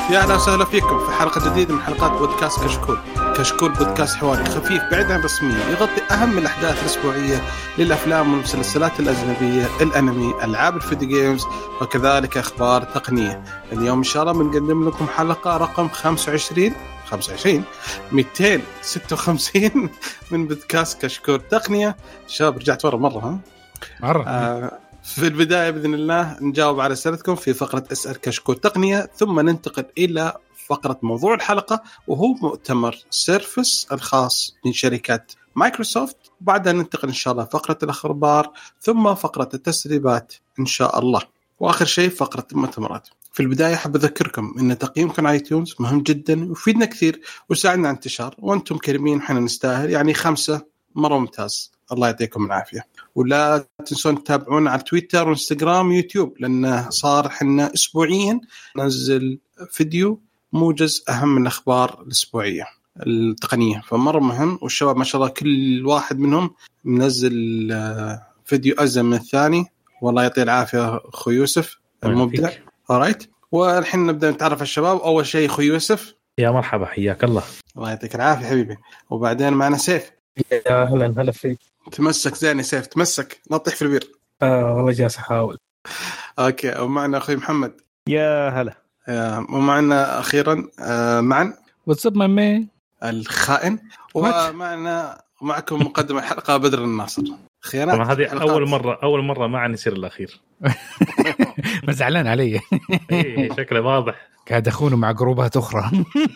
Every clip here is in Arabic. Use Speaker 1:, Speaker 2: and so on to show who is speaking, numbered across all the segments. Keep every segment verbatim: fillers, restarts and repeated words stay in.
Speaker 1: يا أهلا وسهلا فيكم في حلقة جديدة من حلقات بودكاست كشكول. كشكول بودكاست حواري خفيف بعيد عن الرسمية، يغطي أهم الأحداث الأسبوعية للأفلام والمسلسلات الأجنبية، الأنمي، ألعاب الفيديو جيمز، وكذلك أخبار تقنية. اليوم إن شاء الله بنقدم لكم حلقة رقم خمسة وعشرين خمسة وعشرين مئتين وستة وخمسين من بودكاست كشكول تقنية. شباب رجعت ورا مرة ها؟
Speaker 2: مرة
Speaker 1: آه في البداية بإذن الله نجاوب على أسئلتكم في فقرة اسأل كشكول تقنية، ثم ننتقل إلى فقرة موضوع الحلقة وهو مؤتمر سيرفس الخاص من شركة مايكروسوفت. بعدها ننتقل إن شاء الله فقرة الأخبار، ثم فقرة التسريبات إن شاء الله، وآخر شيء فقرة المؤتمرات. في البداية حاب أذكركم أن تقييمكم على ايتونز مهم جدا ويفيدنا كثير ويساعدنا على انتشار، وأنتم كريمين حنا نستاهل، يعني خمسة مرة ممتاز، الله يعطيكم العافية. ولا تنسون تتابعونا على تويتر وانستغرام ويوتيوب، لأنه صار حنا أسبوعيا ننزل فيديو موجز أهم من الأخبار الأسبوعية التقنية، فمرة مهم. والشباب ما شاء الله كل واحد منهم منزل فيديو أزم من الثاني، والله يعطيه العافية أخو يوسف المبدع. alright، والحين نبدأ نتعرف على الشباب. أول شيء أخو يوسف،
Speaker 3: يا مرحبا، حياك الله.
Speaker 1: الله يعطيك العافية حبيبي. وبعدين معنا سيف.
Speaker 4: يا هلا هلا فيك.
Speaker 1: تمسك زين سيف، تمسك لا تطيح في البير.
Speaker 4: آه والله جالس أحاول.
Speaker 1: أوكي. ومعنا أخوي محمد.
Speaker 5: يا هلا.
Speaker 1: آه ومعنا أخيرا آه معنا
Speaker 2: واتساب مامي
Speaker 1: الخائن. ومعنا معكم مقدم الحلقة بدر الناصر. خيانات.
Speaker 3: هذه أول مرة أول مرة معنا يصير الأخير.
Speaker 2: ما زعلان علي.
Speaker 3: إيه شكله واضح.
Speaker 2: قاعد أخونه مع جروبات أخرى.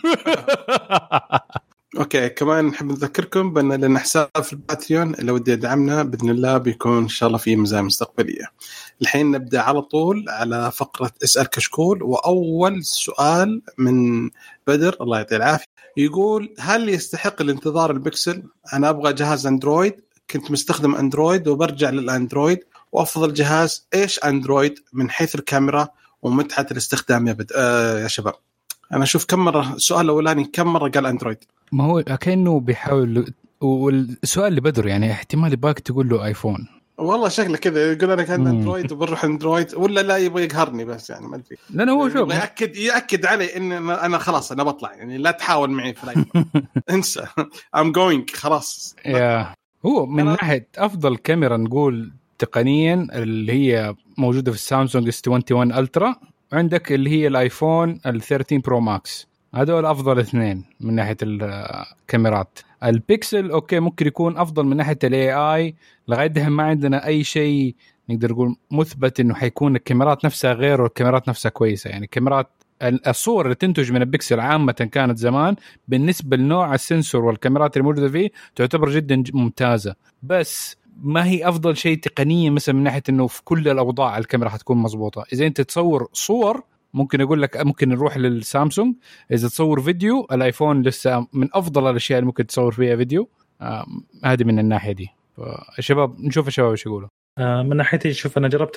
Speaker 1: اوكي. كمان نحب نذكركم بان لنا حساب في الباتريون، اللي ودي يدعمنا باذن الله بيكون ان شاء الله في مزايا مستقبليه. الحين نبدا على طول على فقره اسال كشكول. واول سؤال من بدر الله يعطيه العافيه، يقول هل يستحق الانتظار البكسل؟ انا ابغى جهاز اندرويد، كنت مستخدم اندرويد وبرجع للاندرويد، وافضل جهاز ايش اندرويد من حيث الكاميرا ومتعه الاستخدام يا بد... آه يا شباب. أنا أشوف كم مرة السؤال الأولاني كم مرة قال أندرويد.
Speaker 2: ما هو كأنه بيحاول، والسؤال اللي بدر يعني احتمال يباك تقول له آيفون.
Speaker 1: والله شكله كذا يقول أنا كان أندرويد وبروح أندرويد، ولا لا يبغى يقهرني بس يعني ما أدري.
Speaker 2: لأنه هو شوف
Speaker 1: يأكد يأكد علي إن أنا خلاص أنا بطلع، يعني لا تحاول معي في الآيفون. انسى I'm going خلاص.
Speaker 2: يا هو من ناحية أفضل كاميرا نقول تقنيا اللي هي موجودة في السامسونج اس واحد وعشرين ألترا، عندك اللي هي الايفون ال13 برو ماكس، هذول افضل اثنين من ناحيه الكاميرات. البيكسل اوكي ممكن يكون افضل من ناحيه الاي اي، لغايه دحين ما عندنا اي شيء نقدر نقول مثبت انه حيكون الكاميرات نفسها غير والكاميرات نفسها كويسه. يعني كاميرات الصور اللي تنتج من البيكسل عامه كانت زمان بالنسبه لنوع السنسور والكاميرات الموجوده فيه تعتبر جدا ممتازه، بس ما هي أفضل شيء تقنيا مثلا من ناحية إنه في كل الأوضاع الكاميرا حتكون مظبوطة. إذا أنت تصور صور ممكن أقول لك ممكن نروح للسامسونج، إذا تصور فيديو الآيفون لسه من أفضل الأشياء اللي ممكن تصور فيها فيديو. آه هذه من الناحية دي. الشباب نشوف الشباب إيش يقولوا.
Speaker 3: آه من ناحيتي شوف أنا جربت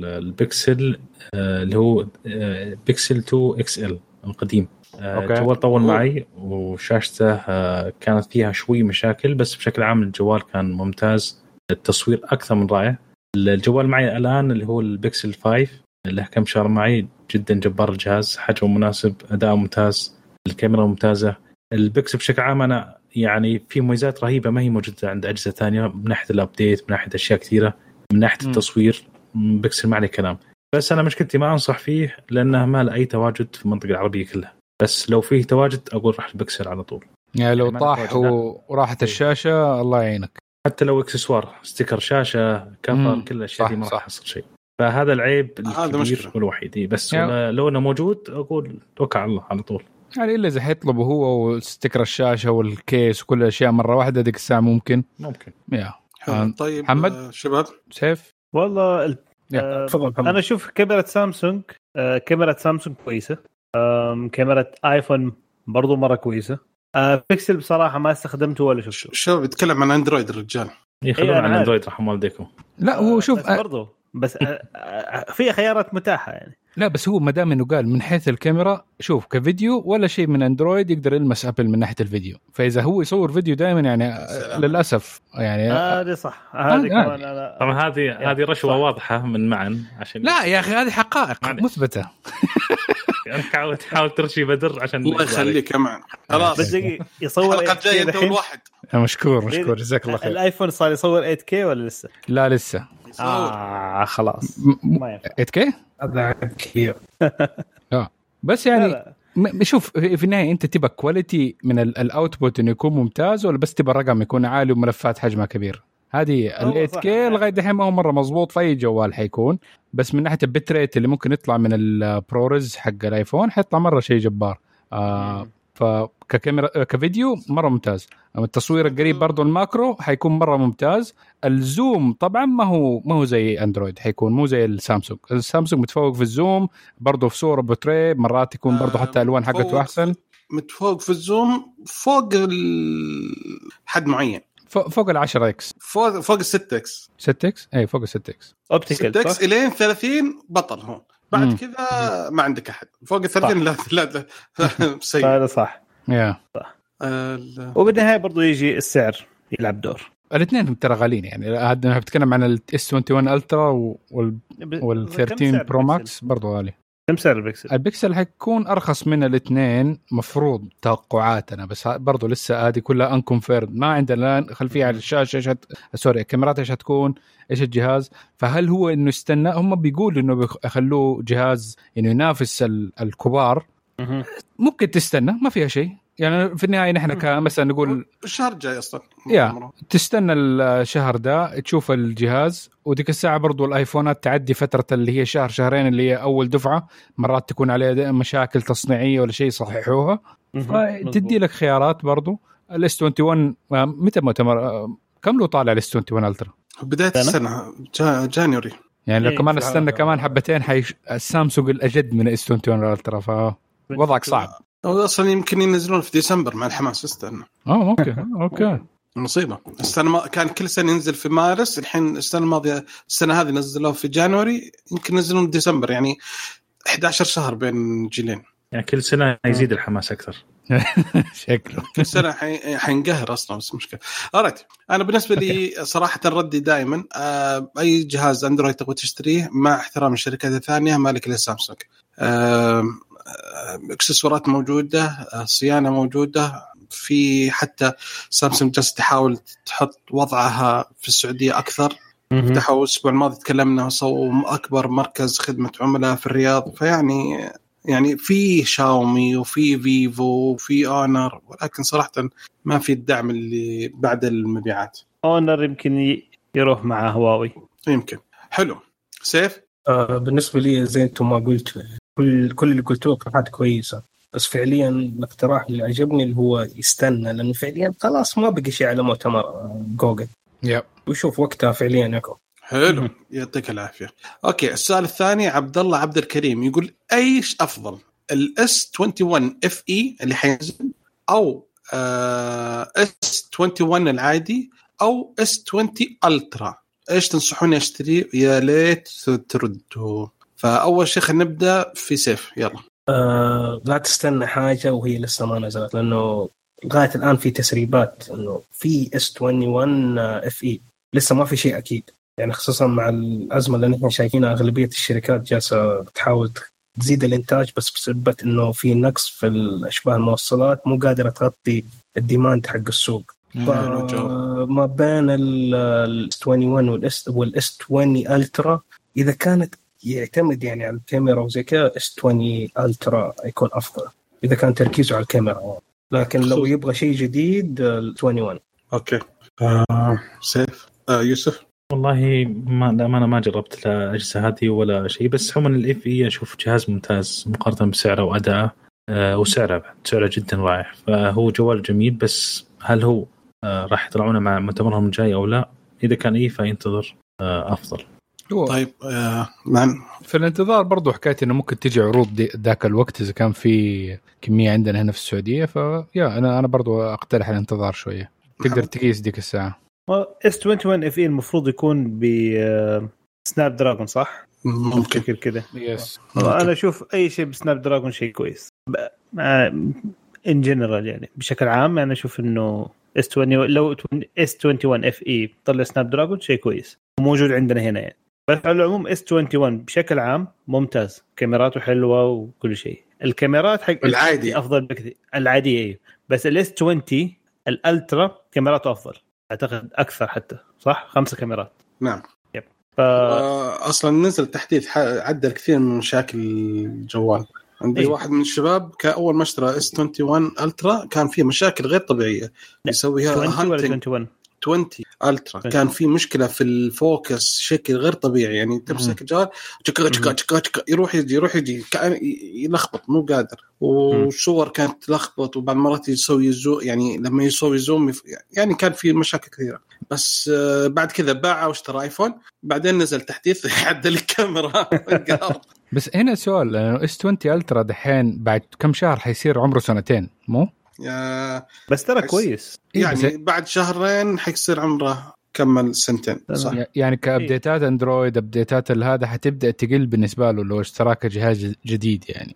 Speaker 3: البيكسل آه اللي هو آه بيكسل تو إكس إل القديم. آه الجوال طول معي وشاشته آه كانت فيها شوي مشاكل، بس بشكل عام الجوال كان ممتاز، التصوير أكثر من رائع. الجوال معي الآن اللي هو البيكسل خمسة اللي كم شهر معي، جدا جبار الجهاز، حجمه مناسب، أداء ممتاز، الكاميرا ممتازة. البيكسل بشكل عام أنا يعني في مميزات رهيبة ما هي موجودة عند أجهزة ثانية، من ناحية الأبديت، من ناحية أشياء كثيرة، من ناحية م. التصوير. بيكسل ما عليه كلام، بس أنا مشكلتي ما أنصح فيه لأنه ما له أي تواجد في المنطقة العربية كلها، بس لو فيه تواجد أقول راح البيكسل على طول.
Speaker 2: يعني لو يعني طاح وراحت الشاشة الله يعينك،
Speaker 3: حتى لو اكسسوار ستيكر شاشة كفر كل الأشياء دي ما راح يحصل شيء. فهذا العيب الكبير والوحيد، بس يعني لو أنه موجود أقول توكل على الله على طول.
Speaker 2: يعني إلا إذا حيطلبه هو وستيكر الشاشة والكيس وكل الأشياء مرة واحدة ديك الساعة ممكن
Speaker 3: ممكن
Speaker 2: يا
Speaker 1: طيب
Speaker 2: محمد
Speaker 1: آه شباب
Speaker 5: سيف والله ال... آه أنا أشوف كاميرا سامسونج آه كاميرا سامسونج كويسة، آه كاميرا آيفون برضو مرة كويسة. آه بيكسل بصراحة ما استخدمته ولا شفته.
Speaker 1: شو بيتكلم عن اندرويد الرجال
Speaker 3: يخلون عن اندرويد رحم والديكم.
Speaker 2: لا هو شوف
Speaker 5: بس برضو بس آه في خيارات متاحة يعني.
Speaker 2: لا بس هو ما دام انه قال من حيث الكاميرا شوف كفيديو ولا شيء من اندرويد يقدر يلمس ابل من ناحيه الفيديو، فاذا هو يصور فيديو دائما يعني للاسف يعني
Speaker 5: هذه صح هذه كمان انا
Speaker 3: طبعا هذه هذه رشوه واضحه من معن عشان
Speaker 2: لا يا اخي هذه حقائق مثبته.
Speaker 3: انا حاول تحاول ترشي بدر عشان
Speaker 1: الله يخليك يا معن خلاص
Speaker 5: بدي يصور
Speaker 1: الحلقه الجايه انت والواحد.
Speaker 2: مشكور مشكور جزاك الله خير.
Speaker 5: الايفون صار يصور ثمانية كي ولا لسه؟
Speaker 2: لا لسه
Speaker 5: اه خلاص
Speaker 2: ما ينفع ثمانية كي
Speaker 4: هذا كثير.
Speaker 2: اه بس يعني م- شوف في النهايه انت تبى كواليتي من الاوتبوت انه يكون ممتاز ولا بس تبى الرقم يكون عالي وملفات حجمها كبير؟ هذه ال ثمانية كي لغايه دحين ما هو مره مزبوط في اي جوال حيكون، بس من ناحيه البت ريت اللي ممكن يطلع من البرورز حق الايفون حيطلع مره شيء جبار. آه فكاميرا كفيديو مره ممتاز. التصوير القريب برضو الماكرو حيكون مره ممتاز. الزوم طبعا ما هو ما هو زي اندرويد، حيكون مو زي السامسونج. السامسونج متفوق في الزوم برضو في صوره بورتريه مرات يكون برضو حتى الوان حقته احسن.
Speaker 1: متفوق في الزوم فوق حد معين
Speaker 2: فوق العشرة اكس
Speaker 1: فوق فوق الستة اكس
Speaker 2: ستة اكس اي فوق الستة اكس
Speaker 5: اوبتيكال
Speaker 1: ستة اكس الين ثلاثين بطل هون بعد كذا ما عندك احد فوق الثلاثين. لا لا سيء
Speaker 5: هذا صح
Speaker 2: يا
Speaker 5: صح. وبالنهايه برضو يجي السعر يلعب دور.
Speaker 2: الاثنين ترى غاليين يعني. هذا بتكلم عن الاس واحد وعشرين الترا وال ثلاثة عشر برو ماكس برضو غالي.
Speaker 5: كم سعر البكسل؟
Speaker 2: البكسل حيكون ارخص من الاثنين مفروض توقعاتنا، بس برضو لسه هذه كلها انكونفيرد ما عندنا خلفيه على الشاشه ايش هت... سوري الكاميرات ايش هتكون ايش الجهاز. فهل هو انه استنى هم بيقولوا انه بيخلوه جهاز انه ينافس الكبار ممكن تستنى ما فيها شيء يعني. في النهايه نحن كمثلا نقول
Speaker 1: الشهر جاي اصلا
Speaker 2: يا تستنى الشهر ده تشوف الجهاز، وديك الساعه برضو الايفونات تعدي فتره اللي هي شهر شهرين اللي هي اول دفعه مرات تكون عليها مشاكل تصنيعيه ولا شيء صححوها فتدي لك خيارات. برضو الاس واحد وعشرين متى مؤتمر كم له طالع الاس واحد وعشرين الترا؟
Speaker 1: بدايه السنه جا جانوري
Speaker 2: يعني لو كمان استنى كمان حبتين حي السامسونج الاجد من الاس واحد وعشرين الترا فوضعك صعب.
Speaker 1: أو أصلاً يمكن ينزلون في ديسمبر مع الحماس. استنى
Speaker 2: اه اوكي اوكي
Speaker 1: مصيبه. السنه ما كان كل سنه ينزل في مارس، الحين السنه الماضيه السنه هذه نزلوه في جانوري، يمكن ينزلون في ديسمبر يعني إحدى عشر شهر بين جيلين
Speaker 3: يعني كل سنه يزيد الحماس اكثر.
Speaker 2: شكله
Speaker 1: كل سنه حينقهر اصلا بس مشكله. أريد أنا بالنسبه لي صراحه ردي دائما اي جهاز اندرويد تبغى تشتريه مع احترام الشركات الثانيه مالك للسامسونج. اكسسوارات موجوده، صيانه موجوده، في حتى سامسونج جالس تحاول تحط وضعها في السعوديه اكثر. فتحوا الاسبوع الماضي تكلمنا وصوا اكبر مركز خدمه عملاء في الرياض. فيعني يعني في شاومي وفي فيفو وفي اونر، ولكن صراحه ما في الدعم اللي بعد المبيعات.
Speaker 5: اونر يمكن يروح مع هواوي
Speaker 1: يمكن. حلو سيف.
Speaker 4: آه بالنسبه لي زي انتم ما قلت كل كل اللي قلتوه كانت كويسه، بس فعليا الاقتراح اللي عجبني اللي هو يستنى، لانه فعليا خلاص ما بقى شيء على مؤتمر جوجل
Speaker 2: يب
Speaker 4: وشوف وقتها فعليا يكون
Speaker 1: حلو. يعطيك العافيه. اوكي السؤال الثاني عبد الله عبد الكريم يقول ايش افضل الاس واحد وعشرين اف اي اللي حينزل او اس واحد وعشرين العادي او اس عشرين الترا؟ ايش تنصحوني اشتري؟ يا ليت تردوا. فاول شيء خلينا نبدا في سيف يلا.
Speaker 4: آه لا تستنى حاجه وهي لسه ما نزلت، لانه لغايه الان في تسريبات انه في اس واحد وعشرين اف اي لسه ما في شيء اكيد يعني، خصوصا مع الازمه اللي نحن شايفينها اغلبيه الشركات جالسه تحاول تزيد الانتاج بس بسبب انه في نقص في الاشباه الموصلات مو قادره تغطي الديماند حق السوق. ما بين الاس واحد وعشرين والاس والاس عشرين الترا اذا كانت يعتمد يعني على الكاميرا وزي كذا اس عشرين الترا يكون افضل اذا كان تركيزه على الكاميرا، لكن لو يبغى شيء جديد ال واحد وعشرين.
Speaker 1: اوكي آه سيف. آه يوسف.
Speaker 3: والله ما انا ما جربت الاجهزه هذه ولا شيء، بس عموما الاف اي اشوف جهاز ممتاز مقارنه بسعره واداءه آه وسعره سعره جدا رائع، فهو جوال جميل. بس هل هو آه راح يطلعونه مع مؤتمرهم الجاي او لا؟ اذا كان ايه فينتظر آه افضل.
Speaker 1: طيب آه نعم
Speaker 2: في الانتظار برضو حكاية انه ممكن تيجي عروض ذاك الوقت اذا كان في كمية عندنا هنا في السعودية، فيا انا انا برضو اقترح الانتظار شوية تقدر تقيس ديك الساعة.
Speaker 5: اس واحد وعشرين اف اي المفروض يكون ب سناب دراجون صح؟
Speaker 1: ممكن
Speaker 5: كذا.
Speaker 2: يس
Speaker 5: انا اشوف اي شيء بسناب دراجون شيء كويس ان جنرال يعني بشكل عام. انا اشوف انه إس عشرين لو إس واحد وعشرين اف اي طلع سناب دراجون شيء كويس وموجود عندنا هنا يعني. بس على العموم إس واحد وعشرين بشكل عام ممتاز، كاميراته حلوه وكل شيء. الكاميرات حق
Speaker 1: العادي
Speaker 5: افضل بكثير العاديه ايه، بس الإس عشرين الالترا كاميراته افضل اعتقد اكثر حتى، صح؟ خمسه كاميرات.
Speaker 1: نعم.
Speaker 5: يب. ف...
Speaker 1: اصلا نزل تحديث عدل كثير من مشاكل الجوال. عندي أيه. واحد من الشباب كأول ما اشترى إس واحد وعشرين الترا كان فيه مشاكل غير طبيعيه يسويها
Speaker 5: عشرين ولا واحد وعشرين
Speaker 1: عشرين الترا كان في مشكله في الفوكس شكل غير طبيعي يعني. تمسك الجوال تشك تشك تشك يروح يجي يروح يجي كان يلخبط مو قادر، والصور كانت تلخبط، وبعض المرات يسوي زوم يعني لما يسوي زوم يعني كان في مشاكل كثيره. بس بعد كذا باع واشترى ايفون، بعدين نزل تحديث عدل الكاميرا.
Speaker 2: بس هنا سؤال، لانه إس عشرين الترا دحين بعد كم شهر حيصير عمره سنتين مو؟
Speaker 1: يا
Speaker 5: بس ترى كويس
Speaker 1: يعني إيه بعد شهرين حيصير عمره كمل سنتين صح؟
Speaker 2: يعني كابديتات اندرويد ابديتات هذا حتبدا تقل بالنسبه له لو اشتراك جهاز جديد يعني.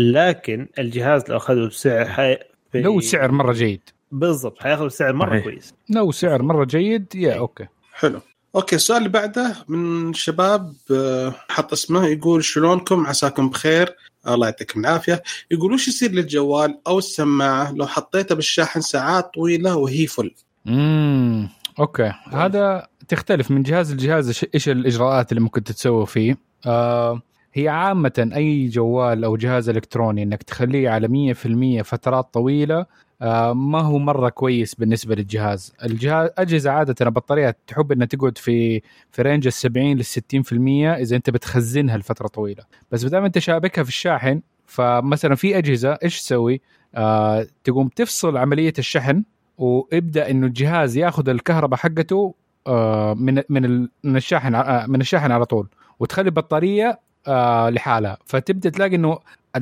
Speaker 5: لكن الجهاز لو اخذه بسعر حي...
Speaker 2: لو سعر مره جيد
Speaker 5: بالضبط حياخذ سعر مره
Speaker 3: صحيح.
Speaker 5: كويس
Speaker 2: لو سعر مره جيد يا اوكي
Speaker 1: حلو. اوكي السؤال اللي بعده من شباب حط اسمه يقول شلونكم عساكم بخير الله يعطيكم العافيه. يقول وش يصير للجوال او السماعه لو حطيتها بالشاحن ساعات طويله وهي فل؟
Speaker 2: امم اوكي هذا تختلف من جهاز لجهاز ايش الاجراءات اللي ممكن تتسوي فيه. آه هي عامه اي جوال او جهاز الكتروني انك تخليه على مية بالمية فترات طويله آه ما هو مره كويس بالنسبه للجهاز. الجهاز اجهزه عاده البطاريات تحب انها تقعد في في رينج السبعين للستين في المية اذا انت بتخزنها لفتره طويله. بس بدل ما انت شابكها في الشاحن، فمثلا في اجهزه ايش تسوي؟ آه تقوم تفصل عمليه الشحن وابدا انه الجهاز ياخذ الكهرباء حقته آه من من من الشاحن آه من الشاحن على طول، وتخلي البطاريه آه لحالها. فتبدا تلاقي انه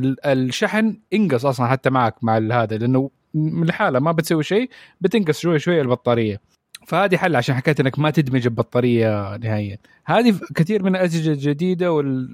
Speaker 2: الشحن انقص اصلا حتى معك مع هذا، لانه من الحالة ما بتسوي شيء بتنقص شوي شوي البطارية. فهذه حل عشان حكيت انك ما تدمج البطارية نهائيا. هذه كثير من الأجهزة الجديدة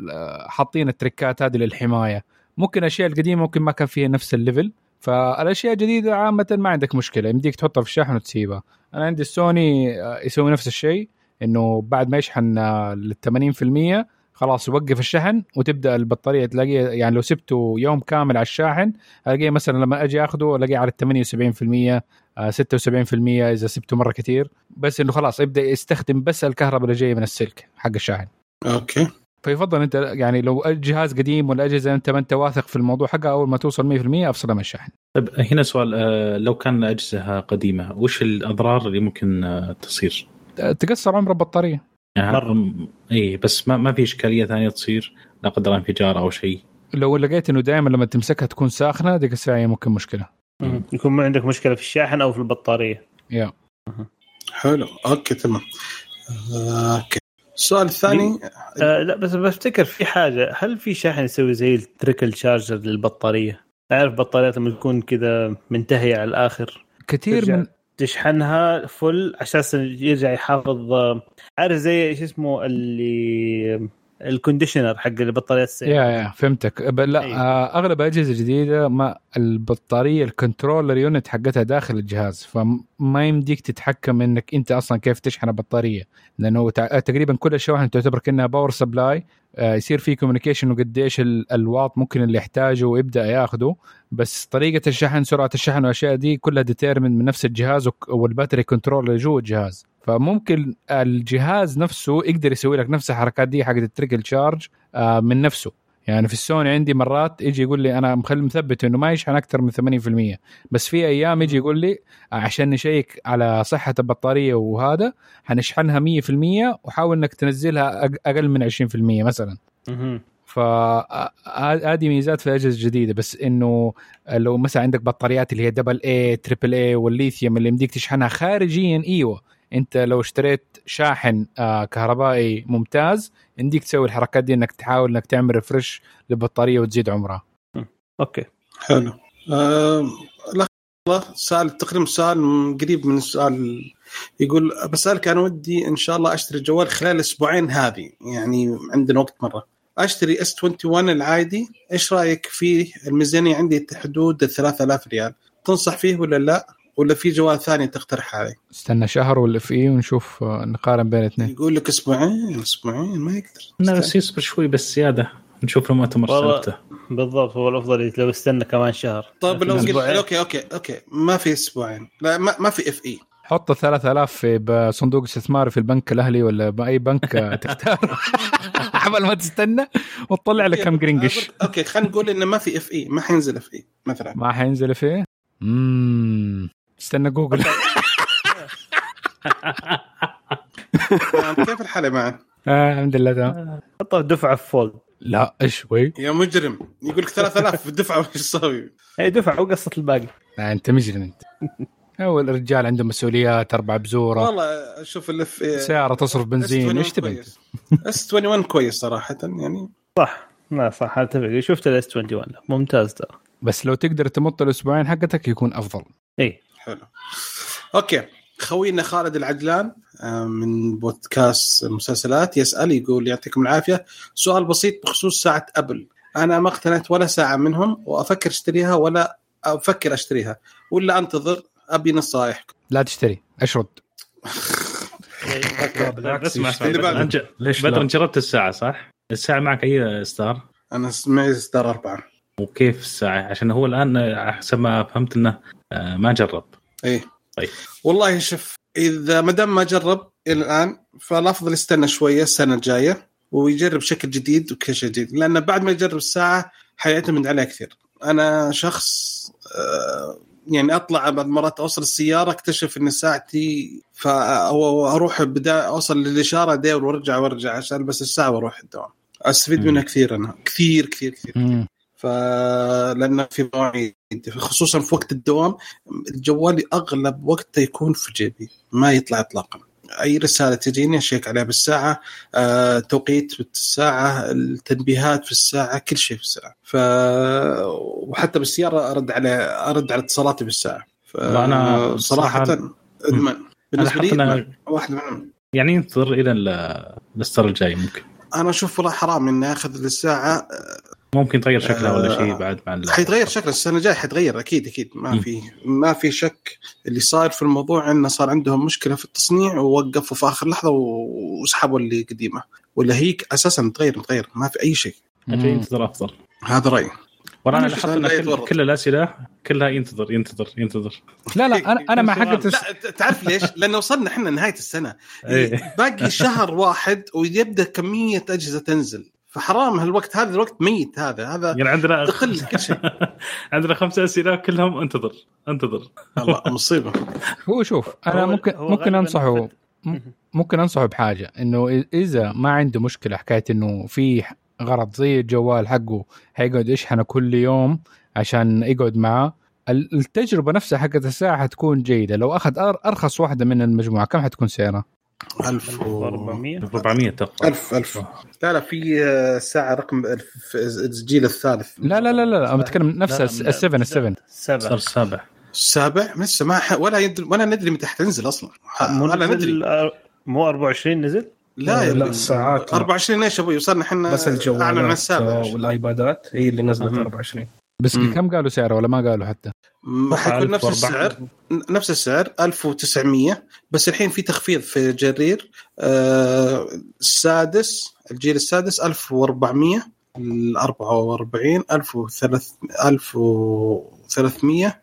Speaker 2: وحاطين التركات هذه للحماية. ممكن أشياء القديمة ممكن ما كان فيها نفس الليفل، فالأشياء الجديدة عامة ما عندك مشكلة يمديك تحطها في الشاحن وتسيبها. أنا عندي السوني يسوي نفس الشيء، إنه بعد ما يشحن للثمانين في المية خلاص يوقف الشحن وتبدا البطاريه تلاقيه يعني لو سبته يوم كامل على الشاحن الاقيه مثلا لما اجي اخذه الاقيه على ثمانية وسبعين في المية ستة وسبعين في المية اذا سبته مره كثير، بس انه خلاص يبدا يستخدم بس الكهرباء اللي جايه من السلك حق الشاحن.
Speaker 1: اوكي
Speaker 2: فيفضل انت يعني لو الجهاز قديم ولا اجهزه انت ما انت واثق في الموضوع حقها اول ما توصل مية في المية افصلها من الشاحن.
Speaker 3: طيب هنا سؤال، لو كان اجهزه قديمه وش الاضرار اللي ممكن تصير؟
Speaker 2: تقصر عمر البطاريه
Speaker 3: مرة. اي بس ما ما في اشكاليه ثانيه تصير لا قدر الله انفجار او شيء؟
Speaker 2: لو لقيت انه دائما لما تمسكها تكون ساخنه ديك الساعه ممكن مشكله
Speaker 5: مم. يكون ما عندك مشكله في الشاحن او في البطاريه.
Speaker 2: يا
Speaker 1: حلو اوكي تمام. اوكي السؤال الثاني
Speaker 5: آه لا بس بفتكر في حاجه، هل في شاحن يسوي زي التريكل شارجر للبطاريه؟ اعرف بطاريات لما تكون كذا منتهيه على الاخر
Speaker 2: كثير من
Speaker 5: تشحنها فل عشان يرجع يحافظ، عارف زي ايش اسمه اللي الكونديشنر حق البطاريات السيارة.
Speaker 2: يا يا فهمتك. لا أيه. اغلب اجهزه جديده ما البطاريه الكنترولر يونت حقتها داخل الجهاز، فما يمديك تتحكم انك انت اصلا كيف تشحن البطاريه، لانه تقريبا كل الشواحن تعتبر كأنها باور سبلاي، يصير في كوميونيكيشن وقديش الواط ممكن اللي يحتاجه ويبدا ياخده، بس طريقه الشحن سرعه الشحن والاشياء دي كلها ديتيرمن من نفس الجهاز والباتري كنترول اللي جوه الجهاز. فممكن الجهاز نفسه يقدر يسوي لك نفس الحركات دي حق التريكل شارج من نفسه. يعني في السوني عندي مرات يجي يقول لي انا مخلي مثبت انه ما يشحن اكثر من ثمانين في المية، بس في ايام يجي يقول لي عشان نشيك على صحه البطاريه وهذا حنشحنها مية في المية وحاول انك تنزلها اقل من عشرين في المية مثلا. فهذه ميزات في الأجهزة الجديدة. بس إنه لو مثلا عندك بطاريات اللي هي دبل اي تريبل اي والليثيوم اللي يمديك تشحنها خارجيا، ايوه انت لو اشتريت شاحن آه كهربائي ممتاز يمديك تسوي الحركات دي، انك تحاول انك تعمل ريفرش للبطارية وتزيد عمرها.
Speaker 5: اوكي
Speaker 1: حلو. أه الله سؤال تقريبا سؤال قريب من السؤال، يقول بسألك أنا ودي إن شاء الله أشتري جوال خلال الأسبوعين هذه، يعني عندنا وقت مرة، أشتري إس واحد وعشرين العادي، إيش رأيك فيه؟ الميزانية عندي حدود ثلاثة آلاف ريال، تنصح فيه ولا لا؟ ولا في جوال ثاني تقترح عليه؟
Speaker 2: استنى شهر ولا في إيه ونشوف نقارن بين الاثنين.
Speaker 1: يقول لك أسبوعين أسبوعين ما يقدر،
Speaker 3: لا بس يصبر شوي بس زيادة نشوف له مؤتمر سالفته.
Speaker 5: بالضبط هو الأفضل لو استنى كمان شهر.
Speaker 1: طيب لو قلت أوكي أوكي أوكي ما في أسبوعين، لا ما ما في إف إي،
Speaker 2: حط ثلاثة آلاف في بصندوق استثمار في البنك الأهلي ولا بأي بنك تختار قبل ما تستنى وتطلع لك كم جرينجش.
Speaker 1: أوكي خلينا نقول إنه ما في إف إي، ما حينزل إف إي مثلا،
Speaker 2: ما حينزل إف إي. امم استنى جوجل.
Speaker 1: كيف الحالة معه؟
Speaker 2: آه الحمد لله تمام.
Speaker 5: حطه دفعة فولد.
Speaker 2: لا إيش وي
Speaker 1: يا مجرم، يقولك ثلاثة آلاف في الدفعة وش يسوي؟
Speaker 5: هي دفعة وقصة الباقي.
Speaker 2: لا أنت مجرم أنت. هو الرجال عنده مسؤوليات، أربع بزورة
Speaker 1: والله شوف اللي في
Speaker 2: سيارة تصرف بنزين، إيش تبي؟
Speaker 1: إس واحد وعشرين كويس صراحة يعني.
Speaker 5: صح لا صح أتفق، شفت الإس واحد وعشرين ممتاز ده،
Speaker 2: بس لو تقدر تمط الأسبوعين حقتك يكون أفضل.
Speaker 5: إيه
Speaker 1: حلو. أوكي خوينا خالد العجلان من بودكاست المسلسلات يسأل، يقول يعطيكم العافية، سؤال بسيط بخصوص ساعة أبل، أنا ما اقتنيت ولا ساعة منهم وأفكر اشتريها ولا أفكر أشتريها ولا أنتظر، أبي نصائح.
Speaker 2: لا تشتري أشرد.
Speaker 3: اسمع اسمع ليش بدر جربت الساعة صح؟ الساعة معك أي ستار؟
Speaker 1: أنا معي ستار أربعة.
Speaker 3: وكيف الساعة؟ عشان هو الآن حسب ما فهمت إنه ما جرب.
Speaker 1: إيه
Speaker 3: طيب
Speaker 1: والله شوف، إذا مدام ما جرب إلى الآن فالأفضل يستنى شوية السنة الجاية ويجرب شكل جديد وكل شيء جديد، لأن بعد ما يجرب الساعة حيعتمد عليها كثير. أنا شخص آه يعني أطلع بعد مرات أوصل السيارة اكتشف إن ساعتي، فأروح بدأ أوصل للإشارة داور وارجع وارجع عشان بس الساعة واروح الدوام، أستفيد منها كثير أنا كثير كثير كثير, كثير. فلأن في مواعيد خصوصا في وقت الدوام الجوالي أغلب وقته يكون في جيبي ما يطلع إطلاقا، أي رسالة تجيني أشيك عليها بالساعة، آه، توقيت بالساعة، التنبيهات في الساعة، كل شيء في الساعة. ف وحتى بالسيارة أرد على أرد على اتصالاتي بالساعة.
Speaker 3: أنا
Speaker 1: صراحة أدمن بالنسبة لي واحد منهم.
Speaker 3: يعني ينتظر إلى الستار الجاي ممكن.
Speaker 1: أنا أشوف والله حرام إني أخذ الساعة،
Speaker 3: ممكن تغير شكلها ولا شيء بعد مع
Speaker 1: حيتغير شكل السنة الجاي حيتغير أكيد أكيد ما م. في ما في شك. اللي صار في الموضوع إنه صار عندهم مشكلة في التصنيع ووقفوا في آخر لحظة وسحبوا اللي قديمة، ولا هيك أساسا تغير تغير ما في أي شيء.
Speaker 3: أجي ينتظر أفضل.
Speaker 1: هذا رأيي.
Speaker 3: وأنا لاحظت أن كل, كل الأسئلة كلها ينتظر ينتظر ينتظر.
Speaker 2: لا لا أنا أنا مع حقة
Speaker 1: الس... لا تعرف ليش؟ لأنه وصلنا إحنا نهاية السنة باقي شهر واحد ويبدأ كمية أجهزة تنزل، فحرام هالوقت هذا الوقت ميت هذا هذا
Speaker 3: يعني عندنا
Speaker 1: تقل كل شيء.
Speaker 3: عندنا خمسة أسئلة كلهم انتظر انتظر
Speaker 1: الله مصيبة.
Speaker 2: هو شوف أنا ممكن ممكن أنصحه ممكن أنصحه بحاجة، إنه إذا ما عنده مشكلة حكاية إنه في غرض زي الجوال حقه هيقعد يشحنه كل يوم عشان يقعد معه، التجربة نفسها حقت الساعة حتكون جيدة. لو أخذ أرخص واحدة من المجموعة كم حتكون سعرها؟
Speaker 1: ألف
Speaker 5: وأربعمية
Speaker 3: أربعمية تقريبا.
Speaker 1: ألف ألف لا لا في ساعة رقم الجيل الثالث.
Speaker 2: لا لا لا لا أنا بتكلم نفس السبن السبن
Speaker 3: صار السابع
Speaker 1: السابع لسه ما ولا يدري ولا ندري متى حتنزل أصلا ولا ندري.
Speaker 5: مو أربعة وعشرين نزل؟
Speaker 1: لا يا
Speaker 4: لا الساعات
Speaker 1: أربعة وعشرين ايش ابوي وصلنا احنا
Speaker 4: بس الجوالات والايبادات هي اللي نزلت أربعة وعشرين.
Speaker 2: بس مم. كم قالوا سعره ولا ما قالوا حتى؟
Speaker 1: حيكون نفس السعر نفس السعر ألف وتسعمية، بس الحين في تخفيض في جرير آه السادس الجيل السادس ألف وأربعمية الأربعة وأربعين ألف وثلاث ألف وثلاثمية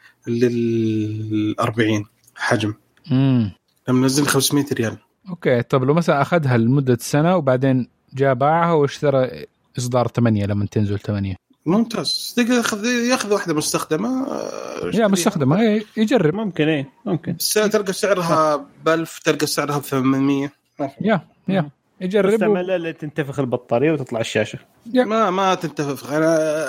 Speaker 1: للأربعين حجم.
Speaker 2: امم
Speaker 1: لما نزل خمسمية ريال.
Speaker 2: اوكي طب لو مثلا اخذها لمده سنه وبعدين جاء باعها واشترى اصدار ثمانية لما تنزل ثمانية
Speaker 1: ممتاز، تقدر ياخذ ياخذ واحده مستخدمه
Speaker 2: يا مستخدمه يجرب
Speaker 5: ممكن ايه ممكن
Speaker 1: السنه تلقى سعرها بألف تلقى سعرها بثمانمية
Speaker 2: يا يا يجرب
Speaker 5: استعمل اللي تنتفخ البطاريه وتطلع الشاشه
Speaker 1: ما ما تنتفخ. انا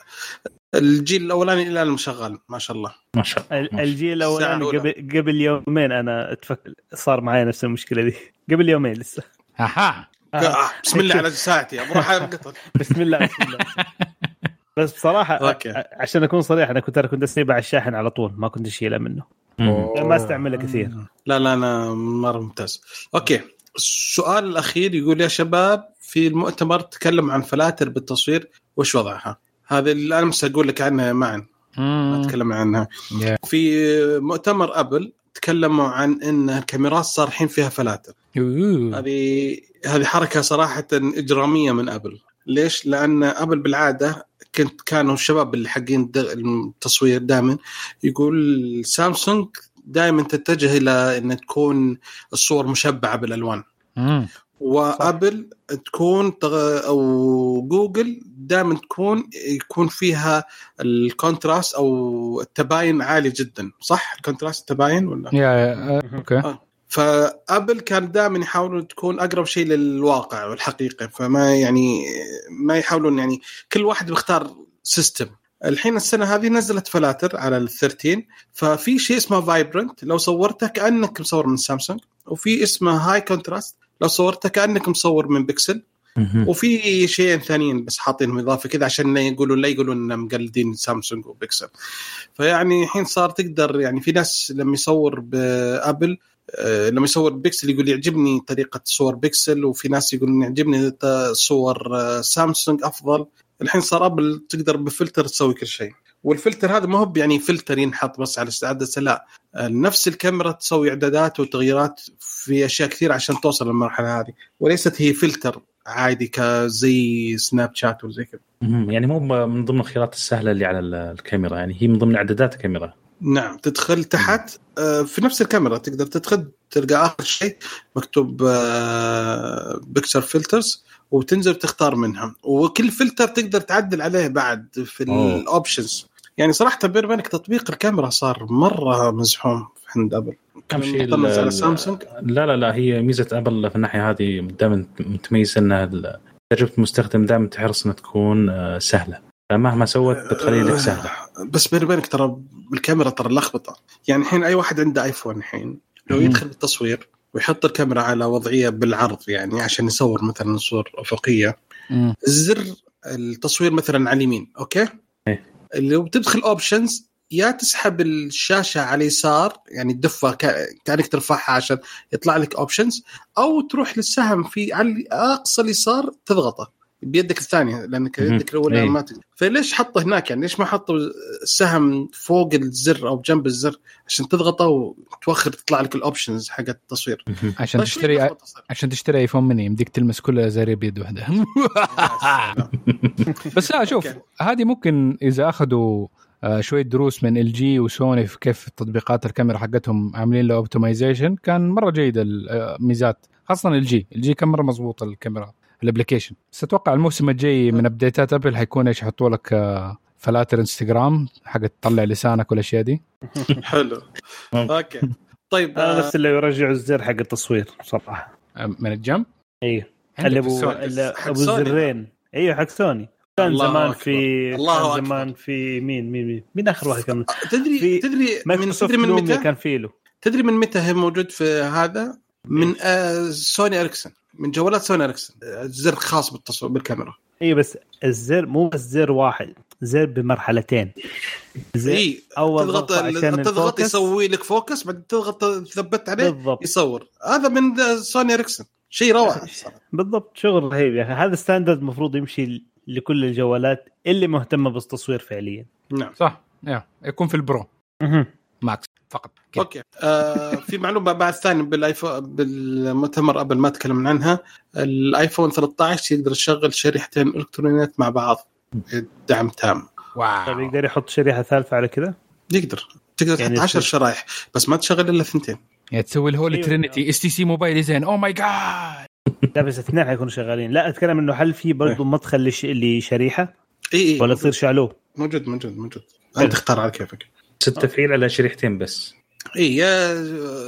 Speaker 1: الجيل الاولاني الى المشغل ما شاء الله
Speaker 3: ما شاء الله.
Speaker 5: الجيل الاولاني قبل قبل يومين انا اتفك صار معي نفس المشكله دي قبل يومين لسه.
Speaker 2: اها
Speaker 1: بسم الله على ساعتي ابو راح اقطع
Speaker 5: بسم الله بسم الله بس بصراحه عشان اكون صريح انا كنت انا كنت اسيبه على الشاحن على طول ما كنت اشيله منه ما استعمله كثير.
Speaker 1: لا لا انا مره ممتاز. اوكي السؤال الاخير يقول يا شباب في المؤتمر تكلم عن فلاتر بالتصوير وش وضعها؟ هذا اللي انا مش اقول لك عنها معا ما اتكلم عنها. yeah. في مؤتمر ابل تكلموا عن ان الكاميرات صار الحين فيها فلاتر. هذه هذه حركه صراحه اجراميه من ابل. ليش؟ لان ابل بالعاده كنت كانوا الشباب اللي حقين التصوير دائما يقول سامسونج دائما تتجه الى ان تكون الصور مشبعه بالالوان mm. وابل تكون تغ... او جوجل دائما تكون يكون فيها الكونتراست او التباين عالي جدا. صح الكونتراست التباين ولا
Speaker 2: يا yeah, اوكي okay.
Speaker 1: آه. فابل كان دائما يحاولوا تكون اقرب شيء للواقع والحقيقه فما يعني ما يحاولون يعني كل واحد بيختار سيستم. الحين السنه هذه نزلت فلاتر على الثلاثين ففي شيء اسمه فايبرنت لو صورته كانك مصور من سامسونج وفي اسمه هاي كونتراست لو صورته كانك مصور من بيكسل وفي شيئين ثانيين بس حاطينهم اضافه كذا عشان لا يقولوا لا يقولوا ان مقلدين سامسونج وبيكسل. فيعني الحين صار تقدر يعني في ناس لما يصور بابل لما يصور بيكسل يقول يعجبني طريقه صور بيكسل وفي ناس يقولون يعجبني صور سامسونج افضل. الحين صار ابل تقدر بفلتر تسوي كل شيء والفلتر هذا ما هو يعني فلتر ينحط بس على العدسه لا نفس الكاميرا تسوي اعدادات وتغييرات في اشياء كثير عشان توصل للمرحله هذه وليست هي فلتر عادي كزي سناب شات وزي كذا.
Speaker 3: يعني مو من ضمن الخيارات السهله اللي على الكاميرا يعني هي من ضمن اعدادات الكاميرا.
Speaker 1: نعم تدخل تحت في نفس الكاميرا تقدر تدخل تلقى آخر شيء مكتوب بيكسل فلترز وتنزل تختار منها وكل فلتر تقدر تعدل عليه بعد في الأوبشنز. يعني صراحة بينك تطبيق الكاميرا صار مرة مزحوم عند أبل.
Speaker 3: كم شيء على سامسونج؟ لا لا لا هي ميزة أبل في الناحية هذه دائما متميزة أن تجربة المستخدم دائما تحرص أن تكون سهلة فمهما سوت بتخلي لك سهلة.
Speaker 1: بس بيني وبينك ترى بالكاميرا ترى لخبطة. يعني الحين أي واحد عنده آيفون الحين لو يدخل بالتصوير ويحط الكاميرا على وضعية بالعرض يعني عشان يصور مثلا صور أفقية الزر التصوير مثلا على اليمين أوكي اللي بتدخل أوبشنز يا تسحب الشاشة على اليسار يعني تدفع كأنك ترفعها عشان يطلع لك أوبشنز أو تروح للسهم في على أقصى اليسار تضغطه بيدك الثانية لأنك يدك الأولى ما تقدر. فليش حطه هناك يعني ليش ما حطوا السهم فوق الزر أو جنب الزر عشان تضغطه وتوخر تطلع لك الأوبشنز حق التصوير
Speaker 2: عشان تشتري عشان تشتري آيفون مني يمديك تلمس كل زر بيد واحدة. بس لا شوف هذه ممكن إذا أخذوا شوية دروس من ال جي وسوني في كيف تطبيقات الكاميرا حقتهم عاملين له اوبتمايزيشن كان مرة جيد الميزات خاصة ال جي ال جي كان مرة مضبوط الكاميرا الابليكيشن. ستوقع الموسم الجاي من ابديتات ابل حيكون ايش يحطوا لك فلاتر انستغرام حق تطلع لسانك والاشياء دي.
Speaker 1: حلو اوكي طيب
Speaker 5: انا نفس اللي يرجعوا الزر حق التصوير صراحه
Speaker 2: من الجنب
Speaker 5: ايوه اللي ابو ابو الزرين ايوه حق سوني كان زمان في كان زمان في مين مين مين مين اخر واحد كان
Speaker 1: تدري في تدري من تدري من متى
Speaker 5: كان فيه له
Speaker 1: تدري من متى هي موجود في هذا من آه سوني إريكسون من جوالات سوني إريكسون زر خاص بالتصوير بالكاميرا.
Speaker 5: اي بس الزر مو بس زر واحد زر بمرحلتين
Speaker 1: زر إيه اول تضغط تضغط يسوي لك فوكس بعد تضغط تثبت عليه بالضبط. يصور هذا من سوني إريكسون شيء روعه
Speaker 5: بالضبط شغل رهيب يعني هذا ستاندرد مفروض يمشي لكل الجوالات اللي مهتمه بالتصوير فعليا.
Speaker 2: نعم صح يا يكون في البرو ماكس فقط
Speaker 1: كي. اوكي آه في معلومه بعد ثاني بالايفون بالمؤتمر قبل ما اتكلم عنها الايفون ثلاثة عشر يقدر يشغل شريحتين الكترونيات مع بعض دعم تام.
Speaker 5: واو طيب يقدر يحط شريحه ثالثه على كذا
Speaker 1: يقدر تقدر يعني تحط عشر شرايح بس ما تشغل الا ثنتين
Speaker 2: يعني تسوي الهولي أيوة. ترينيتي اس تي سي موبايل زين او ماي جاد
Speaker 5: لا بس اثنين حيكونوا شغالين. لا اتكلم انه هل في برضه مدخل لشريحه
Speaker 1: اي اي
Speaker 5: ولا تصير شالوه
Speaker 1: موجود موجود موجود انت تختار على كيفك.
Speaker 3: ست تفعيل على شريحتين بس
Speaker 1: اي يا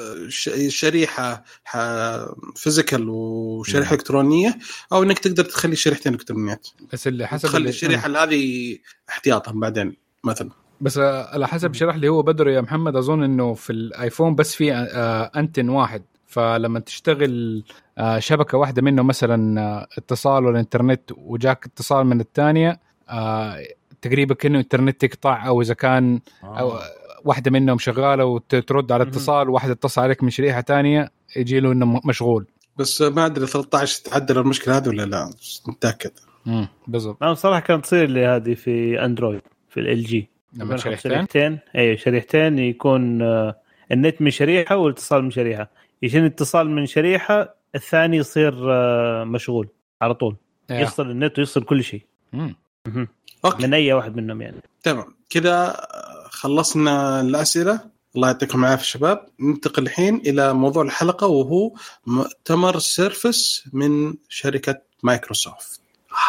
Speaker 1: شريحه فيزيكال وشريحه الكترونيه او انك تقدر تخلي شريحتين الكترونيات
Speaker 2: بس اللي حسب
Speaker 1: تخلي الشريحه هذه احتياطا بعدين مثلا.
Speaker 2: بس على حسب شرح لي هو بدر يا محمد اظن انه في الايفون بس في انتن واحد فلما تشتغل شبكه واحده منه مثلا اتصال والانترنت وجاك اتصال من الثانيه تقريبا كأنه انترنت يقطع او اذا كان أو واحده منهم شغاله وترد على اتصال واحد اتصل عليك من شريحه تانية يجي له انه مشغول.
Speaker 1: بس ما ادري ثلاثة عشر تعدل المشكله هذه ولا لا متاكد.
Speaker 2: امم بالضبط.
Speaker 5: انا صراحه كانت تصير لي هذه في اندرويد في ال جي
Speaker 2: لما شريحتين,
Speaker 5: شريحتين ايوه شريحتين يكون النت من شريحه والاتصال من شريحه، يجي اتصال من شريحه الثاني يصير مشغول على طول yeah. يفصل النت ويفصل كل شيء
Speaker 2: امم
Speaker 5: من اي واحد منهم يعني.
Speaker 1: تمام كذا خلصنا الاسئله. الله يعطيكم العافيه شباب. ننتقل الحين الى موضوع الحلقه وهو مؤتمر سيرفس من شركه مايكروسوفت.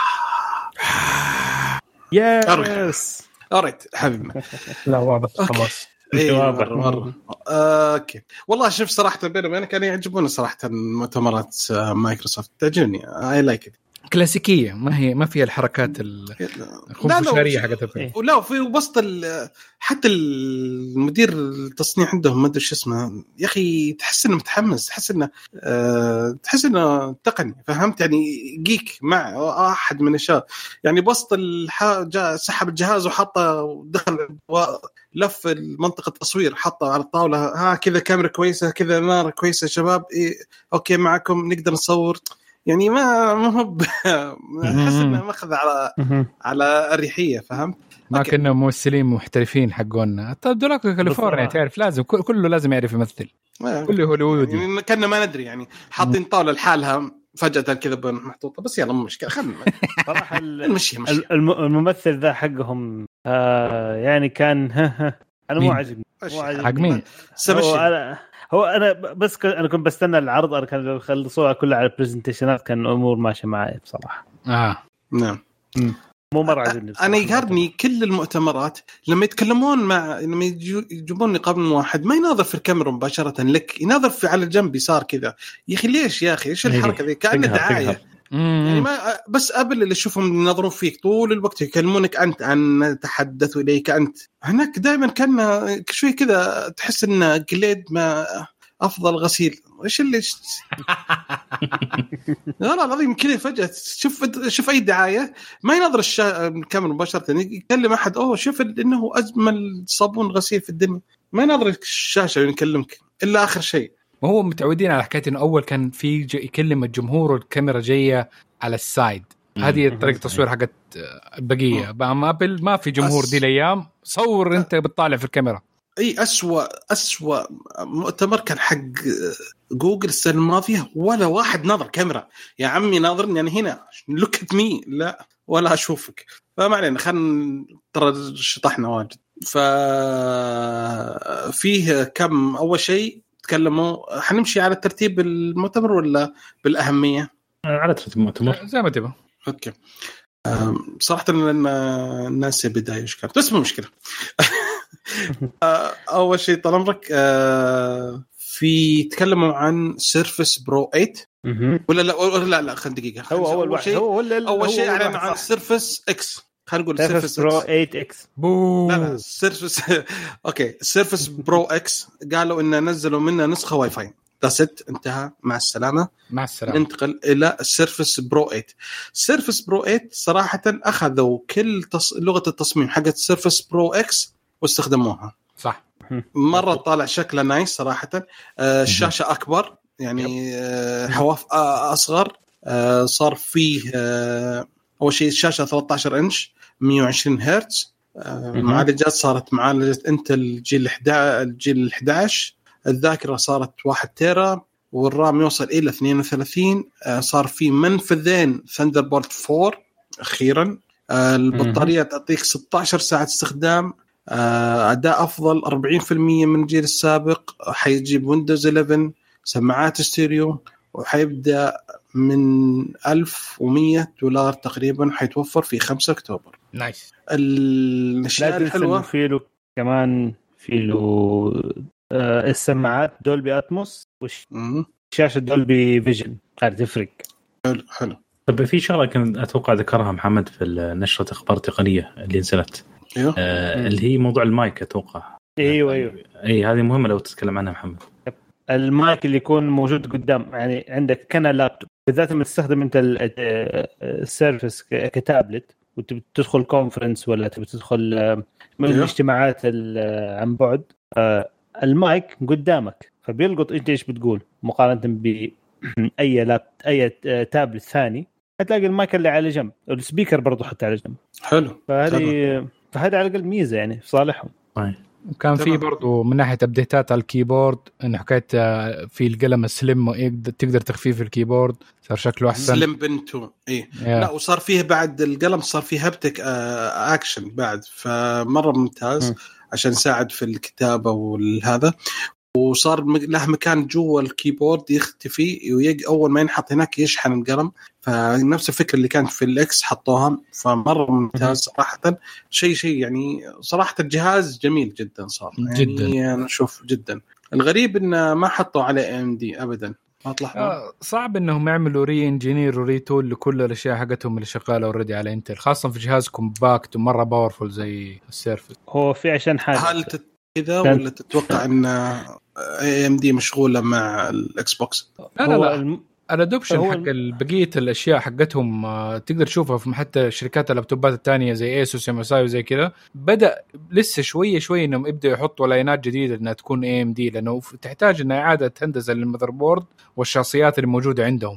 Speaker 5: يس
Speaker 1: أريد حبيبنا.
Speaker 4: لا واضح خلاص.
Speaker 1: إيه واضح مرة. أوكي والله شوف صراحة بيني وبينك كان يعجبوني صراحة مؤتمرات مايكروسوفت تعجبني. I like it.
Speaker 2: كلاسيكية ما هي ما فيها الحركات الخنفشارية حقتها.
Speaker 1: ولا في وسط حتى المدير التصنيع عندهم ما أدري شو اسمه يا أخي تحس إنه متحمس تحس إنه أه تحس إنه تقني فهمت يعني جيك مع أحد من الأشياء يعني بوسط الحاجة سحب الجهاز وحطه ودخل لف المنطقة التصوير حطه على الطاولة ها كذا كاميرا كويسة كذا نار كويسة شباب إيه أوكي معكم نقدر نصور يعني ما ما هو احس انه ماخذ على على الريحيه فهمت
Speaker 2: ما كنا ممثلين محترفين حقونا. طيب دولاك كاليفورنيا تعرف لازم كله لازم يعرف يمثل كله هوليوودي
Speaker 1: يعني كنا ما ندري يعني حاطين طاوله لحالها فجاه كذا محطوطه بس يلا مو مشكله خلنا
Speaker 5: صراحه الممثل ذا حقهم آه يعني كان انا مو عاجبني
Speaker 2: مو عاجبني حق مين
Speaker 5: هو أنا بس ك... أنا كنت بستنى العرض أنا كان يخلصوها كلها على البرزنتيشنات كان الأمور ماشية معي بصراحة.
Speaker 2: آه
Speaker 1: نعم.
Speaker 5: مو مرة عجبني.
Speaker 1: أنا يقهرني كل المؤتمرات لما يتكلمون مع لما يجيبوني قبل واحد ما يناظر في الكاميرا مباشرة لك يناظر في على الجنب يسار كذا يا أخي ليش يا أخي إيش الحركة ذي كأنه دعاية. يعني ما بس قبل اللي شوفهم ينظرون فيك طول الوقت يكلمونك أنت عن تحدثوا إليك أنت هناك دائما كان شوي كذا تحس إن جليد ما أفضل غسيل إيش اللي لا العظيم كذا فجأة شوف شوف أي دعاية ما ينظر الشا... الكاميرا مباشرة يكلم أحد أوه شوف إنه أجمل صابون غسيل في الدنيا ما ينظر الشاشة ويكلمك إلا آخر شيء.
Speaker 2: وهو متعودين على حكاية إنه أول كان في يكلم الجمهور والكاميرا جاية على السايد هذه طريقة تصوير حقت البقية ما أبل ما في جمهور دي الأيام صور أنت بتطالع في الكاميرا.
Speaker 1: أي أسوأ أسوأ مؤتمر كان حق جوجل السنة الماضية ولا واحد نظر كاميرا يا عمي ناظرني يعني هنا look at me لا ولا أشوفك فما علينا خلنا ترى شطحنا واجد. ففيه كم أول شيء تكلموا حنمشي على ترتيب المؤتمر ولا بالأهمية؟
Speaker 3: على ترتيب المؤتمر
Speaker 2: زي ما تبغى.
Speaker 1: أوكي صراحة لأن الناس بداية إيش كانت بس مو مشكلة. أول شيء طال عمرك في تكلموا عن سيرفس برو ثمانية ولا لا ولا لا لا خلينا دقيقة
Speaker 5: هو أول شيء
Speaker 1: هو أول شيء أعلن عن سيرفس إكس خلينا نقول
Speaker 5: سيرفس برو ثمانية إكس
Speaker 2: بو
Speaker 1: لا لا سيرفس أوكي سيرفس برو إكس قالوا إن نزلوا منه نسخة واي فاي دست انتهى مع السلامة
Speaker 2: مع السلامة.
Speaker 1: ننتقل إلى السيرفس برو ثمانية. سيرفس برو ثمانية صراحة أخذوا كل تص... لغة التصميم حقت سيرفس برو إكس واستخدموها
Speaker 2: صح
Speaker 1: مرة طالع شكله نايس صراحة. آه الشاشة أكبر يعني آه حواف آه أصغر آه صار فيه آه أول شيء الشاشة ثلاثة عشر إنش مية وعشرين هرتز. آه معالجات صارت معالجة انتل جيل الجيل الأحد عشر. الذاكرة صارت واحد تيرا والرام يوصل إلى اثنين وثلاثين. آه صار في منفذين ثاندربولت فور أخيرا. آه البطارية تعطيك ستة عشر ساعة استخدام. أداء أفضل أربعين بالمية من الجيل السابق. حيجيب ويندوز إحدى عشر سماعات ستيريو وحيبدأ من ألف ومية دولار تقريبا حيتوفر في خمسة أكتوبر.
Speaker 2: نايس.
Speaker 1: الأشياء الحلوة
Speaker 5: في له كمان في له السماعات دولبي أتموس والشاشة دولبي فيجن قاعد تفرق.
Speaker 1: حلو حلو.
Speaker 3: طب في شغلة كنت أتوقع ذكرها محمد في نشرة أخبار تقنية اللي نزلت
Speaker 1: أيوه.
Speaker 3: آه اللي هي موضوع المايك أتوقع.
Speaker 5: أيوه أيوه.
Speaker 3: أي هذه مهمة لو تتكلم عنها محمد.
Speaker 5: المايك اللي يكون موجود قدام يعني عندك كان لابتوب بالذات لما تستخدم أنت السيرفس كتابلت وتبي تدخل كونفرنس ولا تبي تدخل من الاجتماعات عن بعد، المايك قدامك فبيلقط انت ايش بتقول مقارنه باي لاب اي تابلت ثاني. هتلاقي المايك اللي على جنب والسبيكر برضو حتى على جنب.
Speaker 1: حلو.
Speaker 5: فهذه فهذا على الاقل ميزه يعني في صالحهم.
Speaker 2: وكان في برضو من ناحيه ابديتات على الكيبورد انه حكايه في القلم السلم تقدر تخفيف الكيبورد صار شكله احسن.
Speaker 1: سلم بنتو ايه yeah. لا وصار فيه بعد القلم صار فيه هابتك اكشن بعد فمره ممتاز م. عشان يساعد في الكتابه والهذا. وصار له مكان جوا الكيبورد يختفي ويجي اول ما ينحط هناك يشحن القلم. فنفس الفكره اللي كانت في الاكس حطوها فمره ممتاز صراحه. شيء شيء يعني صراحه الجهاز جميل جدا صار
Speaker 2: جدا.
Speaker 1: يعني انا اشوف جدا. الغريب انه ما حطوا على ام دي ابدا.
Speaker 2: آه صعب انهم يعملوا ري انجينير وري تول لكل الاشياء حقتهم اللي شغاله اوريدي على انتل، خاصه في جهاز كومباكت ومره باورفول زي السيرفس.
Speaker 5: هو في عشان حاجه
Speaker 1: هل كذا ولا تتوقع ان اي ام دي مشغوله مع الاكس بوكس؟
Speaker 2: لا لا لا الم... الادوبشن حق بقيه الاشياء حقتهم تقدر تشوفها في حتى شركات اللابتوبات الثانيه زي ايسوس ام اس اي وزي كذا. بدا لسه شويه شويه انهم يبداوا يحطوا لاينات جديده انها تكون اي ام دي لانه تحتاج انها اعاده هندسه للمذر بورد والشخصيات اللي موجوده عندهم.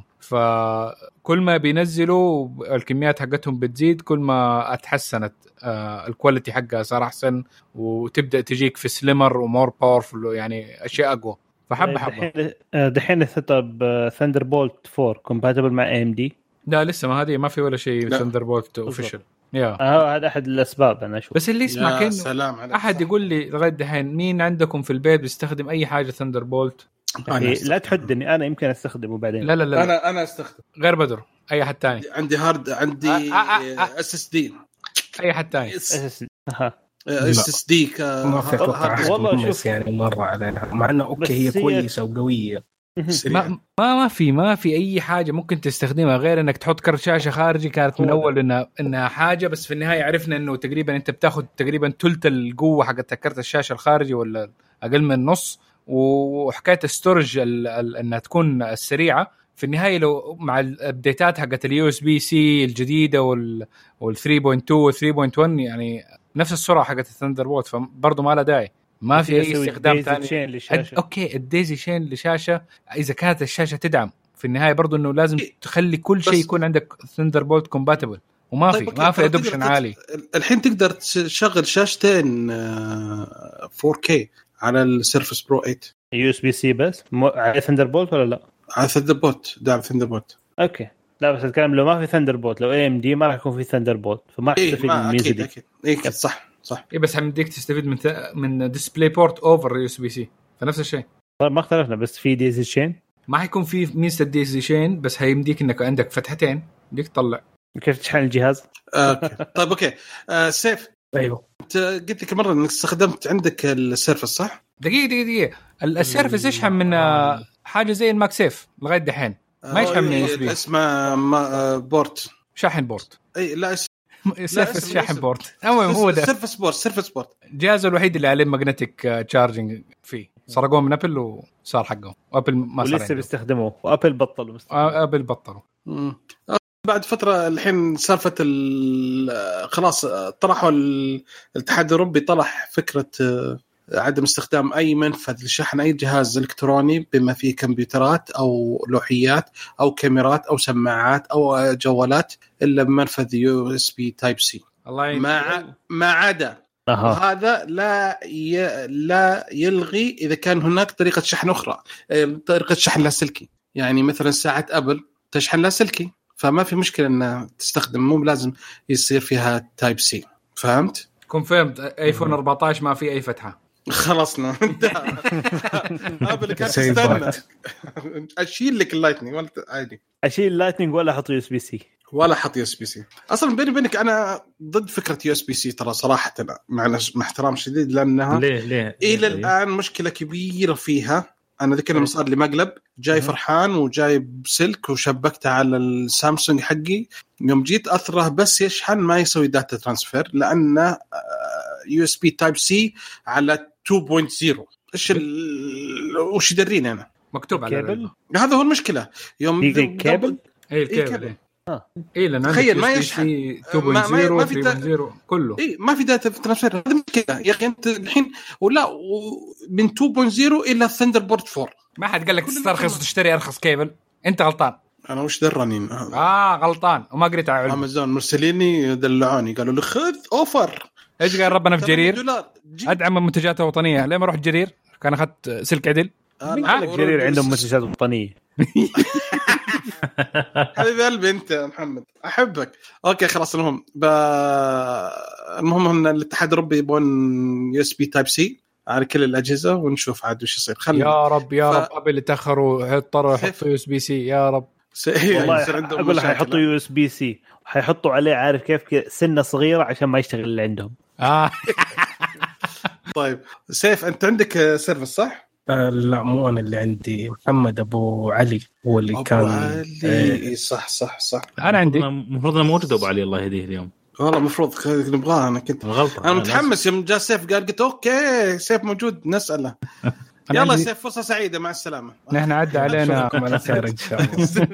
Speaker 2: فكل ما بينزلوا الكميات حقتهم بتزيد كل ما اتحسنت آه الكواليتي حقها صار احسن وتبدا تجيك في سليمر ومور باورفول يعني اشياء اقوى. فحبه حبه
Speaker 5: دحين السيت اب ثاندربولت فور كومباتبل مع اي ام دي.
Speaker 2: لا لسه ما هذه ما في ولا شيء ثاندربولت اوفيشال.
Speaker 5: يا آه هذا احد الاسباب انا اشوف.
Speaker 2: بس اللي يسمع كانه احد يقول لي لغايه دحين مين عندكم في البيت بيستخدم اي حاجه ثاندربولت؟
Speaker 5: لا تحدني انا يمكن استخدمه بعدين.
Speaker 2: لا لا لا
Speaker 1: انا انا استخدم
Speaker 2: غير بدر اي احد تاني.
Speaker 1: عندي هارد عندي اس اس دي
Speaker 2: اي حد تاني
Speaker 5: اس
Speaker 1: اس دي
Speaker 4: ما في اتوقع والله شوف يعني مره عليها مع انه اوكي هي كويسه وقويه.
Speaker 2: ما ما ما في ما في اي حاجه ممكن تستخدمها غير انك تحط كرت شاشه خارجي. كانت من اول انها انها حاجه بس في النهايه عرفنا انه تقريبا انت بتاخذ تقريبا ثلث القوه حقت كرت الشاشه الخارجي ولا اقل من نص. وحكايه الستورج انها تكون السريعه في النهايه لو مع الابديتات حقت اليو اس بي سي الجديده وال وال ثري بوينت تو و ثري بوينت ون يعني نفس السرعه حقت الثاندربولت فبرضه ما له داعي. ما في اي استخدام ثاني. اوكي الديزي شين لشاشه اذا كانت الشاشه تدعم في النهايه برضه انه لازم تخلي كل شيء يكون عندك ثاندربولت كومباتبل وما في ما في ادوبشن عالي.
Speaker 1: الحين تقدر تشغل شاشتين فور كي على السيرفس برو ثمانية
Speaker 5: يو اس بي سي بس على ثاندربولت ولا لا؟
Speaker 1: على ثاندربولت دعم ثاندربولت.
Speaker 5: اوكي لا بس الكلام لو ما في ثاندربولت لو اي ام دي ما راح يكون في ثاندربولت فما راح تستفيد من الميزه دي.
Speaker 1: اكيد اكيد صح صح.
Speaker 2: اي بس حمديك تستفيد من من ديسبلاي بورت اوفر يو اس بي سي فنفس الشيء.
Speaker 5: طيب ما اختلفنا بس في ديزي شين
Speaker 2: ما حيكون في ميزه الديزي شين بس هيمديك انك عندك فتحتين بدك تطلع
Speaker 5: كيف تشحن الجهاز.
Speaker 1: اوكي طيب اوكي آه سيف.
Speaker 4: ايوه
Speaker 1: انت قلت لك مره انك استخدمت عندك السيرفس صح؟
Speaker 2: دقيقه دقيقه دقيقه السيرفس يشحن من حاجه زي الماك سيف لغايه دحين ما يشحن من يو اس بي.
Speaker 1: اسمه بورت
Speaker 2: شاحن بورت.
Speaker 1: اي لا
Speaker 2: سيرفس شاحن بورت. المهم هو ده
Speaker 1: سيرفس بورت سيرفس بورت
Speaker 2: الجهاز الوحيد اللي عليه ماجنتيك تشارجنج فيه سرقوه من ابل وصار حقهم وابل ما صار
Speaker 5: ولسه بيستخدموه وابل بطلوا
Speaker 2: ابل بطلوا
Speaker 1: بعد فتره. الحين سالفه خلاص طرحوا الاتحاد الاوروبي طرح فكره عدم استخدام اي منفذ لشحن اي جهاز الكتروني بما فيه كمبيوترات او لوحيات او كاميرات او سماعات او جوالات الا بمنفذ يو اس بي تايب سي ما ما عدا هذا لا ي... لا يلغي اذا كان هناك طريقه شحن اخرى طريقه شحن لاسلكي. يعني مثلا ساعه ابل تشحن لاسلكي فما في مشكله ان تستخدم مو لازم يصير فيها تايب سي. فهمت؟
Speaker 2: كونفيرمد ايفون أربعة عشر ما في اي فتحه
Speaker 1: خلصنا ابل كانت تستنى اشيل لك اللايتنينج ولا عادي
Speaker 5: اشيل اللايتنينج ولا احط يو اس بي سي
Speaker 1: ولا احط يو اس بي سي. اصلا بيني وبينك انا ضد فكره يو اس بي سي ترى صراحه مع احترام شديد لانها
Speaker 3: ليه ليه
Speaker 1: الى الان مشكله كبيره فيها. انا ذكر لما صار لي مقلب جاي فرحان وجايب سلك وشبكته على السامسونج حقي يوم جيت اثره بس يشحن ما يسوي داتا ترانسفير لانه يو اس بي تايب سي على تو بوينت زيرو. ايش ال... وش يدريني انا
Speaker 2: مكتوب على
Speaker 5: كابل.
Speaker 1: هذا هو المشكله يوم
Speaker 5: كابل
Speaker 2: اي الكابل اه اي لان
Speaker 1: تخيل ما يشحن
Speaker 2: اثنين نقطة صفر ثلاثة نقطة صفر كله
Speaker 1: اي ما في داتا في ترانسفير. هذا مشكله يا اخي انت الحين ولا من اثنين نقطة صفر الى ثندربورد فور
Speaker 2: ما حد قال لك تسترخص وتشتري ارخص كيبل. انت غلطان.
Speaker 1: انا وش دراني
Speaker 2: اه غلطان وما قريت على
Speaker 1: امازون مرسليني دلعوني قالوا لي خذ اوفر.
Speaker 2: ايش قال ربنا في جرير ادعم المنتجات الوطنيه. ليه ما اروح جرير كان اخذت سلك عدل.
Speaker 5: آه جرير عندهم منتجات وطنيه.
Speaker 1: حبيب قلبي انت يا محمد احبك. اوكي خلاص المهم ب... المهم ان الاتحاد الاوروبي يبون يو اس بي تايب سي على كل الاجهزه ونشوف عاد وش يصير.
Speaker 2: خلي يا رب يا ف... رب ابل يتاخروا اضطروا يحطوا يو اس بي سي يا رب.
Speaker 1: س...
Speaker 5: والله اقول لك حيحطوا يو اس بي سي وحيحطوا عليه عارف كيف سنه صغيره عشان ما يشتغل اللي عندهم.
Speaker 2: اه
Speaker 1: طيب سيف انت عندك سيرفس صح؟
Speaker 4: آه لا مو أنا اللي عندي محمد أبو علي هو اللي
Speaker 1: أبو
Speaker 4: كان
Speaker 1: علي. آه صح صح صح
Speaker 2: أنا عندي
Speaker 3: المفروض أنا موجود أبو علي الله يهديه اليوم
Speaker 1: والله مفروض نبغاه. أنا كنت
Speaker 3: غلطة.
Speaker 1: أنا متحمس يوم جاء سيف قال قلت أوكي سيف موجود نسأله. يلا سيف فرصة سعيدة مع السلامة.
Speaker 2: نحن عدى علينا
Speaker 4: على خير إن شاء الله.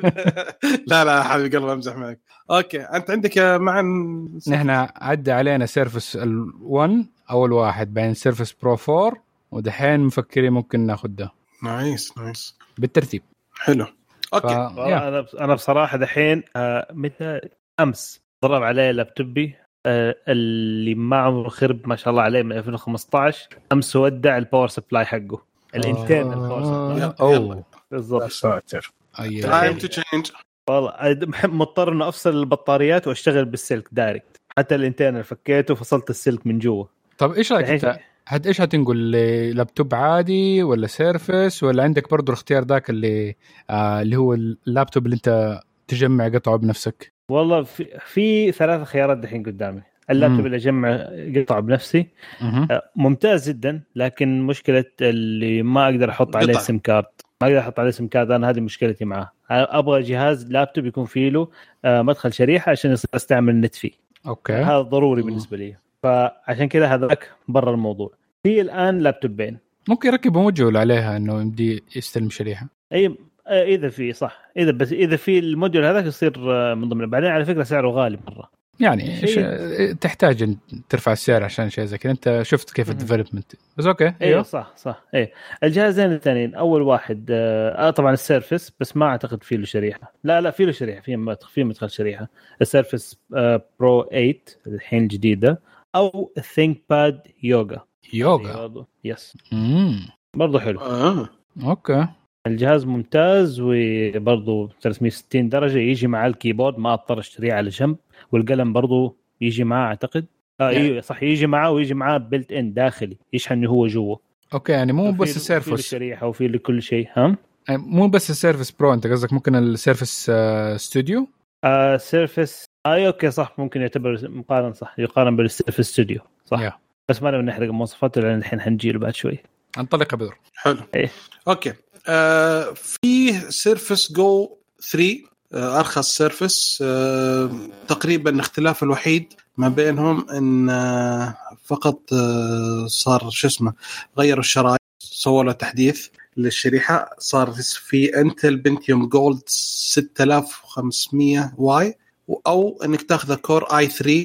Speaker 1: لا لا حبيبي قلبي أمزح معك. أوكي أنت عندك مع
Speaker 2: نحن عدى علينا سيرفس الون أول واحد بين سيرفس برو فور ودحين مفكرين ممكن ناخذ ده.
Speaker 1: نايس نايس
Speaker 2: بالترتيب
Speaker 1: حلو. اوكي
Speaker 5: ف... انا انا بصراحه دحين آه متى امس ضرب علي لابتوبي آه اللي معه خرب ما شاء الله عليه من ألفين وخمسطعش. امس ودع الباور سبلاي حقه الانترنال باور سبلاي.
Speaker 2: اوه
Speaker 5: بالضبط
Speaker 4: ساتر.
Speaker 1: تايم تو تشينج.
Speaker 5: والله مضطر انه افصل البطاريات واشتغل بالسلك دايركت. حتى الانترنال فكيته وفصلت السلك من جوا.
Speaker 2: طب ايش رايك انت هاد ايش هتنقل لابتوب عادي ولا سيرفس ولا عندك برضو الاختيار ذاك اللي آه اللي هو اللابتوب اللي انت تجمع قطعه بنفسك؟
Speaker 5: والله في في ثلاث خيارات دحين قدامي. اللابتوب مم. اللي اجمع قطعه بنفسي آه ممتاز جدا لكن مشكله اللي ما اقدر احط عليه سيم كارد. ما اقدر احط عليه سيم كارد. انا هذه مشكلتي معه. ابغى جهاز لابتوب يكون فيه له آه مدخل شريحه عشان استعمل النت فيه.
Speaker 2: اوكي
Speaker 5: هذا ضروري بالنسبه لي. فعشان كذا هذاك برا الموضوع. في الآن لابتوبين
Speaker 2: ممكن يركب موديول عليها إنه يمدي يستلم شريحة.
Speaker 5: أي إذا في صح إذا بس إذا في الموديول هذاك يصير من ضمن. بعدين على فكرة سعره غالي مرة
Speaker 2: يعني شيء... تحتاج أن ترفع السعر عشان شيء زي كذا. أنت شفت كيف الديفلوبمنت بس أوكي.
Speaker 5: أيوه صح صح. إيه الجهازين الثانيين أول واحد آه طبعا السيرفس بس ما أعتقد فيه له شريحة. لا لا فيه له شريحة فيه مدخل فيه مدخل شريحة. السيرفس آه برو ثمانية الحين جديدة أو الثينك باد يوغا.
Speaker 2: يوغا
Speaker 5: يس
Speaker 2: امم
Speaker 5: برضو حلو.
Speaker 1: آه.
Speaker 2: اوكي
Speaker 5: الجهاز ممتاز وبرضو ثلاثمية وستين درجه. يجي مع الكيبورد ما اضطر اشتريه على جنب. والقلم برضو يجي معه اعتقد اه ايوه صح يجي معه ويجي معه بيلت ان داخلي يشحن هو جوا.
Speaker 2: اوكي يعني مو بس السيرفس
Speaker 5: في شريحه وفي لكل شيء. ها
Speaker 2: مو بس السيرفس برو انت قصدك ممكن السيرفس آه ستوديو
Speaker 5: آه سيرفس آه اوكي صح ممكن يعتبر مقارن صح يقارن بالسيرفس ستوديو صح yeah. بس ما نبغى نحرق مواصفاته لان الحين حنجيله بعد شوي.
Speaker 2: انطلق بدر.
Speaker 1: حلو
Speaker 5: إيه.
Speaker 1: اوكي آه في سيرفس جو ثري آه ارخص سيرفس آه تقريبا الاختلاف الوحيد ما بينهم ان آه فقط آه صار شو اسمه غيروا الشرايح سووا له تحديث للشريحه. صار في انتل بنتيوم جولد ستة آلاف وخمسمية واي او انك تاخذ كور اي ثري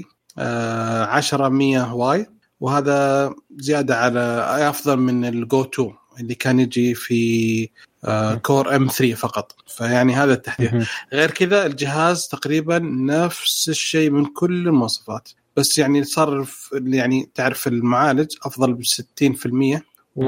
Speaker 1: آه عشرة مية واي وهذا زيادة على أفضل من الجو تو اللي كان يجي في آه كور ام ثري فقط. فيعني هذا التحديث. غير كذا الجهاز تقريبا نفس الشيء من كل المواصفات بس يعني صار يعني تعرف المعالج أفضل بستين في المية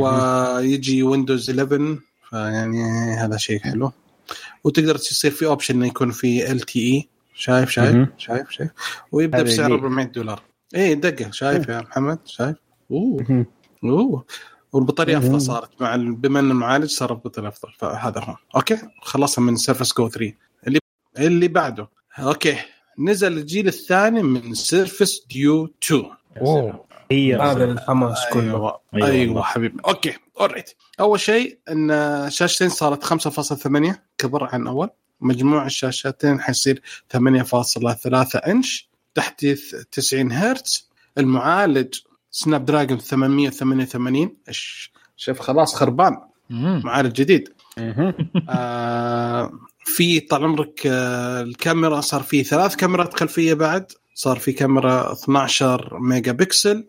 Speaker 1: ويجي ويندوز إليفن فيعني هذا شيء حلو. وتقدر تصير في أوبشن إنه يكون في إل تي إي. شايف شايف شايف شايف ويبدأ بسعر أربعمية دولار. ايه دقه شايف يا محمد شايف اوه اوه والبطاريه افضل صارت مع بما ان المعالج صار البطاريه افضل. فهذا هو اوكي خلصنا من سيرفس جو ثري. اللي اللي بعده اوكي نزل الجيل الثاني من سيرفس ديو تو.
Speaker 2: اوه
Speaker 4: هي هذا الحماس كله.
Speaker 1: ايوه, أيوة, أيوة حبيبي. اوكي اوريت اول شيء ان شاشتين صارت خمسة فاصلة ثمانية كبر عن اول. مجموع الشاشتين حيصير ثمانية فاصلة ثلاثة انش تحديث تسعين هرتز. المعالج سناب دراجون ثمانمية وثمانية وثمانين. شوف خلاص خربان معالج جديد. آه في طال عمرك الكاميرا صار في ثلاث كاميرات خلفيه بعد، صار في كاميرا اثنا عشر ميجا بكسل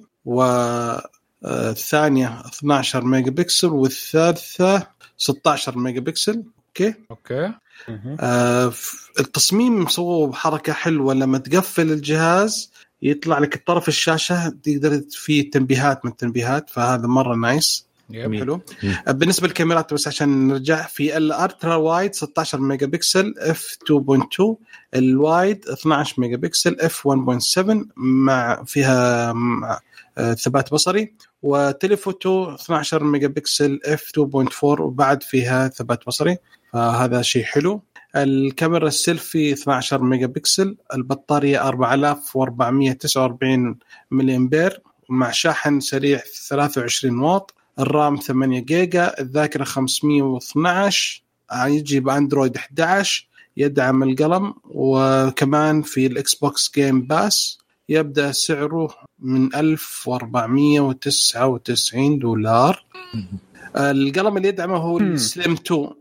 Speaker 1: والثانيه اثنا عشر ميجا بكسل والثالثه ستة عشر ميجا بكسل. اوكي
Speaker 2: اوكي
Speaker 1: آه التصميم مسووه بحركه حلوه، لما تقفل الجهاز يطلع لك طرف الشاشه تقدر فيه تنبيهات من التنبيهات، فهذا مره نايس حلو. بالنسبه للكاميرات بس عشان نرجع، في الالترا وايد ستة عشر ميجا بكسل اف اثنين فاصلة اثنين، الوايد اثنا عشر ميجا بكسل اف واحد فاصلة سبعة مع فيها مع ثبات بصري، وتليفوتو اثنا عشر ميجا بكسل اف اثنين فاصلة أربعة وبعد فيها ثبات بصري، فهذا شيء حلو. الكاميرا السيلفي اثنا عشر ميجا بكسل، البطارية أربعة آلاف وأربعمية وتسعة وأربعين ملي أمبير مع شاحن سريع ثلاثة وعشرين واط، الرام ثمانية جيجا، الذاكرة خمسمية واثناشر، يجي بأندرويد أحد عشر، يدعم القلم، وكمان في الإكس بوكس جيم باس يبدأ سعره من ألف وأربعمية وتسعة وتسعين دولار. القلم اللي يدعمه هو السليم اثنين،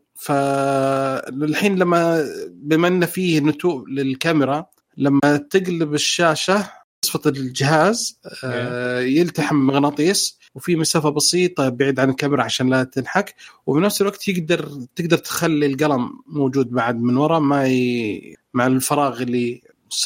Speaker 1: فالحين لما بما أن فيه نتوء للكاميرا لما تقلب الشاشة صفة الجهاز يلتحم مغناطيس وفي مسافة بسيطة بعيد عن الكاميرا عشان لا تنحك، وبنفس الوقت يقدر تقدر تخلي القلم موجود بعد من وراء ما ي... مع الفراغ اللي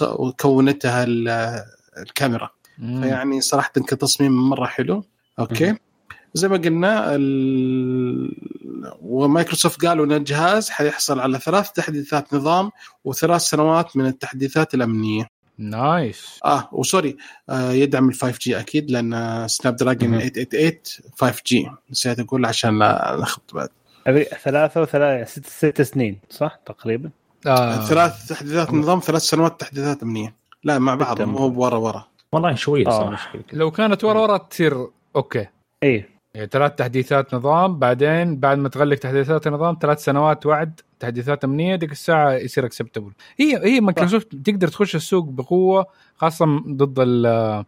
Speaker 1: كونتها الكاميرا. فيعني صراحة كتصميم مرة حلو. أوكي زي ما قلنا ال... ومايكروسوفت قالوا أن الجهاز حيحصل على ثلاث تحديثات نظام وثلاث سنوات من التحديثات الأمنية.
Speaker 2: نايس.
Speaker 1: اه وسوري آه يدعم ال فايف جي اكيد، لان سناب دراجون ثمانمية وثمانية وثمانين فايف جي، نسيت اقول عشان لا نخبط بعد.
Speaker 5: ابي ثلاثة وثلاثة ست ست سنين صح تقريبا.
Speaker 1: آه. ثلاث تحديثات آه. نظام ثلاث سنوات تحديثات امنيه، لا مع بعض مو ورا ورا
Speaker 3: والله شويه
Speaker 5: آه.
Speaker 3: صراحه.
Speaker 2: لو كانت ورا ورا تصير اوكي
Speaker 5: ايه
Speaker 2: يعني ثلاث تحديثات نظام، بعدين بعد ما تغلق تحديثات النظام ثلاث سنوات وعد تحديثات امنيه، ديك الساعه يصير اكسبتبل. هي هي مايكروسوفت تقدر تخش السوق بقوه خاصه ضد ال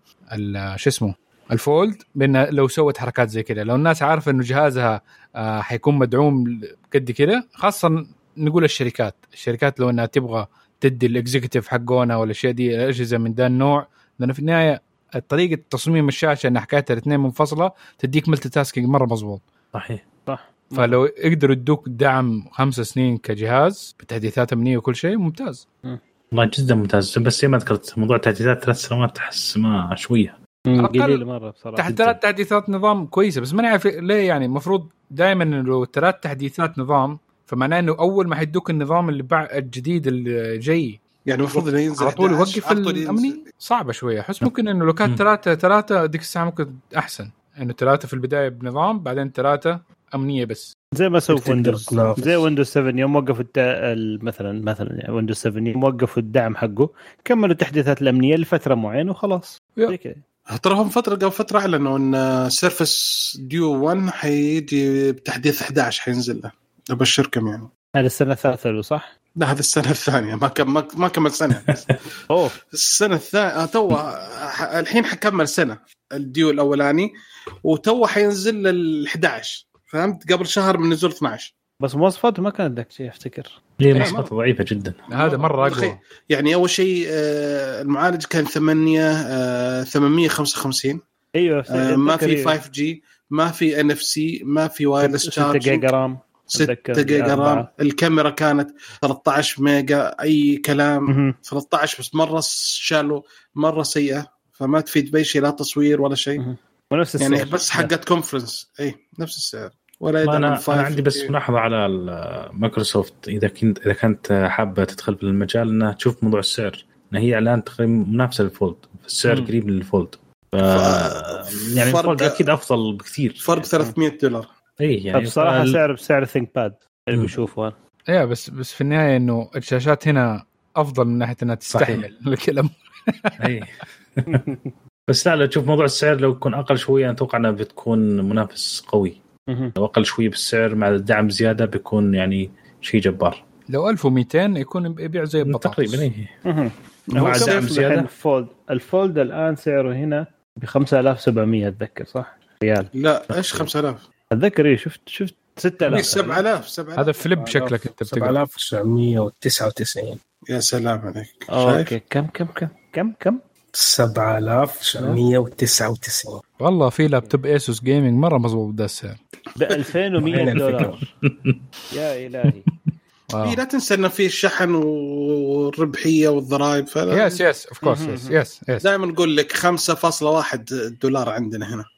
Speaker 2: ال شو اسمه الفولد، بان لو سوت حركات زي كده، لو الناس عارفه انه جهازها حيكون مدعوم قد كده، خاصه نقول الشركات الشركات لو انها تبغى تدي الاكزيكتيف حقونها ولا شيء دي الاجهزه من ذا النوع، لان في النهايه طريقه تصميم الشاشه ان حكايه الاثنين منفصله تديك ملتي تاسكينج مره مظبوط.
Speaker 3: صحيح
Speaker 5: صح.
Speaker 2: فلو يقدروا يدوك دعم خمس سنين كجهاز بتحديثات امنيه وكل شيء ممتاز.
Speaker 3: والله جدا ممتاز. بس ما ذكرت موضوع تحديثات ثلاث سنوات تحس ما شويه
Speaker 5: قليل مره بصراحه.
Speaker 2: تحت ثلاث تحديثات نظام كويسه، بس ما نعرف ليه يعني. المفروض دائما لو ثلاث تحديثات نظام فمعناه انه اول ما حيدوك النظام اللي بعد الجديد اللي جاي
Speaker 1: يعني المفروض انه ينزل
Speaker 2: على طول يوقف الامني. صعبه شويه احس. ممكن انه لو كانت ثلاثه ثلاثه ديك الساعه ممكن احسن، انه ثلاثه في البدايه بنظام بعدين ثلاثه امنيه بس،
Speaker 5: زي ما سووا ويندوز زي ويندوز سبعة يوم وقفوا مثلا مثلا يعني ويندوز سبعة يوم وقفوا الدعم حقه كملوا التحديثات الامنيه لفتره معينه وخلاص.
Speaker 1: تراهم فتره قبل فتره اعلنوا ان سيرفس ديو واحد حيجي بتحديث أحد عشر حينزل له. ابشركم يعني
Speaker 5: هذا السنه الثالثه صح؟
Speaker 1: لا هذا السنه الثانيه، ما كم ما كمل سنه.
Speaker 5: اوه
Speaker 1: السنه الثانيه تو الحين حكمل سنه الديو الاولاني وتو حينزل لل أحد عشر، فهمت؟ قبل شهر من نزول اثنا عشر.
Speaker 5: بس مواصفاته ما كانت ذاك شيء افتكر.
Speaker 3: هي مواصفاته ضعيفه جدا.
Speaker 2: هذا مره اقوى
Speaker 1: يعني. اول شيء المعالج كان ثمانمية ثمانمية وخمسة وخمسين.
Speaker 5: ايوه
Speaker 1: ما في فايف جي، ما في ان اف سي، ما في وايرلس تشارجنج،
Speaker 5: ستة جيجا رام
Speaker 1: ستة جيجا رام. الكاميرا كانت ثلاثة عشر ميجا اي كلام. ثلاثة عشر بس مره شالوا مره سيئه، فما تفيد باي شيء، لا تصوير ولا شيء
Speaker 5: ونفس السعر
Speaker 1: يعني بس حقت كونفرنس اي نفس السعر ولا
Speaker 3: أنا, أنا عندي بس ملاحظة على مايكروسوفت إذا كنت إذا كانت حابة تدخل في المجال إنها تشوف موضوع السعر، إن هي إعلان تقريبا منافسة للفولد، السعر م. قريب للفولد. ف... يعني الفولد أكيد أفضل بكثير،
Speaker 1: فرق ثلاثمية دولار.
Speaker 3: إيه يعني
Speaker 5: بصراحة فال... سعر بسعر ثينك باد اللي بيشوفه.
Speaker 2: إيه بس بس في النهاية إنه الشاشات هنا أفضل من ناحية إنها تستحمل الكلام.
Speaker 3: إيه بس لا لا تشوف موضوع السعر لو يكون أقل شوية أتوقع أنها بتكون منافس قوي. لو أقل شوية بالسعر مع الدعم زيادة بيكون يعني شيء جبار.
Speaker 2: لو ألف ومئتين يكون يبيع زي البطاطس
Speaker 3: تقريبا. إيه
Speaker 5: مع دعم زيادة. الفولد الفولد الآن سعره هنا بخمسة آلاف سبعمية أتذكر صح ريال.
Speaker 1: لا إيش خمسة آلاف
Speaker 5: أتذكر إيه شفت شفت ستة آلاف
Speaker 1: سبعة آلاف سبعة
Speaker 2: هذا فليب شكلك انت
Speaker 4: سبعة آلاف وتسعمية وتسعة وتسعين.
Speaker 1: يا سلام عليك.
Speaker 5: اوكي كم كم كم كم كم
Speaker 4: سبعة آلاف وتسعمية وتسعة وتسعين.
Speaker 2: والله في لابتوب اسوس جيمنج مره مظبوط ده السعر
Speaker 5: ب ألفين ومية دولار. يا الهي.
Speaker 1: في لا تنسى انه في الشحن والربحيه والضرائب.
Speaker 2: يس يس اوف كورس يس يس يس
Speaker 1: دائما نقول لك خمسة فاصلة واحد دولار عندنا هنا.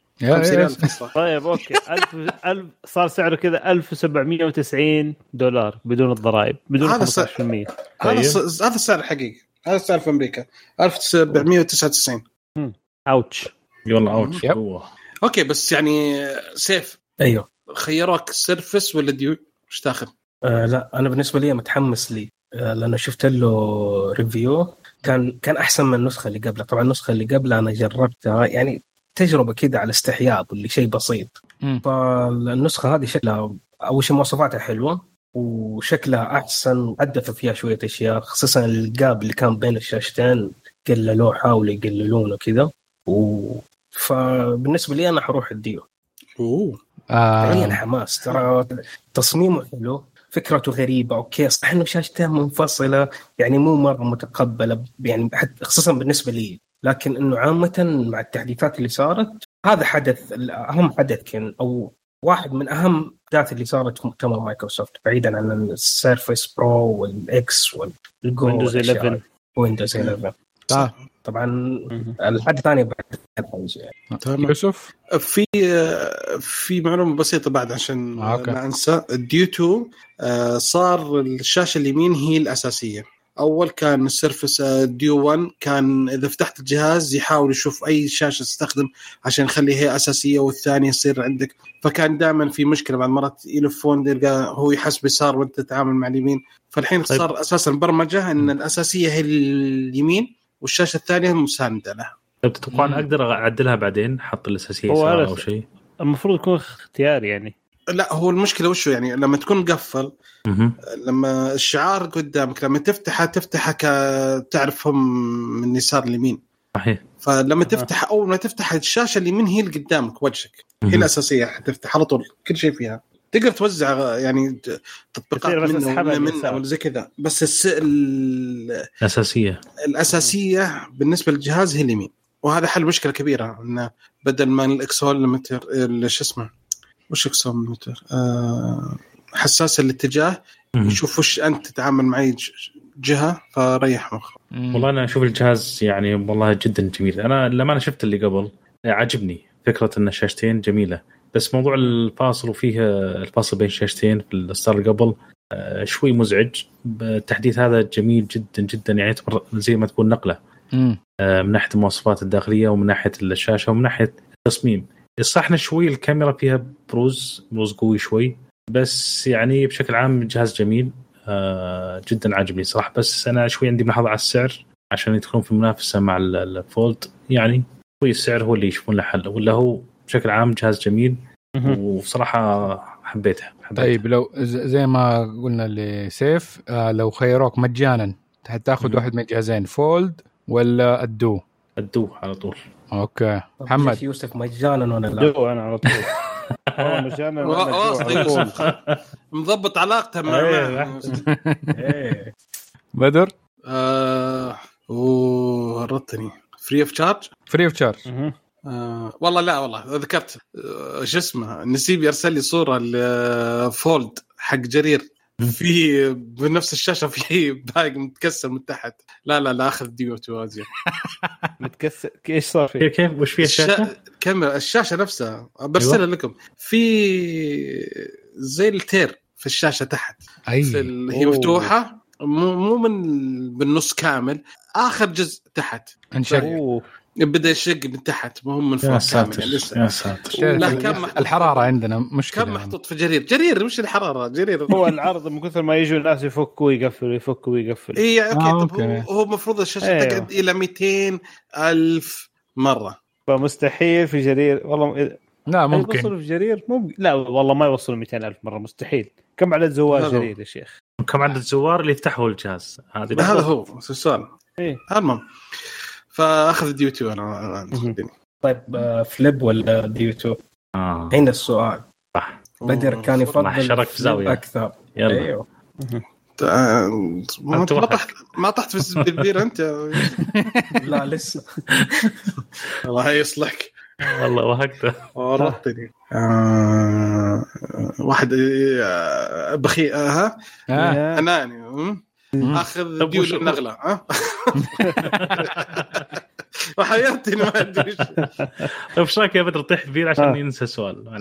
Speaker 5: طيب اوكي ألف ألف صار سعره كذا ألف وسبعمية وتسعين دولار بدون الضرائب بدون خمسة عشر بالمية.
Speaker 1: هذا هذا السعر الحقيقي. هذا السعر في امريكا ألف وسبعمية وتسعة وتسعين.
Speaker 5: اوتش
Speaker 3: يلا اوتش.
Speaker 1: اوكي بس يعني سيف
Speaker 4: ايوه
Speaker 1: خيروك سيرفس ولا ديو ايش تاخذ؟
Speaker 4: آه لا انا بالنسبه لي متحمس لي آه لانه شفت له ريفيو كان كان احسن من النسخه اللي قبلها. طبعا النسخه اللي قبلها انا جربتها يعني تجربه كده على استحياء واللي شيء بسيط. فالنسخه هذه شكلها اول شيء مواصفاتها حلوه وشكلها احسن. حدثوا فيها شويه اشياء خصوصا الجاب اللي كان بين الشاشتين قللوه حاولوا يقللونه كذا. و فبالنسبه لي انا حروح الديو.
Speaker 1: اوه
Speaker 4: فعليا حماس. ترى تصميمه حلو فكرته غريبة أوكي صح إنه شاشتين منفصلة يعني مو مرة متقبلة يعني خصوصا بالنسبة لي. لكن إنه عامة مع التحديثات اللي صارت هذا حدث أهم حدث كان أو واحد من أهم الحدثات اللي صارت في مؤتمر مايكروسوفت بعيدا عن السيرفيس برو والإكس والجو
Speaker 5: ويندوز إحدى عشر
Speaker 4: ويندوز إحدى عشر. طبعا طبعا الحد الثاني بعد
Speaker 2: تمام. يوسف
Speaker 1: في في معلومه بسيطه بعد عشان
Speaker 2: آه،
Speaker 1: ما انسى. الديو تو صار الشاشه اليمين هي الاساسيه. اول كان السيرفس ديو واحد كان اذا فتحت الجهاز يحاول يشوف اي شاشه تستخدم عشان يخليها هي اساسيه والثانيه يصير عندك. فكان دائما في مشكله بعد مرات يلفون يلقى هو يحسب يسار وانت تتعامل مع اليمين. فالحين طيب. صار اساسا برمجه ان الاساسيه هي اليمين والشاشه الثانيه مسانده لها.
Speaker 3: طيب تتوقعون اقدر اعدلها بعدين حط الاساسيه يسار او شيء؟
Speaker 5: المفروض يكون اختيار يعني.
Speaker 1: لا هو المشكله وشو يعني لما تكون مقفل لما الشعار قدامك لما تفتحها تفتحها كتعرفهم من يسار اليمين.
Speaker 3: صحيح.
Speaker 1: فلما تفتح اول ما تفتح الشاشه اليمين هي اللي قدامك وجهك هي الاساسيه تفتح على طول كل شيء فيها. تقدر توزع يعني تطبيقات منه منه ولا زي كذا بس الس...
Speaker 3: الاساسيه
Speaker 1: الاساسيه بالنسبه للجهاز هي اليمين. وهذا حل مشكله كبيره انه بدل ما الاكسولومتر ايش اسمه وش اكسولومتر آه حساس الاتجاه يشوف وش انت تتعامل معي جهه فريح مخ.
Speaker 3: والله انا اشوف الجهاز يعني والله جدا جميل. انا لما انا شفت اللي قبل عجبني فكره ان الشاشتين جميله بس موضوع الفاصل وفيه الفاصل بين الشاشتين في الستار اللي قبل شوي مزعج. التحديث هذا جميل جدا جدا يعني زي ما تقول نقله من ناحيه المواصفات الداخليه ومن ناحيه الشاشه ومن ناحيه التصميم. صحنا شوي الكاميرا فيها بروز بروز قوي شوي بس يعني بشكل عام الجهاز جميل آه جدا عاجبني صراحه. بس انا شوي عندي ملاحظه على السعر عشان يدخلون في منافسه مع الفولد يعني شوي السعر هو اللي يشوفون له حل ولا هو بشكل عام جهاز جميل وصراحه حبيته, حبيته.
Speaker 2: طيب لو زي ما قلنا لسيف آه لو خيروك مجانا تاخذ واحد من الجهازين فولد ولا الدو؟
Speaker 3: الدو على طول.
Speaker 2: اوكي محمد.
Speaker 4: يوسف مجانا ولا لا؟
Speaker 5: الدو انا على طول. اه مجانا
Speaker 1: واصل مضبط علاقته مع
Speaker 2: ايه بدر.
Speaker 1: آه ورطني فري اوف تشارج
Speaker 2: فري اوف تشارج
Speaker 1: آه والله لا والله ذكرت آه شو اسمه نسيب يرسل لي صوره الفولد حق جرير في بنفس الشاشه في باقي متكسر من تحت. لا لا لا اخذ ديو توازي
Speaker 5: متكسر. ايش صار فيه؟
Speaker 3: كيف وش فيه الشاشه؟
Speaker 1: كاميرا الشاشه نفسها برسلها أيوة. لكم في زي التير في الشاشه تحت
Speaker 2: أي.
Speaker 1: هي مفتوحه مو مو من بالنص كامل اخر جزء تحت
Speaker 2: انشق
Speaker 1: بدا يشق من تحت مو من فوق كامل لسه.
Speaker 3: يا ساتر.
Speaker 2: لا كم الحراره عندنا مشكله
Speaker 1: كم محطوط في جرير جرير وش الحراره جرير
Speaker 5: هو العرض من كثر ما يجوا الناس يفكوا ويقفلوا يفكوا ويقفلوا.
Speaker 1: اي اوكي
Speaker 2: آه،
Speaker 1: طب هو هو المفروض الشاشه
Speaker 5: أيوه.
Speaker 1: تقعد الى مئتين ألف مره
Speaker 5: فمستحيل في جرير والله.
Speaker 2: لا ممكن
Speaker 5: يوصلوا في جرير ممكن. لا والله ما يوصلوا مئتين ألف مره مستحيل. كم عدد زوار جرير يا شيخ؟
Speaker 3: كم عدد الزوار اللي يفتحوا الجهاز هذا
Speaker 1: هذا هو السؤال.
Speaker 5: ايه
Speaker 1: المهم فاخذ ديوتي انا.
Speaker 4: طيب فليب ولا ديوتو؟
Speaker 3: آه.
Speaker 4: هنا السؤال
Speaker 3: صح.
Speaker 4: بدر كان يفضل
Speaker 3: حشرك في زاويه
Speaker 4: اكثر.
Speaker 3: يلا
Speaker 4: ايوه
Speaker 1: ما طحت ما طحت في السبير انت.
Speaker 4: لا لسه.
Speaker 1: الله يصلحك
Speaker 3: والله وهكذا
Speaker 1: ورطني. آه... واحد بخي ها
Speaker 2: آه.
Speaker 1: اناني اخذ ديول النغله ها وحياتي ما ادري
Speaker 3: ايش رايك يا بدر طيح بير عشان ننسى السؤال.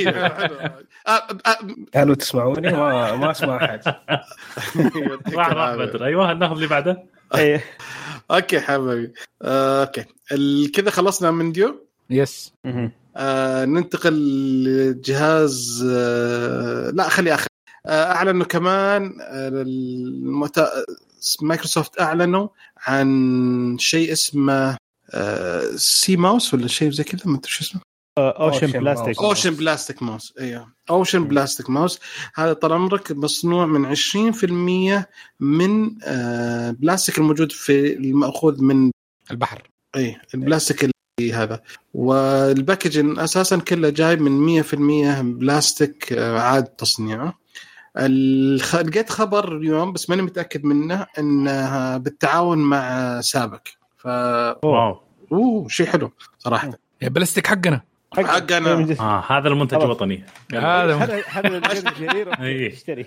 Speaker 4: قالوا تسمعوني ما ما اسمع احد.
Speaker 3: راح راح بدر. ايوه ناخذ اللي بعده.
Speaker 1: ايه اوكي حبيبي. اوكي كذا خلصنا من ديو.
Speaker 2: يس
Speaker 1: آه ننتقل لجهاز آه لا خلي اخر آه اعلنوا كمان آه المت... مايكروسوفت اعلنوا عن شيء اسمه آه سي ماوس ولا شيء زي كذا ما ادري شو اسمه.
Speaker 5: اوشن بلاستيك
Speaker 1: اوشن بلاستيك ماوس. ايوه اوشن بلاستيك ماوس. هذا طال عمرك مصنوع من عشرين بالمية من آه بلاستيك الموجود في المأخوذ من
Speaker 2: البحر.
Speaker 1: اي البلاستيك هذا. والباكجين اساسا كله جاي من مية بالمية بلاستيك عاد تصنيعه. لقيت خبر اليوم بس ماني متاكد منه انه بالتعاون مع سابك. ف
Speaker 3: واو
Speaker 1: اوه شيء حلو صراحه.
Speaker 2: يا بلاستيك حقنا
Speaker 1: حقنا
Speaker 3: اه هذا المنتج الوطني.
Speaker 2: هذا
Speaker 5: هذا الجرير اشتري.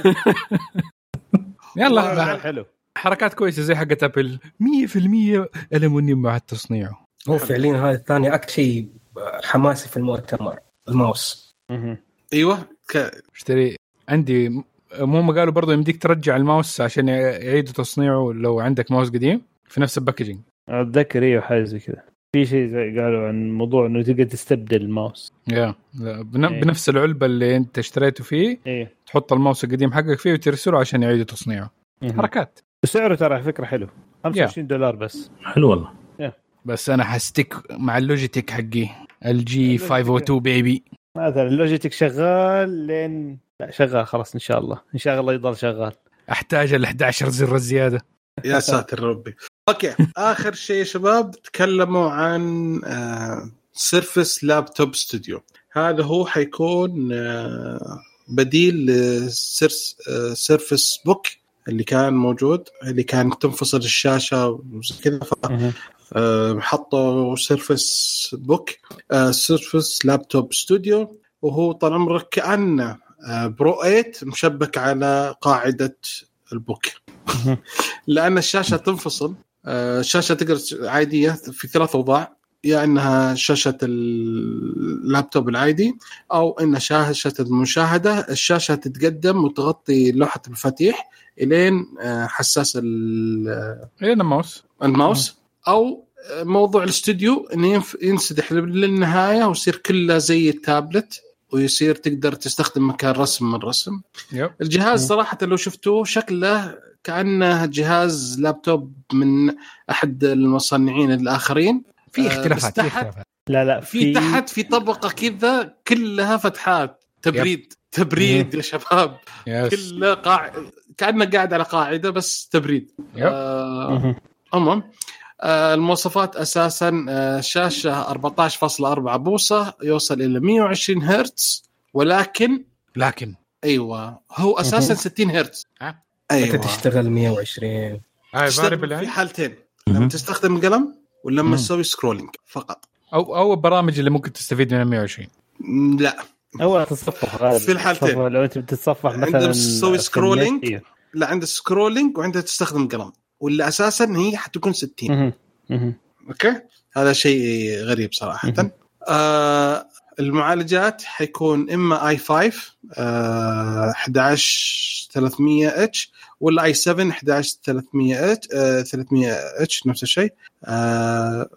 Speaker 2: يلا
Speaker 5: حلو
Speaker 2: حركات كويسه زي حقت ابل مية بالمية ألمنيوم مع التصنيع.
Speaker 4: هو فعليا هذا الثاني أكثر شيء حماسي في المؤتمر الماوس.
Speaker 1: ايوه
Speaker 2: اشتري عندي. مو ما قالوا برضو يمديك ترجع الماوس عشان يعيدوا تصنيعه لو عندك ماوس قديم في نفس الباكجينج.
Speaker 5: اتذكر ايوه حاجه زي كذا. في شيء قالوا عن موضوع انه تقدر تستبدل الماوس.
Speaker 2: يا بنفس العلبه اللي انت اشتريته فيه.
Speaker 5: إيه.
Speaker 2: تحط الماوس القديم حقك فيه وترسله عشان يعيدوا تصنيعه. حركات.
Speaker 5: سعره ترى فكره حلو خمسة وعشرين دولار بس.
Speaker 3: حلو والله.
Speaker 2: بس انا حستك مع اللوجيتك حقي الجي خمسمية واثنين بيبي.
Speaker 5: مثلا اللوجيتك شغال لين لا شغال خلاص ان شاء الله ان شاء الله يضل شغال.
Speaker 2: احتاج ال إحدى عشر زر الزياده.
Speaker 1: يا ساتر ربي. اوكي اخر شيء شباب تكلموا عن آه سيرفس لابتوب ستوديو. هذا هو حيكون آه بديل لسيرس آه سيرفس بوك اللي كان موجود اللي كان تنفصل الشاشه وزي كذا. أه حطوا سيرفس بوك أه سيرفس لابتوب ستوديو وهو طال عمرك كأنه أه برو ثمانية مشبك على قاعدة البوك. لأن الشاشة تنفصل. أه الشاشة تقدر عادية في ثلاث أوضاع. يا يعني أنها شاشة اللابتوب العادي أو إن شاشة المشاهدة. الشاشة تتقدم وتغطي لوحة المفاتيح إلين أه حساس
Speaker 2: الماوس
Speaker 1: الماوس أو موضوع الاستوديو إنه ينسدح للنهاية ويصير كله زي التابلت ويصير تقدر تستخدم مكان رسم من رسم.
Speaker 2: يب.
Speaker 1: الجهاز صراحة لو شفتوه شكله كأنه جهاز لابتوب من أحد المصنعين الآخرين.
Speaker 2: في اختلافات.
Speaker 1: تحت
Speaker 5: لا لا
Speaker 1: في, في تحت في طبقة كذا كلها فتحات تبريد. يب. تبريد يا شباب. كله قاع كأنه قاعد على قاعدة بس تبريد. آه... أمم آه المواصفات أساساً آه شاشة أربعة عشر فاصلة أربعة بوصة يوصل إلى مية وعشرين هرتز ولكن
Speaker 2: لكن
Speaker 1: أيوة هو أساساً ستين هرتز.
Speaker 4: أيوة. أنت تشتغل مية وعشرين
Speaker 1: في حالتين لما تستخدم القلم ولما تسوي سكرولينج فقط.
Speaker 2: أو أو برامج اللي ممكن تستفيد من مية وعشرين.
Speaker 1: لا
Speaker 5: أول تتصفح غالبا
Speaker 1: في الحالتين.
Speaker 5: لو أنت بتتصفح مثلاً
Speaker 1: عند تسوي سكرولينج لا عند سكرولينج وعند تستخدم القلم ولا أساساً هي حتكون ستين. أوكي هذا شيء غريب صراحة. آه المعالجات حيكون إما آي خمسة آه إحدى عشر ثلاثمية إتش ولا آي سبعة إحدى عشر ثلاثمية إتش آه ثلاثمية إتش نفس الشيء. آه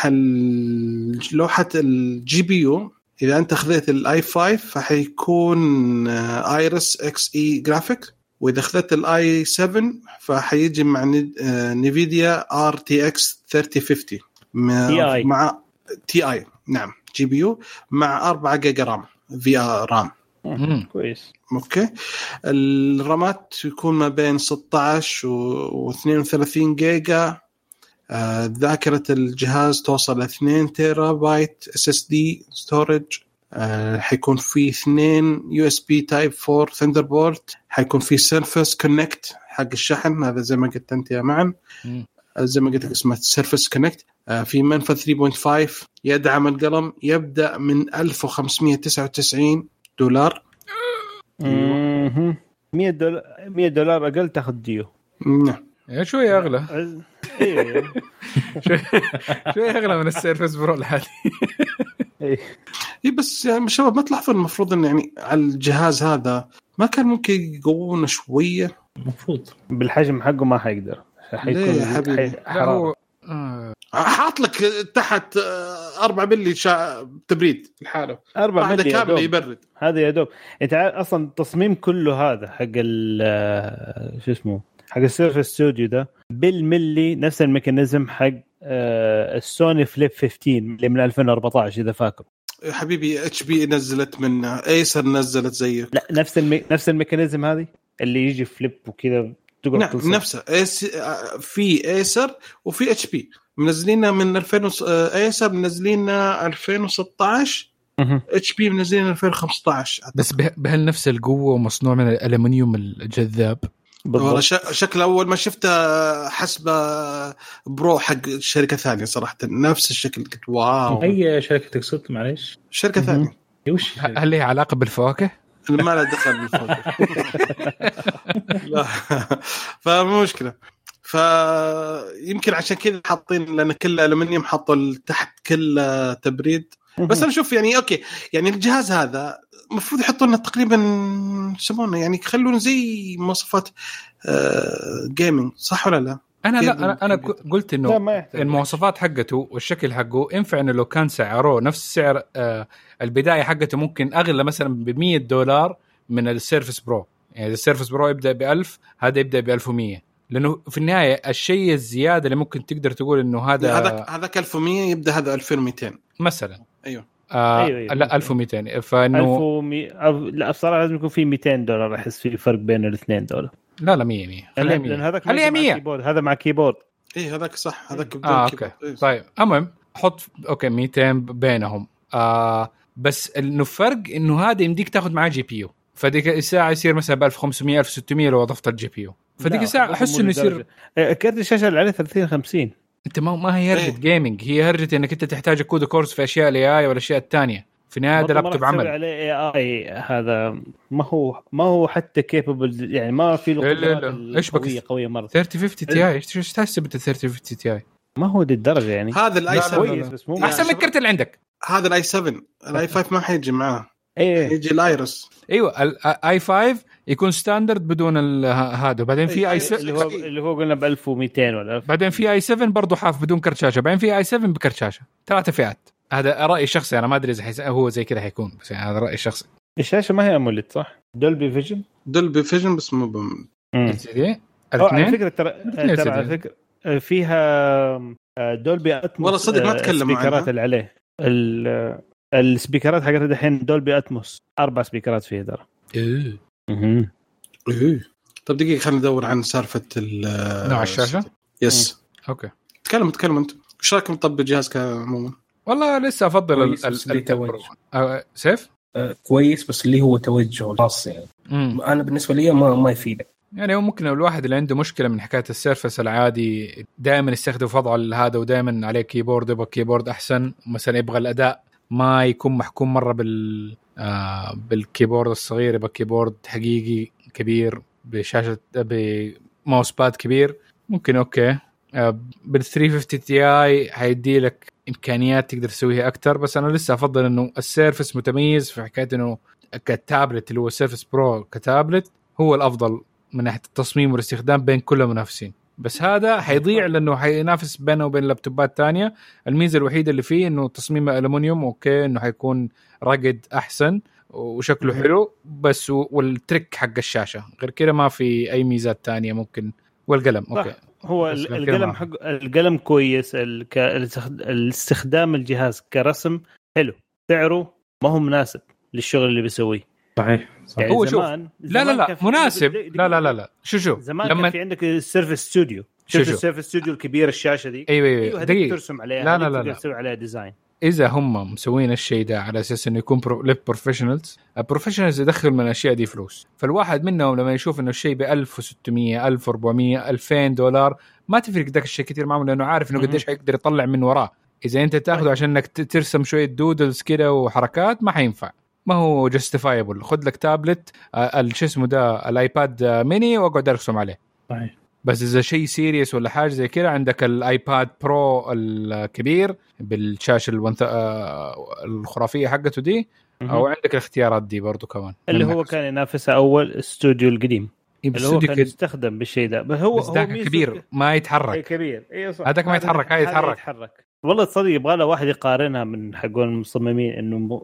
Speaker 1: لوحة الجي بي يو إذا أنت أخذت الآي خمسة فحيكون آه آيرس إكس إي جرافيك. وإذا أخذت الآي سبعة فحيجي مع نيفيديا آر تي إكس ثلاثين خمسين مع, مع تي آي. نعم جي بي يو مع أربعة جيجا رام في رام.
Speaker 5: كويس.
Speaker 1: أوكي الرامات يكون ما بين ستة عشر و اثنين وثلاثين جيجا. آه ذاكرة الجهاز توصل ل اثنين تيرا بايت اس اس دي ستورج. آه حيكون في اثنين يو اس بي تايب فور ثاندربولت، حيكون في سيرفس كونكت حق الشحن، هذا زي ما قلت انت يا معن، زي ما قلت لك اسمه سيرفس كونكت. آه في منفذ ثلاثة فاصلة خمسة يدعم القلم، يبدا من ألف وخمسمية وتسعة وتسعين دولار.
Speaker 5: اها مية دولار مية دولار اقل تاخذ ديو.
Speaker 1: نعم
Speaker 2: شوي اغلى.
Speaker 5: ايوه
Speaker 2: شوي اغلى من السيرفس برو الحالي.
Speaker 5: اي
Speaker 1: بس يعني شباب ما تلاحظون المفروض ان يعني على الجهاز هذا ما كان ممكن يقوونه شويه؟
Speaker 3: المفروض
Speaker 5: بالحجم حقه ما حيقدر، حيكون حي... حرارة.
Speaker 2: آه.
Speaker 1: حاط لك تحت أربعة ملي شا... تبريد الحالة،
Speaker 5: أربعة ملي
Speaker 1: كامل يبرد.
Speaker 5: هذا يا دوب. انت اصلا التصميم كله هذا حق ال شو اسمه حق السيرفس ستوديو ده بالملي نفس الميكانيزم حق السوني فليب خمستاشر اللي من ألفين وأربعة عشر اذا فاكر.
Speaker 1: يا حبيبي اتش بي نزلت منه، ايسر نزلت زيه.
Speaker 5: لا نفس المي... نفس الميكانيزم هذه اللي يجي فليب وكذا تقدر
Speaker 1: نعم نفسه. إيس... في ايسر وفي اتش بي منزلينها من ألفين و... ايسر منزلينها ألفين وستة عشر، اتش بي منزلينها ألفين وخمسة عشر
Speaker 2: بس به... بهالنفس القوه ومصنوع من الالومنيوم الجذاب.
Speaker 1: والله ش... شكل اول ما شفته حسب برو حق شركه ثانيه صراحه، نفس الشكل قلت واو.
Speaker 3: اي شركه تقصد معليش؟
Speaker 1: شركه ثانيه.
Speaker 3: وش
Speaker 2: هل لها علاقه بالفواكه؟
Speaker 1: ما له دخل بالفواكه. لا فمو مشكله. فيمكن عشان كذا حاطين لان كل الومنيوم حطوا تحت كل تبريد. بس انا اشوف يعني اوكي يعني الجهاز هذا المفروض يحطوا لنا تقريبا يسمونه يعني يخلون زي مواصفات آه جيمنج، صح ولا لا؟
Speaker 2: انا لا انا انا قلت انه المواصفات حقته والشكل حقه ينفع انه لو كان سعره نفس سعر آه البدايه حقته ممكن اغلى مثلا ب مية دولار من السيرفس برو. يعني السيرفس برو يبدا ب ألف، هذا يبدا ب ألف ومية، لانه في النهايه الشيء الزياده اللي ممكن تقدر تقول انه هذا
Speaker 1: هذاك هذاك ألف ومية يبدا هذا ألفين ومئتين
Speaker 2: مثلا.
Speaker 1: ايوه
Speaker 2: آه أيوة أيوة. لا ألف ومئتين. فانه
Speaker 5: ألف ومئة أو... لا بصراحه لازم يكون في مئتين دولار، احس في فرق بين الاثنين دول.
Speaker 2: لا لا مية مية خليها مية،
Speaker 5: لان هذاك
Speaker 2: خليها مية،
Speaker 5: هذا مع كيبورد.
Speaker 1: ايه هذاك صح هذاك بدون
Speaker 2: آه
Speaker 1: كيبورد.
Speaker 2: أوكي. طيب المهم حط اوكي مئتين بينهم. آه بس انه فرق انه هذا يمديك تاخذ معاه جي بي يو، فديك الساعه يصير مثلا ب ألف وخمسمية ألف وستمية لو اضفت الجي بي يو، فديك الساعه احس انه يصير
Speaker 5: كارت الشاشه اللي عليه ثلاثين خمسين.
Speaker 2: انت ما ما هي هرجه جيمنج، هي هرجه انك انت تحتاج كود كورس في اشياء الاي اي والاشياء الثانية. في نهايه هذا لابتوب عمل
Speaker 5: عليه اي اي، هذا ما هو ما هو حتى كيبل، يعني ما في له
Speaker 2: قدرات قويه
Speaker 5: قويه مره.
Speaker 2: ثلاثين خمسين تي اي ايش ايش تحسب انت ثلاثين خمسين تي اي؟
Speaker 5: ما هو دي الدرجه يعني.
Speaker 1: هذا الاي
Speaker 5: كويس بس مو
Speaker 2: احسن من الكرت اللي عندك.
Speaker 1: هذا الاي سبعة الاي خمسة ما حيجي معاه.
Speaker 5: ايه
Speaker 1: يجي الايرس.
Speaker 2: ايوه الاي خمسة يكون ستاندرد بدون هذا، بعدين في اي
Speaker 5: اللي هو اللي هو قلنا ب ألف ومئتين ولا
Speaker 2: بعدين في اي سبعة برضه حاف بدون كرت شاشه، بعدين في اي سبعة بكرت شاشه. ثلاثه فئات. هذا رايي الشخصي، انا ما ادري اذا حيس... هو زي كذا حيكون، بس يعني هذا رايي الشخصي.
Speaker 5: الشاشه ما هي اموليد صح؟ دولبي فيجن
Speaker 1: دولبي فيجن بس مو بم
Speaker 2: الاثنين.
Speaker 5: على فكره ترى ترى على فكره فيها دولبي اتموس.
Speaker 1: والله صدق ما اتكلم عنها.
Speaker 5: السبيكرات اللي عليه السبيكرات حقتها الحين دولبي اتموس، اربع سبيكرات فيها ترى.
Speaker 2: ايه
Speaker 1: اها ايه. طب دقيقه خلينا ندور عن سالفه
Speaker 2: نوع الشاشه.
Speaker 1: يس
Speaker 2: مم. اوكي
Speaker 1: تكلم تكلم انت ايش رايك نطبق الجهاز كعموما؟
Speaker 2: والله لسه افضل التوجه أه سيف
Speaker 4: أه كويس، بس اللي هو توجه خاص يعني. مم. انا بالنسبه لي ما ما يفيد
Speaker 2: يعني. هو ممكن الواحد اللي عنده مشكله من حكايه السيرفس العادي دائما يستخدم فضل هذا ودائما عليه كيبورد، يبغى كيبورد احسن مثلا، يبغى الاداء ما يكون محكوم مره بال آه بالكيبورد الصغير، يبغى كيبورد حقيقي كبير بشاشه بماوس باد كبير، ممكن اوكي آه بال ثلاثمية وخمسين تي اي هيدي لك امكانيات تقدر تسويها اكثر. بس انا لسه افضل انه السيرفس متميز في حكايه انه كتابلت اللي هو السيرفس برو كتابلت هو الافضل من ناحيه التصميم والاستخدام بين كل المنافسين. بس هذا حيضيع لانه حينافس بينه وبين لابتوبات تانية. الميزه الوحيده اللي فيه انه تصميمه ألومنيوم، اوكي انه حيكون رقد احسن وشكله حلو، بس والتريك حق الشاشه غير كده ما في اي ميزات تانية ممكن. والقلم اوكي
Speaker 5: هو القلم حق القلم كويس، الاستخدام الجهاز كرسم حلو، سعره ما هو مناسب للشغل اللي بيسويه.
Speaker 3: صحيح, صحيح.
Speaker 5: يعني
Speaker 2: هو
Speaker 5: زمان
Speaker 2: شوف لا لا لا مناسب لا لا لا لا شو شو
Speaker 5: زمان لما كان في عندك السيرفس ستوديو، شوف السيرفس ستوديو الكبير الشاشه دي
Speaker 2: ايوه ايوه
Speaker 5: دقيقه ترسم عليها،
Speaker 2: لا لا لا, لا.
Speaker 5: تسوي عليها ديزاين.
Speaker 2: اذا هم مسوين الشيء ده على اساس انه يكون بروفيشنالز، البروفيشنالز يدخل من الاشياء دي فلوس، فالواحد منهم لما يشوف انه الشيء ب ألف وستمية ألف وأربعمية ألفين دولار ما تفرق ذاك الشيء كثير معه، لانه عارف انه قديش حيقدر يطلع من وراه. اذا انت تاخذه عشان انك ترسم شويه دودلز كده وحركات ما حينفع، ما هو جاستيفايبل. خذ لك تابلت الشيء اسمه ده الايباد ميني واقعد ارسم عليه.
Speaker 3: صحيح.
Speaker 2: بس اذا شيء سيريس ولا حاجه زي كده عندك الايباد برو الكبير بالشاشه الونث... الخرافيه حقته دي، او عندك الاختيارات دي برضو كمان
Speaker 5: اللي هو كان ينافسها اول استوديو القديم اللي هو كان يستخدم بالشيء ده، بس هو
Speaker 2: بس هو كبير ما يتحرك.
Speaker 5: أي كبير ايوه صح،
Speaker 2: هذاك ما يتحرك، هاي يتحرك.
Speaker 5: يتحرك والله تصدق يبغى له واحد يقارنها من حقون المصممين انه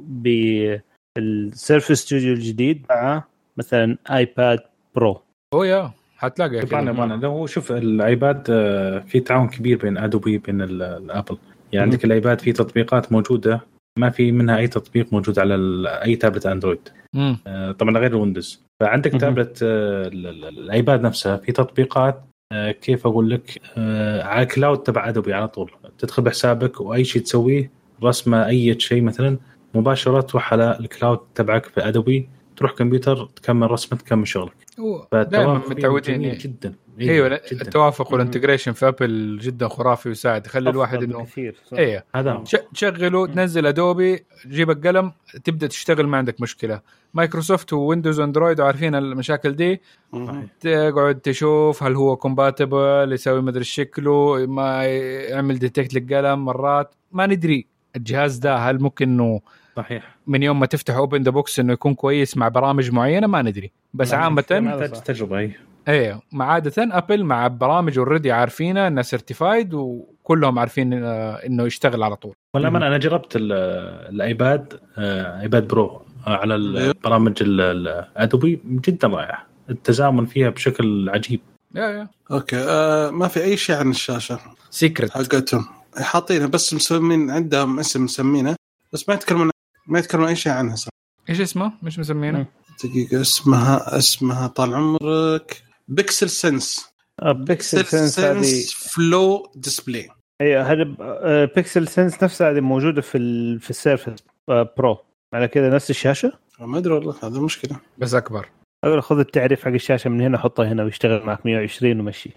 Speaker 5: بالسيرفس ستوديو الجديد مع مثلا ايباد برو.
Speaker 2: او يا هتلاقي
Speaker 3: طبعا طبعا لو شوف الايباد في تعاون كبير بين ادوبي بين الابل، يعني عندك الايباد في تطبيقات موجوده ما في منها اي تطبيق موجود على اي تابلت اندرويد. مم. طبعا غير الويندوز. فعندك مم. تابلت الايباد نفسها في تطبيقات كيف اقول لك على كلاود تبع ادوبي على طول، تدخل بحسابك واي شيء تسويه رسمه اي شيء مثلا مباشره تروح على الكلاود تبعك في ادوبي، تروح كمبيوتر تكمل رسمة تكمل شغلك.
Speaker 2: دائما متعودين
Speaker 3: جدا.
Speaker 2: ايوه التوافق والانتجريشن في ابل جدا خرافي ويساعد، يخلي الواحد انه ايوه هذا تشغله تنزل ادوبي جيب القلم تبدا تشتغل ما عندك مشكله. مايكروسوفت وويندوز واندرويد وعارفين المشاكل دي، تقعد تشوف هل هو كومباتبل يسوي مدري شكله ما يعمل ديتكت للقلم، مرات ما ندري الجهاز ده هل ممكن انه
Speaker 3: صحيح
Speaker 2: من يوم ما تفتح اوبن ذا بوكس انه يكون كويس مع برامج معينه ما ندري، بس عامه
Speaker 3: تجربه هي
Speaker 2: ايوه مع عاده ابل مع برامج اوريدي عارفينها انها سيرتيفايد وكلهم عارفين انه يشتغل على طول.
Speaker 3: ولا من انا جربت الايباد ايباد برو على البرامج الادوبي جدا رائع، التزامن فيها بشكل عجيب.
Speaker 2: يا يا
Speaker 1: اوكي آه ما في اي شيء عن الشاشه
Speaker 2: سيكرت
Speaker 1: حقتهم حاطينها بس مسمين عندهم اسم مسمينه بس ما يتكلمون ما يتكلمون اي شيء عنها صح.
Speaker 2: ايش اسمه مش مسمينه؟
Speaker 1: دقيقه اسمها اسمها طال عمرك بيكسل سنس.
Speaker 5: بيكسل سنس هذه
Speaker 1: فلو ديسبلاي.
Speaker 5: اي هذا بيكسل سنس نفسها هذه موجوده في ال في السيرفس برو على كذا نفس الشاشه.
Speaker 1: ما ادري والله هذا مشكله
Speaker 2: بس اكبر.
Speaker 5: اقول خذ التعريف حق الشاشه من هنا حطه هنا ويشتغل معك مية وعشرين ومشي.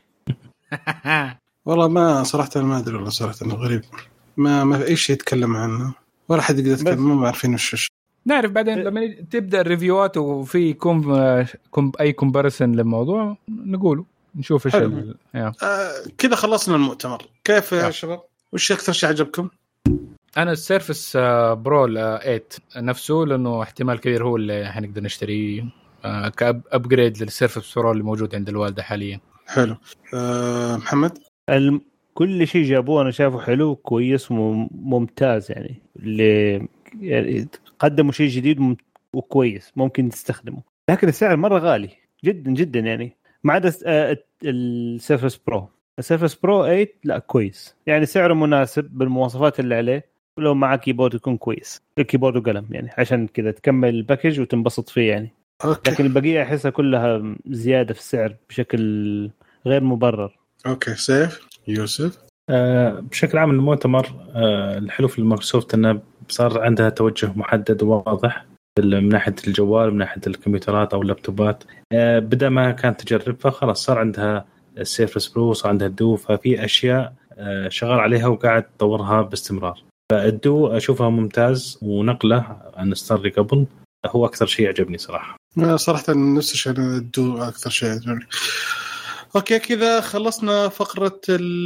Speaker 1: والله ما صراحه ما ادري والله صراحه انه غريب، ما ما في اي شيء يتكلم عنه ولا حد يقدر يتكلم، ما عارفين وش.
Speaker 2: نعرف بعدين لما تبدا الريفيوات وفي كوم كوم اي كومباريسن للموضوع نقوله نشوف ايش ال...
Speaker 1: آه كذا خلصنا المؤتمر. كيف يا شباب وش اكثر شيء عجبكم؟
Speaker 2: انا السيرفس برو ثمانية نفسه لانه احتمال كبير هو اللي حنقدر نشتريه كابجريد للسيرفس برو اللي موجود عند الوالده حاليا.
Speaker 1: حلو. أه محمد
Speaker 5: الم... كل شيء جابوه انا شايفه حلو كويس وممتاز، يعني اللي يعني قدموا شيء جديد وكويس ممكن تستخدمه، لكن السعر مره غالي جدا جدا يعني ما عدا السيرفس برو. السيرفس برو ثمانية لا كويس يعني سعره مناسب بالمواصفات اللي عليه، ولو معك كيبورد يكون كويس الكيبورد وقلم يعني عشان كذا تكمل الباكج وتنبسط فيه يعني. أوكي. لكن البقيه احسها كلها زياده في السعر بشكل غير مبرر.
Speaker 1: اوكي سيف يوسف.
Speaker 3: آه بشكل عام المؤتمر آه الحلو في مايكروسوفت انه صار عندها توجه محدد وواضح من ناحيه الجوال من ناحيه الكمبيوترات او اللابتوبات. آه بدا ما كانت تجرب فخلاص صار عندها السيرفس برو صار عندها الدو، ففي اشياء آه شغال عليها وقاعد تطورها باستمرار. فالدو اشوفها ممتاز ونقله عن ستار قبل هو اكثر شيء عجبني صراحه.
Speaker 1: صراحه نفس الشيء الدو اكثر شيء عجبني. اوكي كذا خلصنا فقره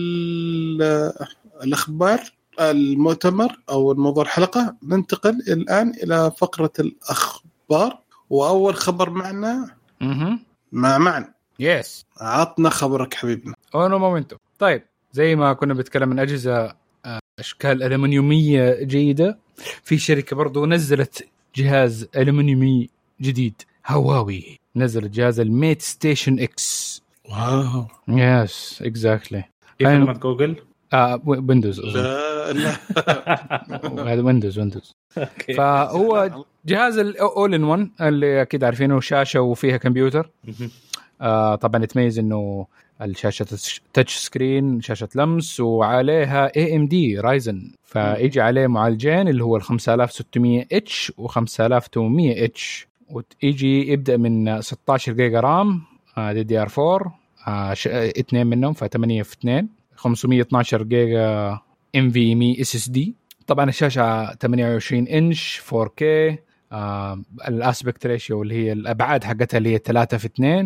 Speaker 1: الاخبار المؤتمر او الموضوع الحلقه. ننتقل الان الى فقره الاخبار، واول خبر معنا
Speaker 2: اها
Speaker 1: مع معنا
Speaker 2: يس
Speaker 1: عطنا خبرك حبيبنا.
Speaker 2: اونو مومنتو. طيب زي ما كنا بنتكلم من اجهزه اشكال الومنيوميه جيده، في شركه برضو نزلت جهاز الومنيومي جديد. هواوي نزلت جهاز الميت ستيشن اكس.
Speaker 1: واو
Speaker 2: يس اكزاكتلي.
Speaker 3: كلمة جوجل
Speaker 2: اه ويندوز
Speaker 1: لا لا
Speaker 2: هذا ويندوز ويندوز فهو جهاز الاول ان ون اللي اكيد عارفينه، شاشه وفيها كمبيوتر. آه طبعا يتميز انه الشاشة تاتش سكرين، شاشة لمس، وعليها إيه إم دي رايزن، فيجي عليه معالجين اللي هو ال خمسة آلاف وستمية اتش و خمسة آلاف وثمانمية اتش، ويجي يبدأ من ستة عشر جيجا رام دي دي ار أربعة، آه اثنين منهم فثمانية في اثنين، خمسمية واثناشر جيجا ام في ام اس اس دي. طبعا الشاشة ثمانية وعشرين انش فور كي، آه الاسبكت ريشيو اللي هي الابعاد حقتها اللي هي ثلاثة في اثنين،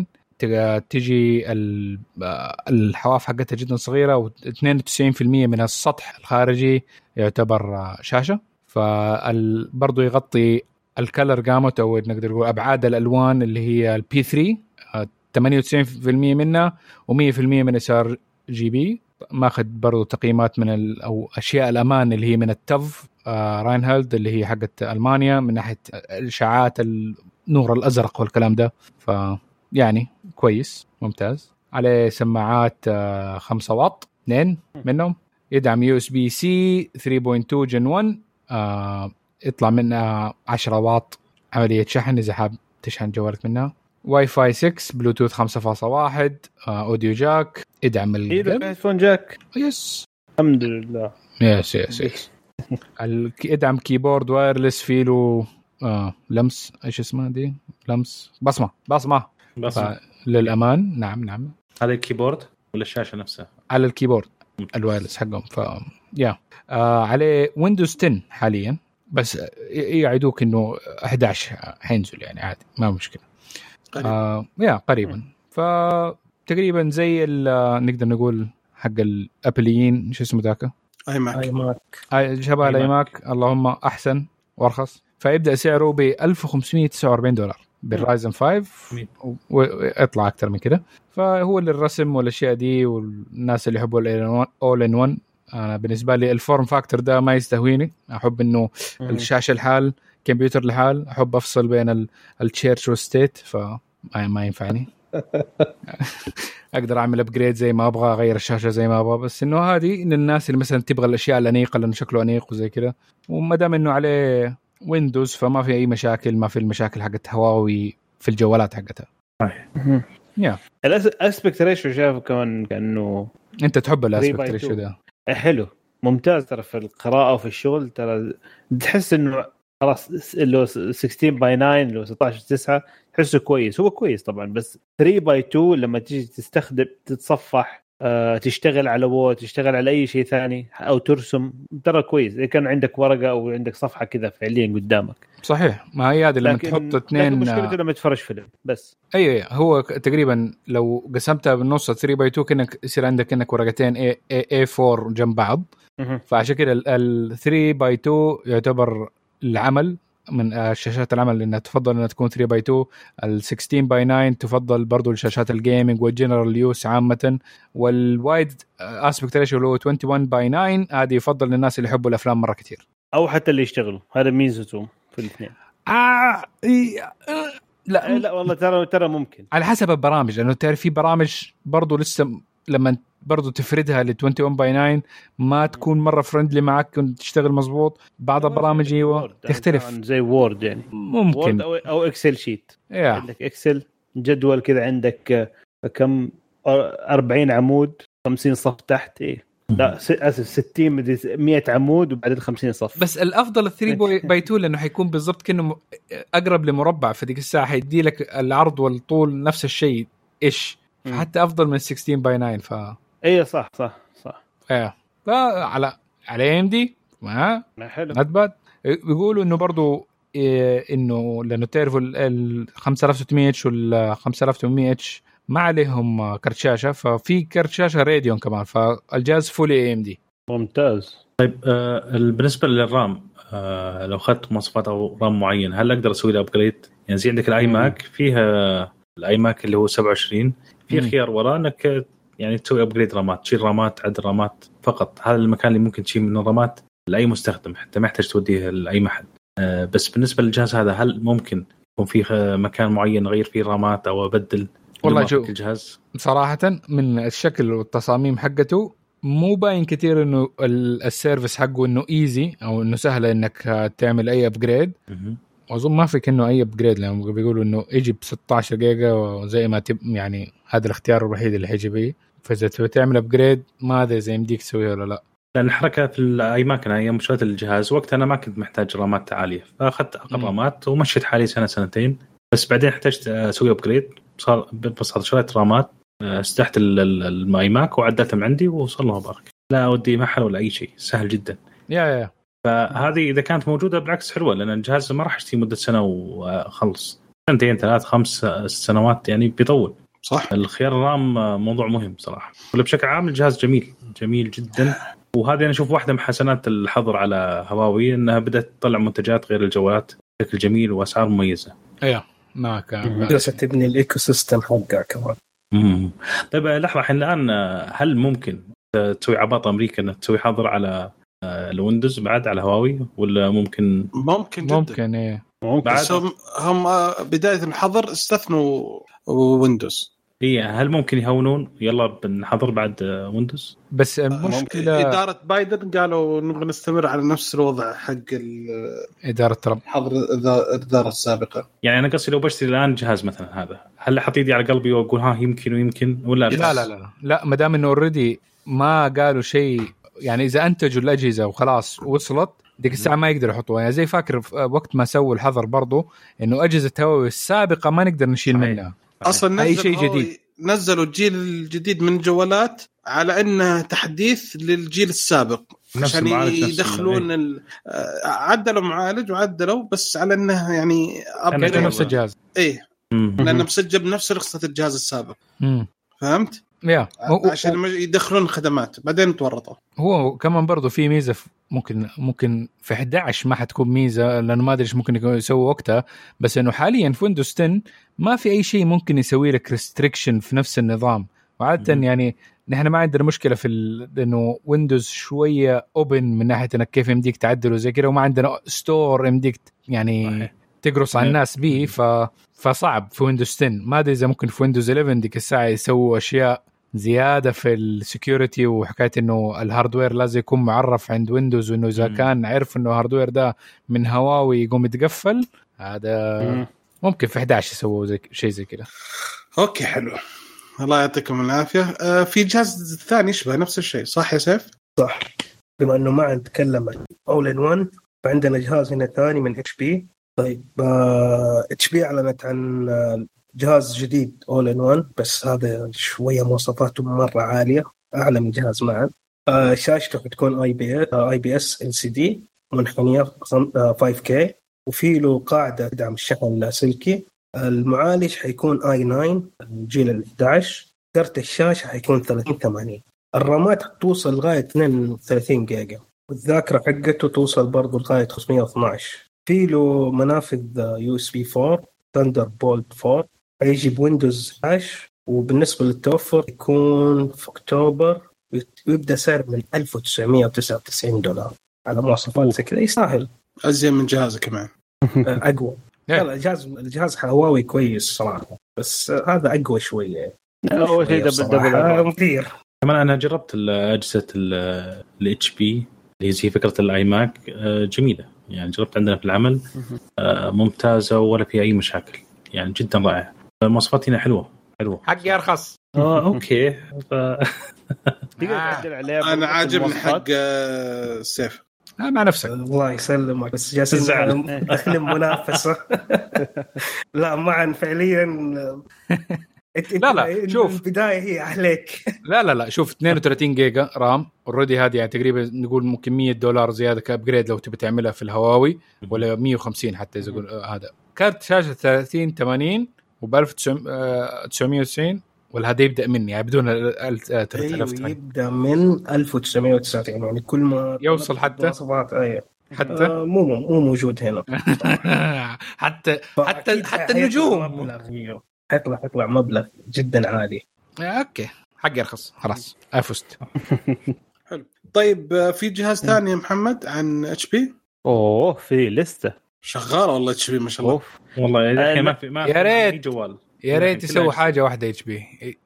Speaker 2: تجي الحواف حقتها جدا صغيرة، واثنين وتسعين بالمية من السطح الخارجي يعتبر شاشة. فبرضو يغطي الكالر جاموت او نقدر نقول ابعاد الالوان اللي هي البي ثري، ثمانية وتسعين بالمية منها ومية بالمية من اس ار جي بي. ماخذ برضو تقييمات من ال او اشياء الامان اللي هي من التف آه راينهولد اللي هي حقت المانيا من ناحيه الاشعاعات النور الازرق والكلام ده. ف يعني كويس ممتاز. عليه سماعات آه خمسة واط، اثنين منهم، يدعم يو اس بي سي ثري بوينت تو جن ون، آه يطلع منها عشرة واط عمليه شحن اذا حاب تشحن جوالك منها. واي فاي ستة، بلوتوث خمسة فاصلة واحد، آه اوديو جاك، يدعم
Speaker 5: الهيدفون جاك.
Speaker 2: يس
Speaker 5: الحمد لله.
Speaker 2: يس يس يس يدعم كيبورد وايرلس فيه له آه لمس، ايش اسمها دي، لمس بصمه بصمه, بصمة. للامان. نعم نعم.
Speaker 3: هذا الكيبورد ولا الشاشه نفسها؟
Speaker 2: على الكيبورد الوايرلس حقهم. ف يا آه عليه ويندوز عشرة حاليا، بس يعيدوك انه أحد عشر حينزل يعني عادي ما مشكله.
Speaker 1: قريبا.
Speaker 2: آه يا قريبا. فتقريبا زي نقدر نقول حق الابليين شو اسمه ذاك،
Speaker 1: اي ماك
Speaker 4: اي ماك
Speaker 2: اي شبه الاي ماك، اللهم احسن وارخص. فيبدا سعره ب ألف وخمسمية وتسعة وأربعين دولار بالرايزن خمسة، ويطلع اكثر من كده. فهو للرسم والاشياء دي والناس اللي يحبوا الاول ان وان. انا بالنسبه لي الفورم فاكتور ده ما يستهويني، احب انه الشاشه الحال، كمبيوتر الحال، احب افصل بين التشيرش والستيت، فما ما ينفعني. اقدر اعمل ابجريد زي ما ابغى، اغير الشاشه زي ما ابغى، بس انه هذه للناس اللي مثلا تبغى الاشياء الانيقه لانه شكله انيق وزي كده، وما دام انه عليه ويندوز فما في اي مشاكل، ما في المشاكل حقت هواوي في الجوالات حقتها.
Speaker 3: صحيح.
Speaker 2: يا
Speaker 5: الاسبكت ريشيو شايفه كمان كانه
Speaker 2: انت تحب الاسبكت ريشيو ده،
Speaker 5: حلو ممتاز ترى في القراءه وفي الشغل، ترى تحس انه خلاص اللي ستة عشر باي تسعة اللي ستة عشر تسعة تحسه كويس. هو كويس طبعا، بس ثري باي تو لما تيجي تستخدم تتصفح أه تشتغل على وورد، تشتغل على اي شيء ثاني او ترسم، ترى كويس اذا كان عندك ورقه او عندك صفحه كذا فعليا قدامك.
Speaker 2: صحيح. ما هي هذه لما تحط اثنين،
Speaker 5: لكن مشكلته لما تفرج فيلم بس.
Speaker 2: اي هو تقريبا لو قسمتها بالنص ثري باي تو كأنك يصير عندك انك ورقتين اي اي أربعة جنب بعض. فعشان كده ال ثري باي تو يعتبر العمل من شاشات العمل، لأنها تفضل أنها تكون ثري باي تو. ال ستة عشر باي تسعة تفضل برضو لشاشات الجيمينج والجنرال يوس عامة. والوايد اسبكت ريشيو اللي هو واحد وعشرين باي تسعة هذه يفضل للناس اللي يحبوا الأفلام مرة كتير
Speaker 5: أو حتى اللي يشتغلوا. هذا ميزته في الاثنين.
Speaker 2: آه إيه
Speaker 5: لا لا والله ترى ترى ممكن
Speaker 2: على حسب البرامج، لأنه تعرف في برامج برضو لسه لما برضو تفردها ل واحد وعشرين باي تسعة ما تكون مرة فرندلي معك كنت تشتغل مزبوط. بعض البرامج ايوه تختلف
Speaker 5: زي وورد يعني
Speaker 2: ممكن
Speaker 5: وورد أو, أو إكسل شيت.
Speaker 2: yeah.
Speaker 5: عندك إكسل جدول كذا عندك كم أربعين عمود خمسين صف تحت إيه لا أسف ستين مية عمود وبعدين خمسين صف.
Speaker 2: بس الأفضل الثري باي تو لأنه حيكون بالضبط كأنه أقرب لمربع في ديك الساعة، حيدي لك العرض والطول نفس الشيء إيش، حتى أفضل من ستة عشر باي تسعة. ف
Speaker 5: ايه صح صح صح
Speaker 2: ايه فعلى على ام دي ما
Speaker 5: حلو
Speaker 2: نتبات. يقولوا انه برضو إيه انه لانه تعرفوا ال خمسة آلاف وستمية اتش وال خمسة آلاف وثمانمية اتش ما عليهم كرت شاشه، ففي كرت شاشه راديون كمان، فالجهاز فولي ام دي
Speaker 5: ممتاز.
Speaker 3: طيب آه بالنسبه للرام آه لو اخذت مواصفات او رام معين هل اقدر اسوي له ابجريد؟ يعني زي عندك الاي ماك فيها الاي ماك اللي هو سبعة وعشرين في خيار وراه انك يعني تسوي ابجريد رامات، تشيل رامات عدل رامات فقط. هذا المكان اللي ممكن تشيل منه رامات لاي مستخدم حتى ما يحتاج توديه لاي محل. أه بس بالنسبه للجهاز هذا هل ممكن يكون فيه مكان معين نغير فيه رامات او ابدل
Speaker 2: والله جو
Speaker 3: الجهاز؟
Speaker 2: صراحه من الشكل والتصاميم حقته مو باين كتير انه السيرفيس حقه انه ايزي او انه سهله انك تعمل اي ابجريد. واظن ما في كأنه اي ابجريد لانه بيقولوا انه يجي ب ستة عشر جيجا وزي ما تب يعني هذا الاختيار الوحيد اللي هيجي بيه. فاذا تبي تعمل ابجريد ما ادري اذا يمديك تسويها ولا لا،
Speaker 3: لان الحركه في الاي ماك انا يوم شريت الجهاز وقتها انا ما كنت محتاج رامات عاليه، فاخذت اقل رامات ومشيت حالي سنه سنتين. بس بعدين احتجت اسوي ابجريد، صار بس شريت رامات، استحت الاي ماك وعدلتهم عندي وصل لهم بارك، لا اودي محل ولا اي شيء، سهل جدا.
Speaker 2: يا يا
Speaker 3: فهذه اذا كانت موجوده بالعكس حلوه، لان الجهاز ما راح اشتري مده سنه وخلص، سنتين ثلاث خمس سنوات يعني بيطول.
Speaker 1: صح.
Speaker 3: الخيار الرام موضوع مهم صراحه، ولا بشكل عام الجهاز جميل جميل جدا. وهذه انا اشوف واحده من حسنات الحظر على هواوي، انها بدات تطلع منتجات غير الجوالات بشكل جميل واسعار مميزه.
Speaker 2: ايوه ما كان
Speaker 4: بس تبني الايكو سيستم حقها كمان.
Speaker 3: امم طيب لحظه، الحين الان هل ممكن تسوي عباط امريكا انك تسوي حظر على الويندوز بعد على هواوي، ولا ممكن
Speaker 1: ممكن جدا
Speaker 2: ممكن ايه
Speaker 1: بس هم, هم بدايه الحظر استثنوا ويندوز.
Speaker 3: هي هل ممكن يهونون يلا بنحضر بعد ويندوز؟
Speaker 2: بس المشكله
Speaker 1: اداره بايدن قالوا نبغى نستمر على نفس الوضع حق
Speaker 2: اداره ترامب
Speaker 1: حظر الاداره السابقه.
Speaker 3: يعني انا قصدي لو بشتري الان جهاز مثلا هذا، هل احط ايدي على قلبي واقول ها يمكن ويمكن ولا
Speaker 2: لا لا لا لا ما دام انه اوريدي ما قالوا شيء، يعني اذا انتجوا الاجهزه وخلاص وصلت ديك الساعه ما يقدروا يحطوها. يعني زي فاكر وقت ما سووا الحظر برضو انه اجهزه هواوي السابقه ما نقدر نشيل منها
Speaker 1: اصلا،
Speaker 2: اي شيء جديد.
Speaker 1: نزلوا الجيل الجديد من الجوالات على انه تحديث للجيل السابق عشان يدخلون ال... عدلوا معالج وعدلوا بس على انه يعني
Speaker 2: ابدا نفس الجهاز.
Speaker 1: ايه لانه مسجل بنفس رخصه الجهاز السابق.
Speaker 2: مم.
Speaker 1: فهمت
Speaker 2: يا
Speaker 1: عشان يدخلون خدمات بعدين تورطوا.
Speaker 2: هو كمان برضو في ميزه ممكن ممكن في أحد عشر ما حتكون ميزه، لانه ما ادري ايش ممكن يسوي وقتها، بس انه حاليا في ويندوز عشرة ما في اي شيء ممكن يسوي لك ريستريكشن في نفس النظام. وعاده م- يعني نحن ما عندنا مشكله في انه ويندوز شويه اوبن من ناحيه انك كيف يمديك تعدله زي كده، وما عندنا ستور يمديك يعني تقرص على الناس به، ف فصعب في ويندوز عشرة. ما ادري اذا ممكن في ويندوز إحدى عشر ديك الساعه يسووا اشياء زياده في السكيورتي، وحكايه انه الهاردوير لازم يكون معرف عند ويندوز، وانه اذا كان عرف انه هاردوير ده من هواوي يقوم يتقفل. هذا مم. ممكن في أحد عشر يسووا زي شيء زي كده.
Speaker 1: اوكي حلو، الله يعطيكم العافيه. آه في جهاز ثاني يشبه نفس الشيء صح يا سيف؟
Speaker 4: صح، بما انه ما نتكلم عن اول ان وان فعندنا جهاز هنا ثاني من اتش بي. طيب اتش بي اعلنت عن جهاز جديد اول ان وان، بس هذا شويه مواصفاته مره عاليه، اعلى من جهاز معا. آه شاشته بتكون اي بي اي بي اس ال سي دي منحنيه خمسة كي، وفي له قاعده تدعم الشحن اللاسلكي. المعالج حيكون اي تسعة الجيل ال إحدى عشر. كرت الشاشه حيكون ثلاثين ثمانين. الرامات توصل لغايه اثنين وثلاثين جيجا، والذاكره حقته توصل برضه لغايه خمسمية واثناشر. في له منافذ يو اس بي فور ثاندربولت فور. هيجي بويندوز عشرة، وبالنسبة للتوفر يكون في أكتوبر، ويبدأ سعر من ألف وتسعمية وتسعة وتسعين دولار. على مواصفات زي كذا يسهل،
Speaker 1: أزين من جهازه كمان
Speaker 4: أقوى. لا الجهاز الجهاز هواوي كويس صراحة، بس هذا أقوى شوية.
Speaker 5: أول شيء دبل
Speaker 4: مثير.
Speaker 3: كمان أنا جربت الأجهزة ال إتش بي اللي هي فكرة الآي ماك، جميلة يعني، جربت عندنا في العمل ممتازة ولا فيها أي مشاكل، يعني جدا رائع. المواصفات هنا حلوة حلوة.
Speaker 2: حقي أرخص.
Speaker 3: آه أوكي. ف...
Speaker 1: أنا عاجبني حق سيف.
Speaker 2: آه مع نفسك.
Speaker 4: الله يسلمك، بس جالسين داخلين منافسة. لا معا فعليا.
Speaker 2: لا لا شوف
Speaker 4: البداية هي عليك.
Speaker 2: لا لا لا شوف اثنين وثلاثين جيجا رام اوريدي، هذه يعني تقريبا نقول ممكن مية دولار زيادة كأبجريد لو تبي تعملها في الهواوي، ولا مية وخمسين حتى إذا يقول هذا. كارت شاشة ثلاثين ثمانين وبألف وتسعمية وتسعين، ولا هذا يبدأ من يعني بدون ثلاثة آلاف.
Speaker 4: أيوة يبدأ من ألف وتسعمية وتسعين، يعني كل ما
Speaker 2: يوصل حتى
Speaker 4: أيوة.
Speaker 2: حتى
Speaker 4: آه مو مو موجود هنا.
Speaker 2: حتى حتى حتى النجوم
Speaker 4: حيطلع حيطلع مبلغ جدا عالي.
Speaker 2: اوكي حقي ارخص خلاص افزت.
Speaker 1: حلو. طيب في جهاز ثاني يا محمد عن اتش بي؟
Speaker 5: اوه في لسته
Speaker 1: شغال والله اتش بي ما شاء الله.
Speaker 3: والله ما في ما
Speaker 2: يا ريت
Speaker 3: جوال،
Speaker 2: يا ريت يسوي حاجه واحده اتش بي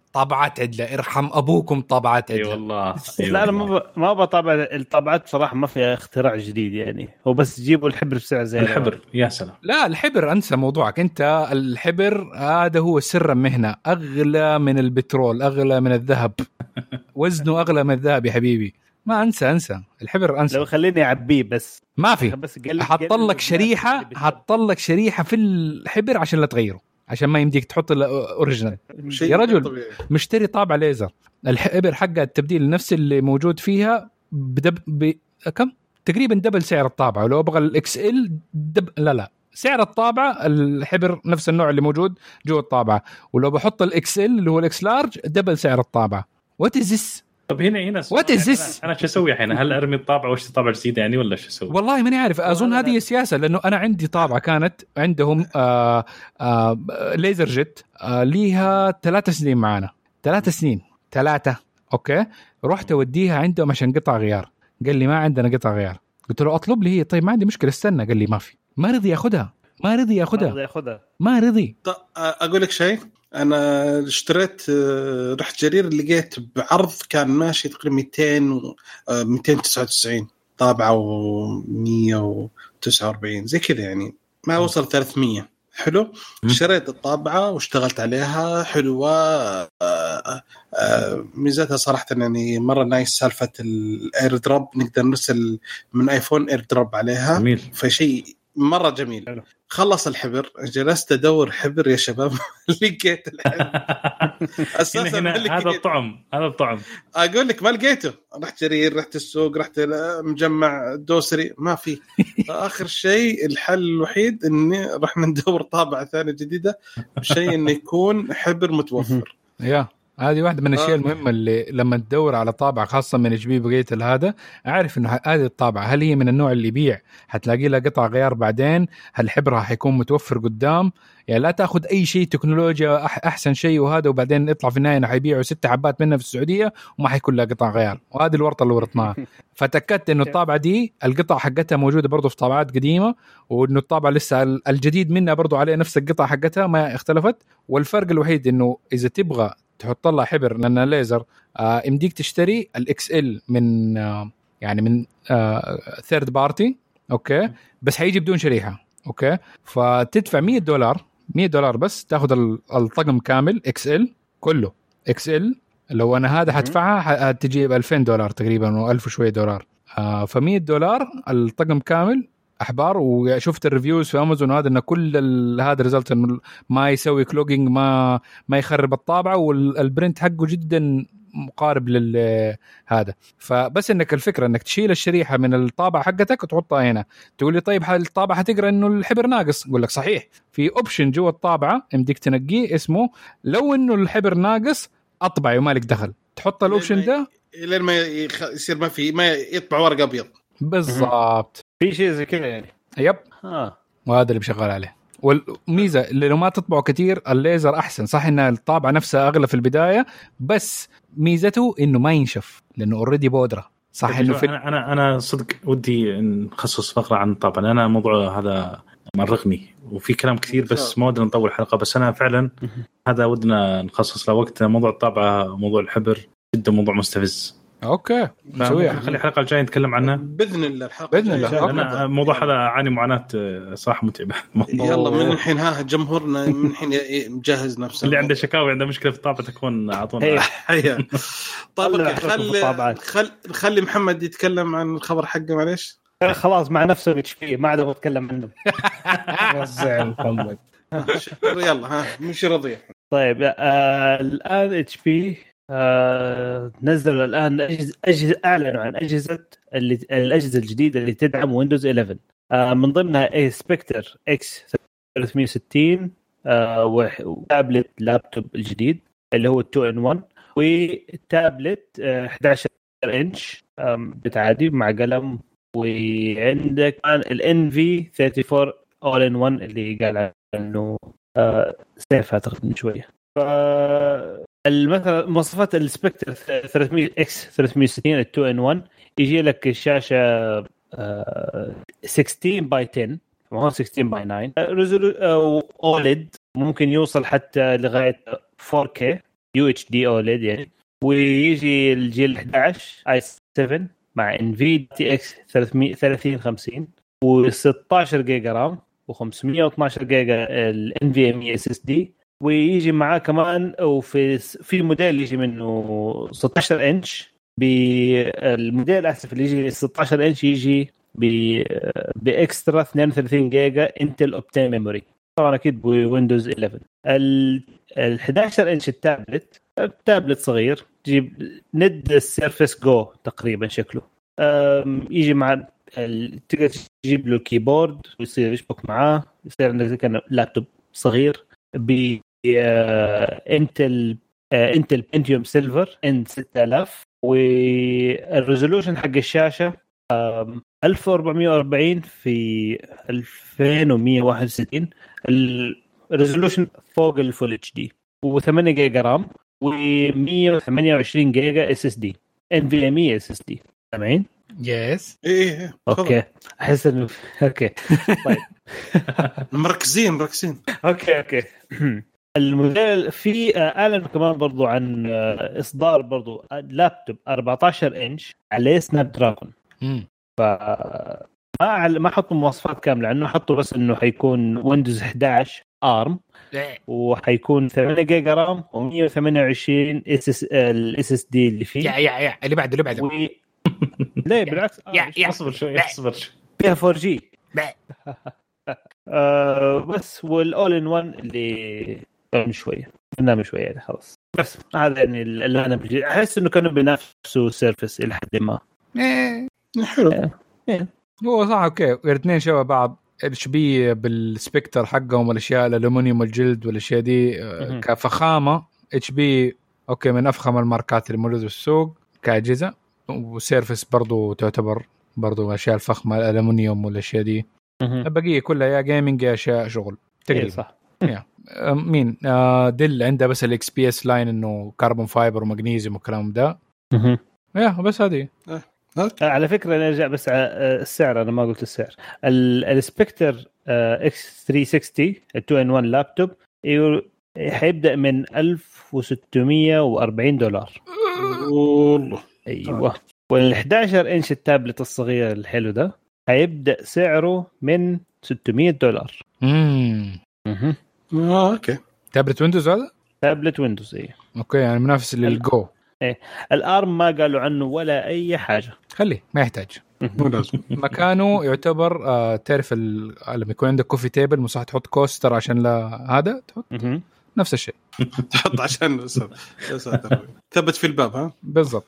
Speaker 2: طابعات عدله، ارحم ابوكم طابعات عدله.
Speaker 3: اي والله.
Speaker 5: لا انا ما ما بطابع الطابعات بصراحه، ما فيها اختراع جديد يعني، هو بس تجيبوا الحبر بسعر زي
Speaker 3: الحبر. يا سلام.
Speaker 2: لا الحبر انسى موضوعك انت، الحبر هذا هو سر المهنه، اغلى من البترول، اغلى من الذهب وزنه اغلى من الذهب يا حبيبي، ما انسى انسى الحبر انسى.
Speaker 5: لو خليني اعبيه بس
Speaker 2: ما في، حط لك شريحه حط لك شريحه في الحبر عشان لا تغيره، عشان ما يمديك تحط الاوريجينال. يا رجل طبيعي. مشتري طابعه ليزر، الحبر حقها التبديل نفس اللي موجود فيها بدب ب... كم تقريبا دبل سعر الطابعه، ولو ابغى الاكس ال دب... لا لا سعر الطابعه الحبر نفس النوع اللي موجود جوا الطابعه، ولو بحط الاكس ال اللي هو الاكس لارج دبل سعر الطابعه. وات از ذس؟
Speaker 3: طب هنا هنا
Speaker 2: وات از ذس؟
Speaker 3: انا شو اسوي الحين؟ هل ارمي الطابعه واشتري طابعه جديده يعني ولا شو اسوي؟
Speaker 2: والله ماني عارف، اظن هذه سياسه، لانه انا عندي طابعه كانت عندهم آآ آآ ليزر جيت آآ ليها ثلاث سنين معانا، ثلاث سنين ثلاثه اوكي، رحت اوديها عندهم عشان قطع غيار، قال لي ما عندنا قطع غيار، قلت له اطلب لي هي. طيب ما عندي مشكله استنى، قال لي ما في، ما رضي ياخذها ما رضي ياخذها ما رضي.
Speaker 1: طيب اقول لك شيء، انا اشتريت رحت جرير لقيت بعرض كان ماشي تقريبا مئتين و مئتين وتسعة وتسعين طابعه ومئة وتسعة وأربعين زي كذا يعني، ما وصل ثلاثمية. حلو. شريت الطابعه واشتغلت عليها حلوه، ميزتها صراحه يعني مره نايس، سالفه الاير دروب نقدر نرسل من ايفون اير دروب عليها
Speaker 3: جميل.
Speaker 1: فشيء مرة جميل. حلو. خلص الحبر، جلست أدور حبر يا شباب لقيت الحبر
Speaker 3: أساسا هنا هنا هذا الطعم هذا الطعم
Speaker 1: أقول لك ما لقيته، رحت جرير، رحت السوق، رحت مجمع دوسري، ما في. آخر شيء الحل الوحيد إني رحنا ندور طابعة ثانية جديدة بشيء إنه يكون حبر متوفر.
Speaker 2: يا هذه واحدة من الأشياء آه. المهمة اللي لما تدور على طابعة خاصة من اتش بي بقيت هذا، أعرف إنه هذه الطابعة هل هي من النوع اللي يبيع هتلاقي لها قطع غيار بعدين، هل حبرها حيكون متوفر قدام، يعني لا تأخذ أي شيء تكنولوجيا أحسن شيء وهذا وبعدين يطلع في النهاية إنه حيبيعوا ست حبات منها في السعودية وما حيكون لها قطع غيار، وهذه الورطة اللي ورطناها. فتأكدت إنه الطابعة دي القطع حقتها موجودة برضو في طابعات قديمة، وإنه الطابعة لسه الجديد منها برضو عليه نفس القطع حقتها ما اختلفت، والفرق الوحيد إنه إذا تبغى تحط لها حبر لأنها ليزر آه يمديك تشتري الاكس ال من آه يعني من آه ثيرد بارتي اوكي، بس حيجي بدون شريحه اوكي، فتدفع مية دولار مية دولار بس تاخذ الطقم كامل اكس ال كله اكس ال. لو انا هذا حدفعها هتجي ب ألفين دولار تقريبا وألف وشويه دولار آه فمية دولار الطقم كامل احبار. وشفت الريفيوز في امازون هذا ان كل هذا ريزلت انه ما يسوي كلوجينج، ما ما يخرب الطابعه، والبرنت حقه جدا مقارب لهذا. فبس انك الفكره انك تشيل الشريحه من الطابعه حقتك وتحطها هنا. تقول لي طيب الطابعه هتقرا انه الحبر ناقص، اقول لك صحيح، في اوبشن جوا الطابعه يمديك تنقيه اسمه لو انه الحبر ناقص اطبع ومالك دخل، تحط الاوبشن ده
Speaker 1: لين ما يصير ما في ما يطبع ورقه ابيض
Speaker 2: بالضبط.
Speaker 5: في شيء زي كذا يعني.
Speaker 2: يب ها. وهذا اللي بشغال عليه. والميزه اللي لو ما تطبعه كتير الليزر احسن، صح ان الطابعه نفسها اغلى في البدايه، بس ميزته انه ما ينشف لانه اوريدي بودره. صح انه في
Speaker 3: انا انا انا صدق ودي نخصص فقره عن الطابعه، انا موضوع هذا مرغني وفي كلام كثير بس ما ودنا نطول حلقه، بس انا فعلا هذا ودنا نخصص له وقت. موضوع الطابعه موضوع الحبر جدا موضوع مستفز.
Speaker 2: اوكي
Speaker 3: نسويها، خلي الحلقه الجايه نتكلم عنها
Speaker 1: باذن الله. الحلقه
Speaker 2: باذن الله.
Speaker 3: انا الموضوع هذا عاني معاناه صراحه متعبه.
Speaker 1: يلا من الحين ها جمهورنا من الحين مجهز نفسه،
Speaker 3: اللي عنده شكاوي عنده مشكله في الطابعه تكون اعطونا.
Speaker 1: هيا طيب خلي خل خلي محمد يتكلم عن الخبر حقه معليش.
Speaker 5: خلاص مع نفسه بتشفيه ما عاد اتكلم عنه. وزع محمد
Speaker 1: يلا ها مش رضي.
Speaker 5: طيب آه الان اتش بي آه نزلوا الآن أجهزة, أجهزة أعلنوا عن أجهزة اللي الأجهزة الجديدة اللي تدعم ويندوز إحدى عشر آه من ضمنها اي سبكتر اكس ثلاثمية وستين آه وتابلت لابتوب الجديد اللي هو تو إن ون، وتابلت آه إحدى عشر إنش آه بتعادي مع قلم، وعندك ال في أربعة وثلاثين All in One اللي قال عنه آه سيف أعتقد من شوية. مثلا مواصفات السبكتر ثلاثمية اكس ثلاثمية وستين التو ان ون يجي لك الشاشه ستاشر باي عشرة، ما هو ستاشر باي تسعة، ريزولو اوليد ممكن يوصل حتى لغايه فور كيه يو اتش دي اوليد يعني. ويجي الجيل إحدى عشر اي سبعة مع انفيديا تي اكس ثلاثين خمسين و16 جيجا رام و512 جيجا الان في ام اي اس اس دي. ويجي معاه كمان وفي في موديل يجي منه ستة عشر انش، بالموديل اسف اللي يجي ستة عشر انش يجي باكسترا اثنين وثلاثين جيجا انتل اوبتين ميموري، طبعا اكيد بويندوز إحدى عشر. ال إحدى عشر انش التابلت التابلت صغير، تجيب ند السيرفس جو تقريبا شكله، يجي مع تقدر تجيب له كيبورد ويصير يشبك معاه، يصير عندك زي كأنه لابتوب صغير ب انتل انتل بنتيوم سيلفر ان ستة آلاف. والريزولوشن حق الشاشه ألف وأربعمية وأربعين في ألفين ومية وواحد وستين، الريزولوشن فوق الفول اتش دي، و8 جيجا رام و128 جيجا اس اس دي ان في ام اي اس اس دي. سامعين؟
Speaker 2: يس
Speaker 1: ايه
Speaker 5: اوكي احس انه اوكي طيب
Speaker 1: مركزين مركزين
Speaker 5: اوكي اوكي الموديل في اعلن كمان برضو عن اصدار برضو لابتوب أربعة عشر انش عليه سناب دراجون.
Speaker 2: امم
Speaker 5: ف ما ما حطوا مواصفات كامله عنه، حطوا بس انه حيكون ويندوز إحدى عشر ارم وحيكون ثمانية جيجا رام و128 اس اس الاس اس دي اللي فيه.
Speaker 2: يا يا يا اللي بعده اللي بعده
Speaker 5: و... لا بالعكس
Speaker 2: يا يا
Speaker 3: اصبر شوي اصبر شوي
Speaker 5: فيها فور جي آه بس والاول ان وان اللي من شويه نام شويه يعني خلاص. بس هذا يعني اللي انا بجي احس انه كانوا بينافسوا سيرفس الى حد ما.
Speaker 2: ايه
Speaker 1: حلو
Speaker 5: إيه.
Speaker 2: هو صح اوكي، الاثنين شبه بعض، اتش بي بالسبكتر حقهم والاشياء الالومنيوم والجلد والاشياء دي كفخامه. اتش بي اوكي من افخم الماركات اللي موجوده في السوق كاجهزه، وسيرفس برضو تعتبر برضو اشياء الفخمه الالومنيوم والاشياء دي. البقيه كلها يا جيمنج يا اشياء شغل تقريبا.
Speaker 5: إيه صح.
Speaker 2: يا مين آه دل عنده بس الاكس بي اس لاين انه كربون فايبر ومغنيسيوم والكلام ده. يا بس هذه
Speaker 5: على فكره نرجع بس على السعر، انا ما قلت السعر. السبكتر اكس ثلاثمية وستين تو إن ون لابتوب حيبدا من ألف وستمية وأربعين دولار
Speaker 1: والله.
Speaker 5: ايوه. وال11 انش التابلت الصغير الحلو ده هيبدا سعره من ستمية دولار.
Speaker 2: امم
Speaker 5: اها
Speaker 1: اه اوكي.
Speaker 2: تابلت ويندوز هذا؟
Speaker 5: تابلت ويندوز ايه.
Speaker 2: اوكي يعني منافس للجو.
Speaker 5: ايه الارم ما قالوا عنه ولا اي حاجه،
Speaker 2: خليه ما يحتاج. مكانه يعتبر آه تعرف لما يكون عندك كوفي تيبل مساحه تحط كوستر عشان لا هذا تحط نفس الشيء
Speaker 1: تحط عشان ثبت في الباب. ها
Speaker 2: بالضبط.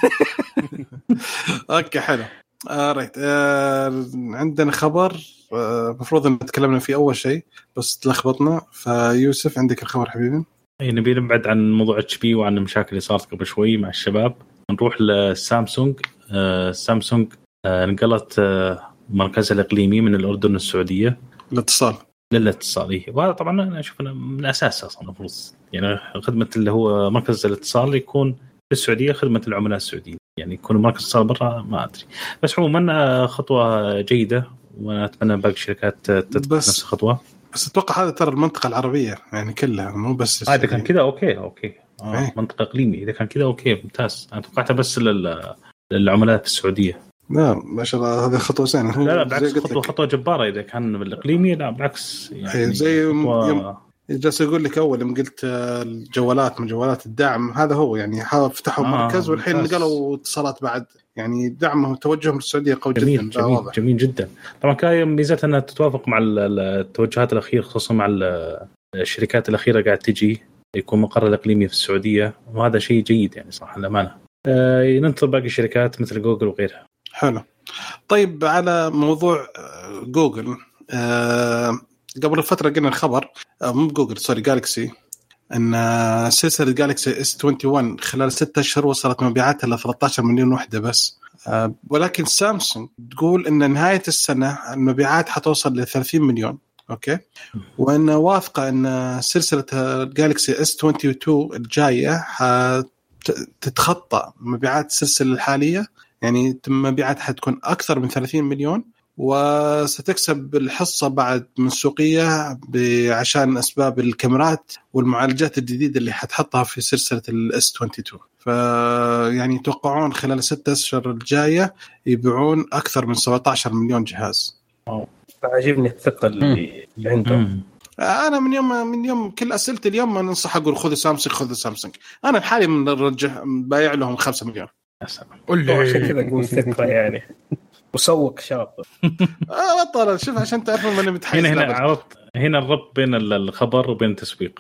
Speaker 1: اوكي حلو. آه ريت آه عندنا خبر المفروض آه ان تكلمنا فيه اول شيء بس تلخبطنا. فيوسف عندك الخبر حبيبي؟
Speaker 3: اي نبي نبعد عن موضوع اتش بي وعن المشاكل اللي صارت قبل شوي مع الشباب، نروح لسامسونج. آه سامسونج آه نقلت آه مركزها الاقليمي من الاردن السعوديه
Speaker 1: الاتصال
Speaker 3: للاتصاليه. وهذا طبعا انا اشوف انه من اساسها اصلا المفروض يعني خدمه اللي هو مركز الاتصال يكون في السعوديه خدمه العملاء السعوديين، يعني يكون مركز اتصال برا ما ادري. بس عموما خطوه جيده وانا اتمنى باقي الشركات تتبع نفس الخطوه.
Speaker 1: بس اتوقع هذا ترى المنطقه العربيه يعني كلها مو بس
Speaker 3: هذا كان كذا اوكي اوكي آه ايه. منطقه اقليميه اذا كان كذا اوكي ممتاز. انا توقعتها بس للعملاء في السعوديه.
Speaker 1: لا ما شاء الله هذه خطوه زينه.
Speaker 3: لا لا بالعكس خطوه خطوه جباره اذا كان بالاقليمي. لا بالعكس يعني
Speaker 1: زي يوم جالس يقول لك اول لما قلت الجوالات من جوالات الدعم هذا هو يعني فتحوا آه مركز والحين نقلوا اتصالات بعد يعني دعمهم توجههم للسعوديه قوي
Speaker 3: جميل
Speaker 1: جدا.
Speaker 3: جميل, جميل, جميل جدا. طبعا كان ميزتها انها تتوافق مع التوجهات الاخيره خصوصا مع الشركات الاخيره قاعد تجي يكون مقر الاقليمي في السعوديه، وهذا شيء جيد يعني صراحه الامانه. آه ننتظر باقي الشركات مثل جوجل وغيرها.
Speaker 1: حلو. طيب على موضوع جوجل آه قبل الفترة قلنا الخبر مو جوجل سوري جالكسي أن سلسلة جالكسي إس واحد وعشرين خلال ستة أشهر وصلت مبيعاتها ل ثلاثة عشر مليون وحدة بس. ولكن سامسونج تقول أن نهاية السنة المبيعات حتوصل ل ثلاثين مليون. أوكي. وأن واثقة أن سلسلة جالكسي إس اثنين وعشرين الجاية حتتخطى مبيعات السلسلة الحالية، يعني مبيعاتها حتكون أكثر من ثلاثين مليون وستكسب الحصة بعد من السوقية عشان أسباب الكاميرات والمعالجات الجديدة اللي حتحطها في سلسلة ال إس اثنين وعشرين. فيعني يتوقعون خلال الستة أشهر الجاية يبيعون أكثر من سبعة عشر مليون جهاز.
Speaker 4: عجبني الثقة اللي عندهم.
Speaker 1: أنا من يوم من يوم كل أسئلتي اليوم ما ننصح أقول خذوا سامسونج خذوا سامسونج. أنا الحالي من الرجح بايع لهم خمسة مليون.
Speaker 4: قل لي عشان كذا أقول ثقة يعني. مسوق شاب.
Speaker 1: آه بطل شوف عشان تعرفون من متحيز.
Speaker 3: هنا هنا عرفت هنا الربط بين الخبر وبين التسويق.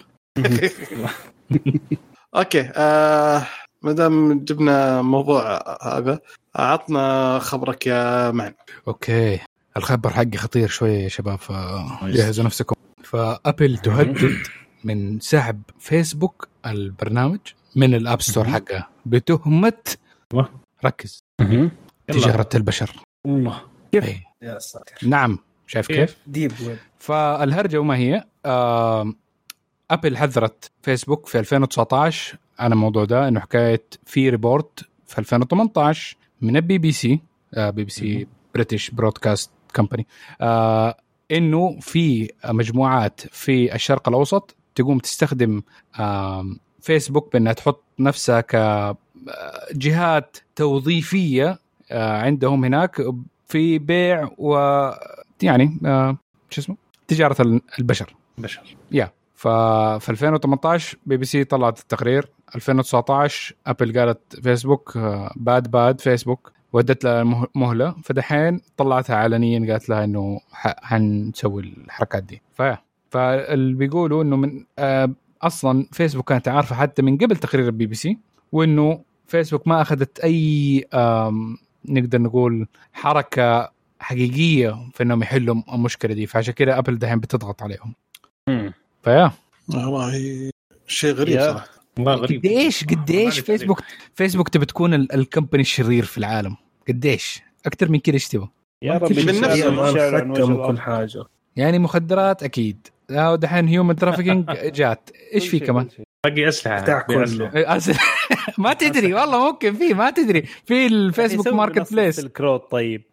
Speaker 1: أوكي آه مدام جبنا موضوع هذا عطنا خبرك يا معن.
Speaker 2: أوكي الخبر حقي خطير شوية يا شباب فجهزوا نفسكم. فأبل تهدد من سحب فيسبوك البرنامج من الأب ستور حقها بتهمة ركز تجارة البشر.
Speaker 3: الله
Speaker 4: كيف
Speaker 2: أي.
Speaker 4: يا ساتر.
Speaker 2: نعم شايف كيف
Speaker 4: ديب ويب.
Speaker 2: فالهرجة وما هي آه أبل حذرت فيسبوك في ألفين وتسعة عشر عن الموضوع ده إنه حكاية في ريبورت في ألفين وثمانية عشر من البي بي سي آه بي بي سي بريتش برودكاست كمباني آه إنه في مجموعات في الشرق الأوسط تقوم تستخدم آه فيسبوك بأنها تحط نفسها كجهات توظيفية آه عندهم هناك في بيع ويعني آه شو اسمه تجارة البشر
Speaker 3: بشر
Speaker 2: يا yeah. ففي ألفين وثمانية عشر بي بي سي طلعت التقرير. ألفين وتسعة عشر أبل قالت فيسبوك آه باد باد فيسبوك ودت لها مهلة فدحين طلعتها علنيا قالت لها إنه حنسوي الحركات دي. فيا فاللي بيقولوا إنه من آه أصلا فيسبوك كانت عارفة حتى من قبل تقرير البي بي سي وإنه فيسبوك ما أخذت أي نقدر نقول حركة حقيقية في إنهم يحلوا المشكلة دي. فعشان كده أبل دحين بتضغط عليهم. امم فيا
Speaker 1: والله شيء غريب صراحة.
Speaker 3: والله غريب.
Speaker 2: قديش قديش فيسبوك فيسبوك تبي تكون الكمباني الشرير في العالم قديش أكتر من كده اشتبه
Speaker 5: يا رب
Speaker 1: من نفس
Speaker 4: الحكم كل حاجة
Speaker 2: يعني مخدرات أكيد لا دحين هيومن ترافيكينج جات إيش في كمان
Speaker 3: باقي أسلحة
Speaker 2: ما تدري والله ممكن فيه ما تدري في الفيسبوك ماركت بليس
Speaker 5: الكرود. طيب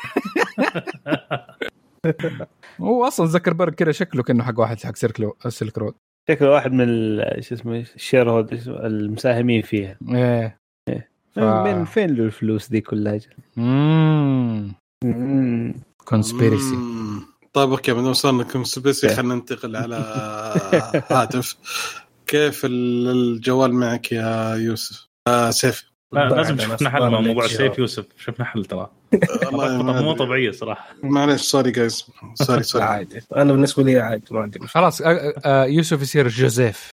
Speaker 2: هو اصلا زكربرج كده شكله كانه حق واحد حق سيركلو سيلك رود
Speaker 5: شكله واحد من ايش اسمه الشير هود المساهمين فيها.
Speaker 2: ايه
Speaker 5: ايه ف... من فين له الفلوس دي كلها؟
Speaker 2: امم كونسبيرسي.
Speaker 1: طيب اوكي من وصلنا كونسبيرسي خلينا ننتقل على هاتف. كيف الجوال معك يا يوسف؟ آه سيف
Speaker 3: لا لازم شفنا حل مع موضوع سيف يوسف. شفنا حل ترى والله مو طبيعية صراحة.
Speaker 1: معلش سوري جايز سوري سوري
Speaker 4: عادي. أنا بالنسبة لي عادي ما عندي مشكلة.
Speaker 2: خلاص يوسف يصير جوزيف.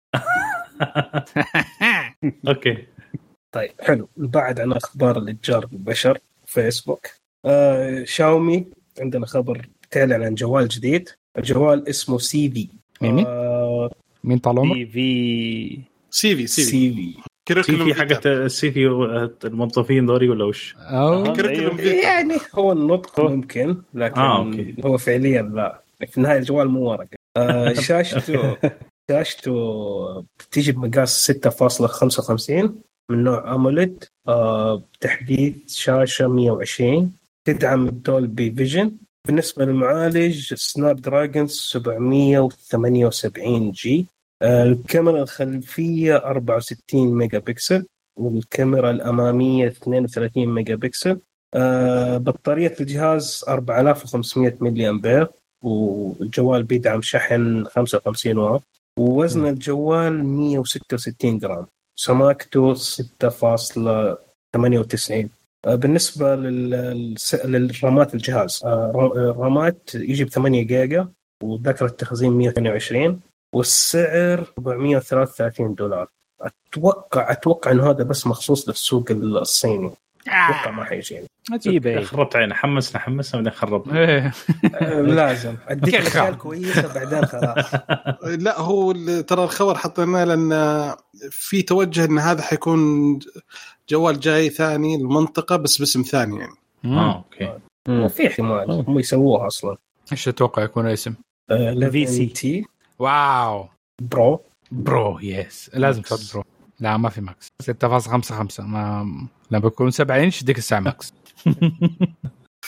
Speaker 3: أوكي
Speaker 4: طيب حلو. بعد عن أخبار الإتجار بالبشر فيسبوك آه، شاومي عندنا خبر تعلن عن جوال جديد. الجوال اسمه سي في.
Speaker 2: مين
Speaker 4: آه
Speaker 2: مين طال عمرك؟
Speaker 5: سي في
Speaker 1: سي في
Speaker 4: سي في
Speaker 3: سي في حقت السي في الموظفين دوري ولا وش؟
Speaker 2: أو
Speaker 4: يعني هو النطق ممكن لكن
Speaker 3: آه، أوكي.
Speaker 4: هو فعليا لا. في النهاية الجوال مو ورقة. آه شاشته شاشته بتيجي بمقاس ستة فاصلة خمسة وخمسين من نوع أموليد. آه تحديث شاشة مية وعشرين تدعم الدولبي فيجن. بالنسبة للمعالج سناب دراجون سبعمية وثمانية وسبعين جي. آه الكاميرا الخلفية أربعة وستين ميجا بكسل والكاميرا الأمامية اثنين وثلاثين ميجا بكسل. آه بطارية الجهاز أربعة آلاف وخمسمية ملي أمبير والجوال بيدعم شحن خمسة وخمسين واط. ووزن الجوال مية وستة وستين جرام. سماكته ستة فاصلة ثمانية وتسعين. بالنسبة للرامات الجهاز الرامات يجي بثمانية جيجا وذاكرة التخزين مية وثمانية وعشرين والسعر أربعمية وثلاثة وثلاثين دولار. أتوقع أتوقع إنه هذا بس مخصوص للسوق الصيني. أتوقع ما حيجيني.
Speaker 5: أجيبه.
Speaker 3: خربت عينه حمسنا حمسنا بدنا نخرب.
Speaker 4: لازم أديك مثال كويسة بعدين خلاص.
Speaker 1: لا هو ترى الخبر حطيناه لأن في توجه إن هذا حيكون جوال جاي ثاني المنطقة بس باسم ثاني يعني.
Speaker 3: آه أوكي.
Speaker 4: وفي احتمال هم يسووها أصلا.
Speaker 2: إيش تتوقع يكون الاسم؟
Speaker 4: في سي تي.
Speaker 2: واو.
Speaker 4: برو.
Speaker 2: برو يس لازم تحط برو. لا ما في ماكس. ستة فاصلة خمسة خمسة ما لما بيكون سبعة إنش ديك الساعة ماكس.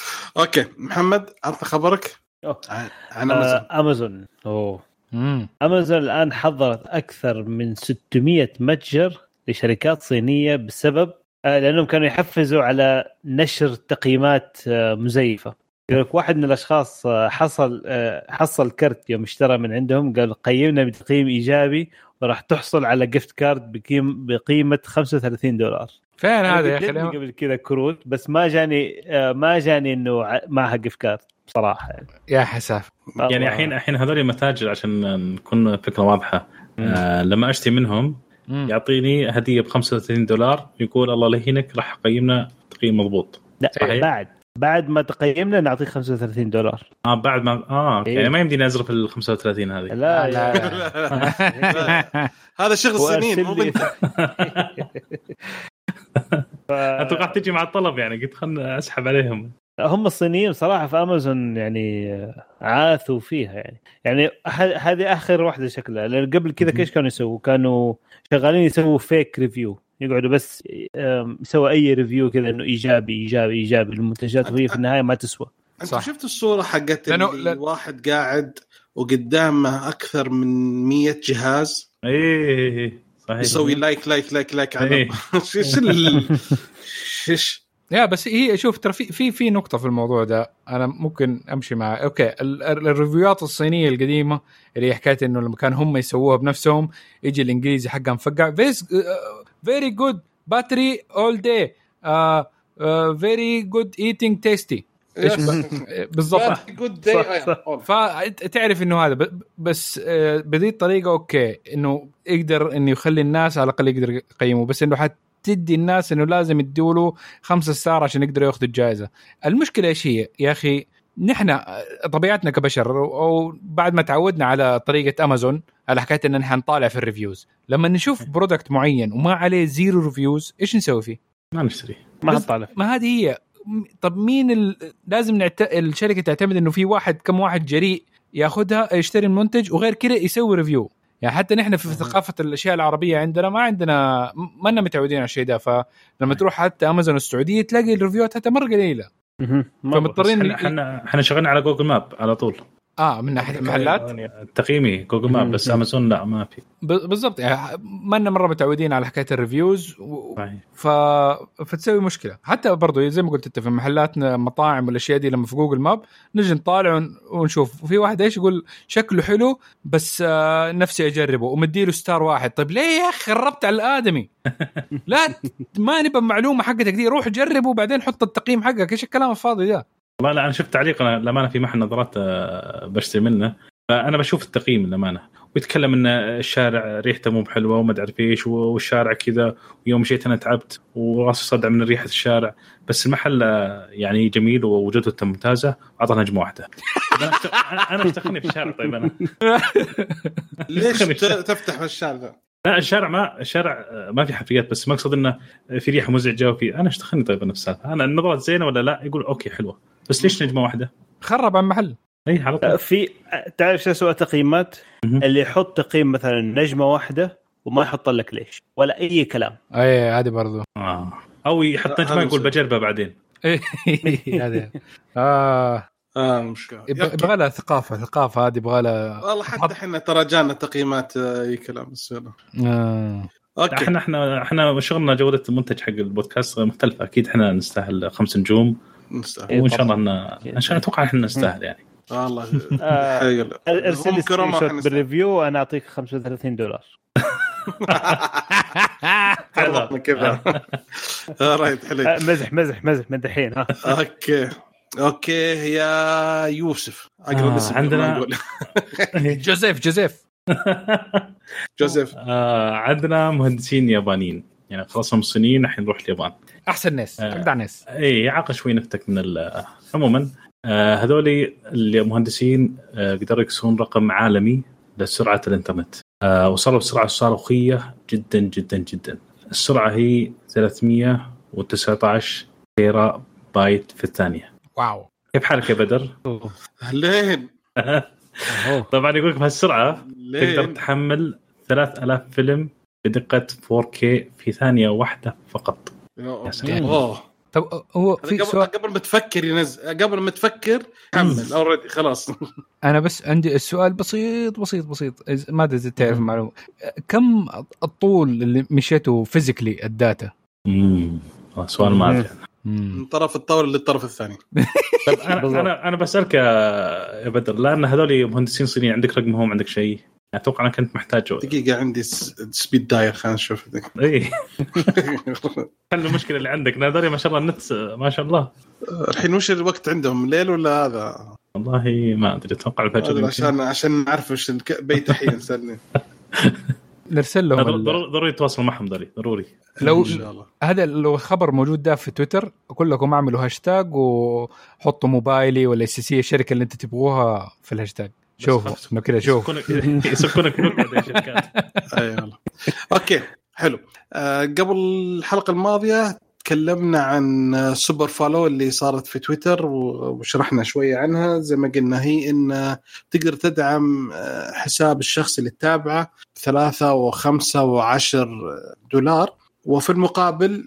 Speaker 1: اوكي محمد اعطى خبرك عن امازون.
Speaker 5: آه امازون اوه مم. امازون الان حضرت اكثر من ستمية متجر لشركات صينيه بسبب آه لانهم كانوا يحفزوا على نشر تقييمات آه مزيفه. يقول لك واحد من الاشخاص آه حصل آه حصل كرت يوم اشترى من عندهم، قال قيمنا بتقييم ايجابي وراح تحصل على جيفت كارد بقيم بقيمه خمسة وثلاثين دولار.
Speaker 2: فين هذا يا اخي؟
Speaker 5: قبل كذا كروت بس ما جاني آه ما جاني انه معها جيفت كارد بصراحه يعني.
Speaker 2: يا حساف
Speaker 3: يعني الحين الحين هذول المتاجر عشان نكون فكره واضحه آه لما اشتري منهم مم. يعطيني هديه ب خمسة وثلاثين دولار، يقول الله لهينك راح قيمنا تقييم مضبوط.
Speaker 5: لا صحيح. بعد بعد ما تقيمنا نعطيك خمسة وثلاثين دولار.
Speaker 3: اه بعد ما اه إيه؟ يعني ما يمديني ازرف ال خمسة وثلاثين هذه.
Speaker 5: لا لا, لا.
Speaker 1: لا. هذا شغل سنين مو بنت.
Speaker 3: انت قاعد تجي مع الطلب يعني، قلت خلنا اسحب عليهم.
Speaker 5: هم الصينيين صراحه في امازون يعني عاثوا فيها يعني. يعني هذه اخر واحده شكلها، لان قبل كذا كيش كانوا يسووا؟ كانوا شغالين يسووا فيك ريفيو، يقعدوا بس يسووا اي ريفيو كذا انه ايجابي ايجابي ايجابي للمنتجات، وهي في النهايه ما تسوى.
Speaker 1: انت شفت الصوره حقت الواحد قاعد وقدامه اكثر من مية جهاز؟
Speaker 3: ايه صحيح،
Speaker 1: يسوي لايك لايك لايك لايك على شيش شيش.
Speaker 2: يا بس هي شوف ترى في في في نقطه في الموضوع ده انا ممكن امشي معها. اوكي الريفيوات الصينيه القديمه اللي حكايه انه لما كان هم يسووها بنفسهم يجي الانجليزي حقها مفقع فيري جود باتري اول داي فيري جود ايتينج تيستي بالضبط. فتعرف انه هذا بس بهذه الطريقه اوكي انه يقدر انه يخلي الناس على الاقل يقدر يقيموا، بس انه حتى تدي الناس انه لازم يديله خمسة ستار عشان يقدروا ياخذوا الجائزه. المشكله ايش هي يا اخي؟ نحن طبيعتنا كبشر او بعد ما تعودنا على طريقه امازون على حكايه ان نحن نطالع في الريفيوز، لما نشوف برودكت معين وما عليه زيرو ريفيوز ايش نسوي فيه؟
Speaker 3: ما نشتري،
Speaker 5: ما نطالع.
Speaker 2: ما هذه هي. طب مين ال... لازم نعت... الشركه تعتمد انه في واحد كم واحد جريء ياخذها يشتري المنتج وغير كده يسوي ريفيو. يعني حتى نحن في ثقافة الأشياء العربية عندنا ما عندنا ما لنا متعودين على الشيء ده، فلما تروح حتى أمازون السعودية تلاقي الريفيوات حتى مرة قليلة.
Speaker 3: فمضطرين احنا احنا شغالين على جوجل ماب على طول.
Speaker 2: اه من ناحيه المحلات
Speaker 3: تقييمي جوجل ماب، بس امازون لا ما في
Speaker 2: بالضبط. يعني ما لنا مره متعودين على حكايه الريفيوز و... ف... فتسوي مشكله. حتى برضو زي ما قلت انت في محلاتنا مطاعم والاشياء دي لما في جوجل ماب نجي نطالع ونشوف وفي واحد ايش يقول شكله حلو بس آه نفسي اجربه ومديله ستار واحد. طيب ليه يا اخي خربت على الادمي؟ لا ما نبى معلومه حقتك دي، روح جربه وبعدين حط التقييم حقك. ايش الكلام الفاضي ده؟
Speaker 3: والله لا، أنا شفت تعليق أنا لما أنا في محل نظرات بشتري منه، فأنا بشوف التقييم للأمانة، ويتكلم إن الشارع ريحته مو بحلوة وما أدري إيش والشارع كذا، ويوم مشيت أنا تعبت وراسي صدع من ريحة الشارع، بس المحل يعني جميل ووجودته ممتازة وعطى نجمة واحدة. أنا اشتخني في الشارع. طيب أنا
Speaker 1: ليش تفتح في الشارع؟
Speaker 3: لا الشارع ما الشارع ما في حفريات، بس مقصد إنه في ريحة مزعجة وفي أنا اشتخني. طيب أنا في أنا النظرات زينة ولا لا؟ يقول أوكي حلوة، بس ليش نجمة واحدة؟
Speaker 2: خرب عن محل.
Speaker 3: اي على طول.
Speaker 5: في تعرف شو اسوء تقييمات؟ اللي يحط تقييم مثلا نجمه واحده وما يحط لك ليش ولا اي كلام.
Speaker 2: اي هذه برضو
Speaker 3: اه او يحط نجمه يقول بجربها بعدين.
Speaker 2: هذه اه
Speaker 1: اه مشكله
Speaker 2: يبغى لها ثقافه ثقافه هذه يبغى لها
Speaker 1: والله. حتى احنا ترى جانا تقييمات اي كلام السنه.
Speaker 2: اه
Speaker 3: اوكي احنا احنا احنا شغلنا جوده المنتج حق البودكاست مختلفه اكيد. احنا نستاهل خمس نجوم نستاهل، وان شاء الله ان عشان اتوقع احنا نستاهل يعني.
Speaker 1: والله
Speaker 5: ارسل لي سكرين شوت بالريفيو وانا اعطيك خمسة وثلاثين دولار.
Speaker 1: حلو كذا. رايت حلو.
Speaker 5: مزح مزح مزح من دحين.
Speaker 1: اوكي اوكي يا يوسف اقرب اسم
Speaker 3: عندنا
Speaker 2: جوزيف جوزيف
Speaker 1: جوزيف.
Speaker 3: آه عندنا مهندسين يابانيين يعني خلاص هم صينيين الحين نروح اليابان.
Speaker 2: احسن ناس اجدع ناس.
Speaker 3: اي عاقل شوي نفتك من عموما. آه هذولي المهندسين آه قدروا يكسرون رقم عالمي لسرعه الانترنت. آه وصلوا بسرعه صاروخيه جدا جدا جدا. السرعه هي ثلاثمية وتسعة عشر تيرا بايت في الثانيه.
Speaker 2: واو.
Speaker 3: كيف حالك يا بدر؟
Speaker 1: لين
Speaker 3: طبعا يقولك بهالسرعه تقدر تحمل ثلاثة آلاف فيلم بدقه فور كي في ثانيه واحده فقط.
Speaker 1: يا سلام.
Speaker 2: طب هو في
Speaker 1: قبل
Speaker 2: سؤال
Speaker 1: قبل ما تفكر ينزل، قبل ما تفكر كمل اوريدي خلاص.
Speaker 2: انا بس عندي السؤال بسيط بسيط بسيط ما ادري تعرف معلومه، كم الطول اللي مشيته فيزيكلي الداتا؟
Speaker 3: امم سؤال ما ادري
Speaker 1: من طرف الطاوله للطرف الثاني.
Speaker 3: طيب انا انا انا بسالك يا بدر، لان هذول مهندسين صينيين، عندك رقمهم عندك شيء؟ اتوقع انا كنت محتاجه.
Speaker 1: دقيقه عندي سبيد داير خلينا نشوف.
Speaker 3: اي حل المشكله اللي عندك هذول ما شاء الله النت ما شاء الله.
Speaker 1: الحين وش الوقت عندهم، ليل ولا هذا؟
Speaker 3: والله ما ادري، اتوقع الفجر
Speaker 1: عشان عشان نعرف وش البيت الحين نسالني.
Speaker 2: نرسل لهم
Speaker 3: ضروري تواصل معهم ضروري ضروري
Speaker 2: لو هذا لو خبر موجود ده في تويتر كلكم اعملوا هاشتاج وحطوا موبايلي ولا اس سي الشركه اللي انت تبغوها في الهاشتاج. شوفوا انه كذا شوف
Speaker 3: يسكنك نقعد يا شركات.
Speaker 1: اي والله. اوكي حلو. أه قبل الحلقه الماضيه تكلمنا عن سوبر فولو اللي صارت في تويتر وشرحنا شويه عنها. زي ما قلنا هي ان تقدر تدعم حساب الشخص اللي تتابعه ثلاثة وخمسة وعشر دولار، وفي المقابل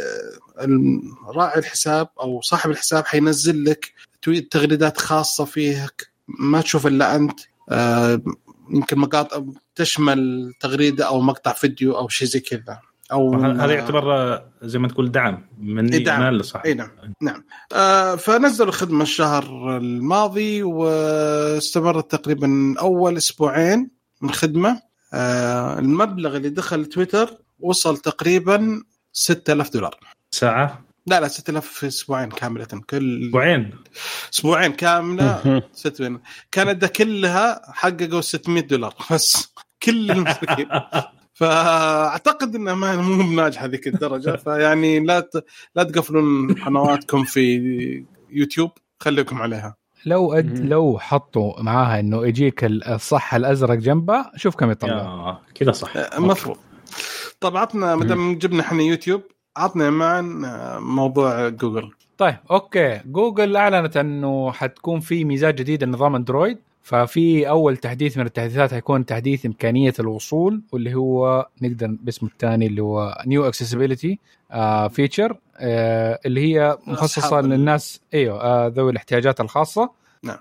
Speaker 1: راعي الحساب او صاحب الحساب حينزل لك تغريدات خاصه فيك ما تشوف الا انت، يمكن مقاطع تشمل تغريده او مقطع فيديو او شيء زي كذا. او
Speaker 3: هذا يعتبر زي ما تقول دعم مني انا اللي صح.
Speaker 1: اي نعم نعم. آه فنزلوا الخدمه الشهر الماضي واستمرت تقريبا اول اسبوعين من خدمه. آه المبلغ اللي دخل تويتر وصل تقريبا ستة آلاف دولار
Speaker 3: ساعه.
Speaker 1: لا لا ستة آلاف في اسبوعين كامله، كل
Speaker 3: اسبوعين
Speaker 1: اسبوعين كامله ستة كانت ده كلها حققوا ستمية دولار بس كل المشتركين. فاعتقد انها ما مو بناجحه ذيك الدرجه. فيعني لا ت... لا تقفلون قنواتكم في يوتيوب، خليكم عليها.
Speaker 2: لو أد... لو حطوا معاها انه يجيك الصح الازرق جنبه شوف كم يطلع
Speaker 3: كذا صح
Speaker 1: المفروض. طب عطنا مدام جبنا احنا يوتيوب، عطنا معا موضوع جوجل.
Speaker 2: طيب اوكي، جوجل اعلنت انه حتكون في ميزات جديده لنظام اندرويد. ففي أول تحديث من التحديثات هيكون تحديث إمكانية الوصول، واللي هو نقدر باسمه الثاني اللي هو New Accessibility آه Feature آه اللي هي مخصصة للناس أيوة آه ذوي الاحتياجات الخاصة.
Speaker 1: نعم.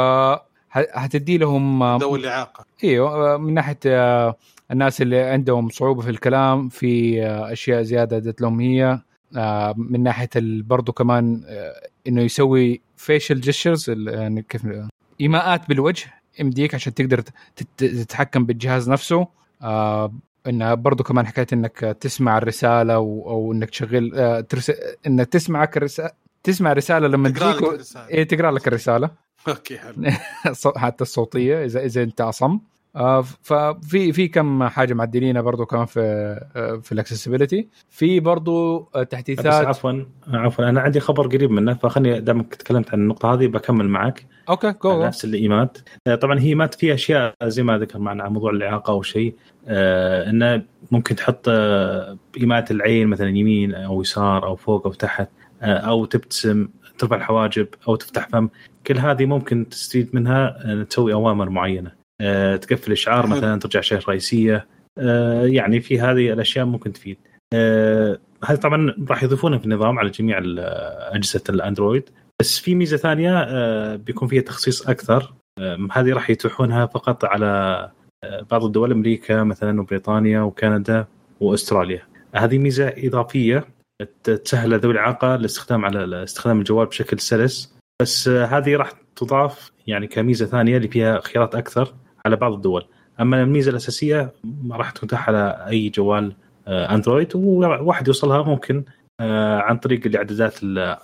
Speaker 2: فهتدي لهم
Speaker 1: ذوي الإعاقة
Speaker 2: أيوة آه من ناحية آه الناس اللي عندهم صعوبة في الكلام، في آه أشياء زيادة دت لهم هي آه من ناحية برضو كمان آه إنه يسوي facial gestures يعني كيف إيماءات بالوجه امديك عشان تقدر تتحكم بالجهاز نفسه. آه إنه برضو كمان حكاية إنك تسمع الرسالة أو, أو إنك تشغل آه ترس... إنك تسمعك الرسالة، تسمع رسالة لما تجيك إيه تقرأ لك الرسالة.
Speaker 1: أوكي حلو.
Speaker 2: حتى الصوتية إذا إذا أنت أصم. آه ففي في كم حاجة معدلينها برضو كمان في آه في الأكسسبيليتي. في برضو آه تحديثات.
Speaker 3: عفوا عفوا أنا عندي خبر قريب منه، فخلني دامك تكلمت عن النقطة هذه بكمل معك.
Speaker 2: أوكي جو.
Speaker 3: نفس الإيمات طبعا هي مات فيها أشياء زي ما ذكر معنا عن موضوع الإعاقة أو شيء آه إنه ممكن تحط آه إيمات العين مثلا يمين أو يسار أو فوق أو تحت آه أو تبتسم ترفع الحواجب أو تفتح فم. كل هذه ممكن تستفيد منها آه تسوي أوامر معينة. أه تقفل إشعار مثلا، ترجع شاشة رئيسية. أه يعني في هذه الأشياء ممكن تفيد. أه هذا طبعا راح يضيفونها في النظام على جميع أجهزة الأندرويد. بس في ميزة ثانية أه بيكون فيها تخصيص أكثر. أه هذه راح يتوحونها فقط على أه بعض الدول، أمريكا مثلا وبريطانيا وكندا وأستراليا. هذه ميزة إضافية تسهل ذوي الإعاقة الاستخدام على استخدام الجوال بشكل سلس. بس أه هذه راح تضاف يعني كميزة ثانية اللي فيها خيارات أكثر على بعض الدول. أما الميزة الأساسية ما راح تتاح على أي جوال أندرويد، وواحد يوصلها ممكن عن طريق الإعدادات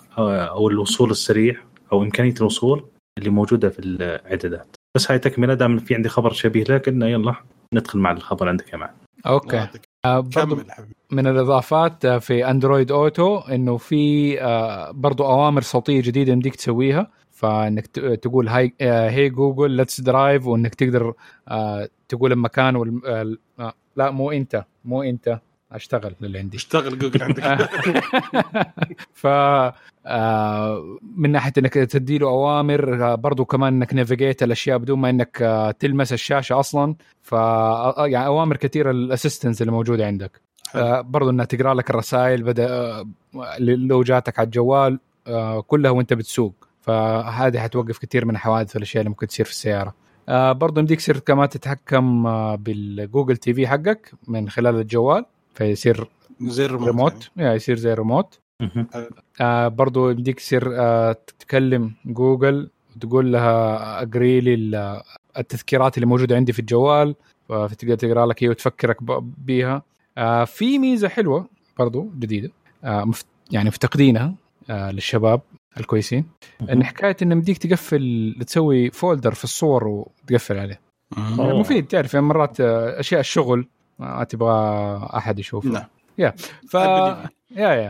Speaker 3: أو الوصول السريع أو إمكانية الوصول اللي موجودة في الإعدادات. بس هاي تكملة دام في عندي خبر شبيه لك إنه يلا ندخل مع الخبر عندك يا معلم.
Speaker 2: أوكي. برضو من الإضافات في أندرويد أوتو إنه في برضو أوامر صوتية جديدة يمديك تسويها. فانك تقول هاي هي جوجل ليتس درايف، وانك تقدر تقول المكان وال... لا مو انت مو انت اشتغل اللي عندي
Speaker 1: اشتغل جوجل عندك.
Speaker 2: ف من ناحيه انك تديله اوامر، برضو كمان انك نافيجيت الاشياء بدون ما انك تلمس الشاشه اصلا. ف يعني اوامر كثيره للاسيستنس اللي موجوده عندك. آه برضو انها تقرا لك الرسائل بدا آه لو جاتك على الجوال آه كلها وانت بتسوق، فهذه حتوقف كثير من الحوادث والاشياء اللي ممكن تصير في السياره. آه برضو يمديك تصير كمان تتحكم آه بالجوجل تي في حقك من خلال الجوال، فيصير
Speaker 1: زي الريموت
Speaker 2: ريموت يعني. يصير زي الريموت. آه برضو يمديك تصير آه تتكلم جوجل وتقول لها اقري لي التذكيرات اللي موجوده عندي في الجوال، فتقدر تقرا لك هي وتفكرك بيها. آه في ميزه حلوه برضو جديده آه مفت يعني مفتقدينها آه للشباب الكويسين، ان حكايه ان مديك تقفل تسوي فولدر في الصور وتقفل عليه. يعني مفيد، تعرف يعني مرات آه اشياء الشغل ما تبغى احد يشوفها.
Speaker 1: نعم.
Speaker 2: يا ف يا يا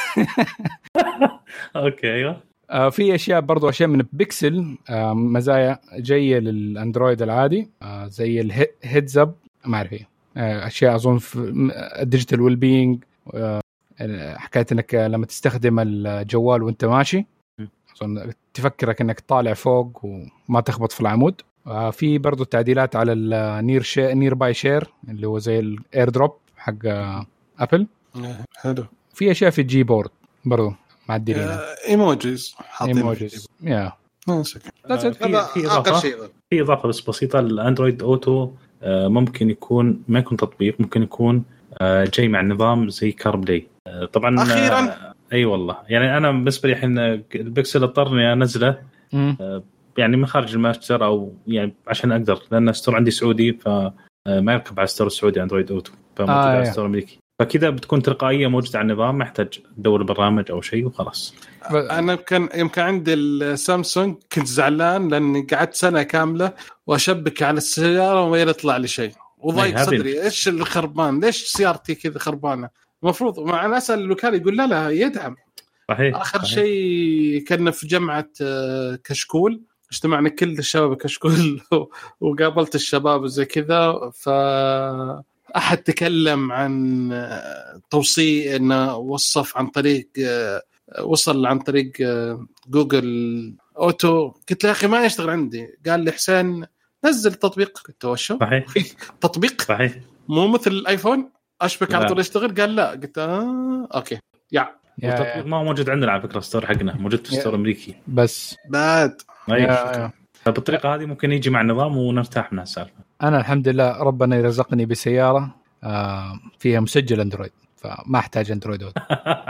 Speaker 3: اوكي ايوه.
Speaker 2: آه في اشياء برضو اشياء من بيكسل آه مزايا جايه للاندرويد العادي آه زي الهيدز اب، ما اعرف ايه آه اشياء اظن في الديجيتال ويل بينج آه حكايه انك لما تستخدم الجوال وانت ماشي اظن تفكرك انك طالع فوق وما تخبط في العمود. آه في برضو تعديلات على النير شير نير باي شير اللي هو زي الاير دروب حق آه ابل.
Speaker 1: حلو.
Speaker 2: في اشياء في الجي بورد برضو معدلين
Speaker 1: ايموجيز حاطين
Speaker 2: ايموجيز يا
Speaker 1: ماشي.
Speaker 3: في في اضافه في اضافه بس بسيطه. الاندرويد اوتو ممكن يكون ما يكون تطبيق، ممكن يكون جاي مع النظام زي كاربلاي طبعا
Speaker 1: اخيرا.
Speaker 3: اي أيوة والله. يعني انا بالنسبه لي الحين البكسل اضطرني انزله يعني من خارج المتجر او يعني عشان اقدر، لان الستور عندي سعودي فما يركب على الستور السعودي اندرويد اوتو، فموجود آه على الستور الامريكي، فكذا بتكون تلقائيه موجوده على النظام، محتاج تدور برنامج او شيء وخلاص.
Speaker 1: انا كان يمكن عندي السامسونج كنت زعلان لاني قعدت سنه كامله واشبك على السياره وما يطلع لي شيء، وضايق صدري. ايش الخربان؟ ليش سيارتي كذا خربانه؟ المفروض مع ناس الوكاله يقول لا لا يدعم.
Speaker 3: صحيح.
Speaker 1: اخر شيء كنا في جامعه كشكول، اجتمعنا كل الشباب كشكول وقابلت الشباب زي كذا، ف أحد تكلم عن توصية إنه وصف عن طريق وصل عن طريق جوجل أوتو. قلت له يا أخي ما يشتغل عندي. قال لي حسين نزل تطبيق. قلت له وشو في تطبيق
Speaker 3: صحيح
Speaker 1: مو مثل الآيفون أشبك على طول يشتغل؟ قال لا. قلت آه أوكي يا
Speaker 3: التطبيق ما موجود عندنا على فكرة، الستور حقنا موجود في الستور الأمريكي
Speaker 2: بس
Speaker 1: بعد.
Speaker 3: أيوة. فبالطريقة هذه ممكن يجي مع النظام ونرتاح من السالفة.
Speaker 2: أنا الحمد لله ربنا يرزقني بسيارة آه فيها مسجل أندرويد، فما أحتاج أندرويد أوتو.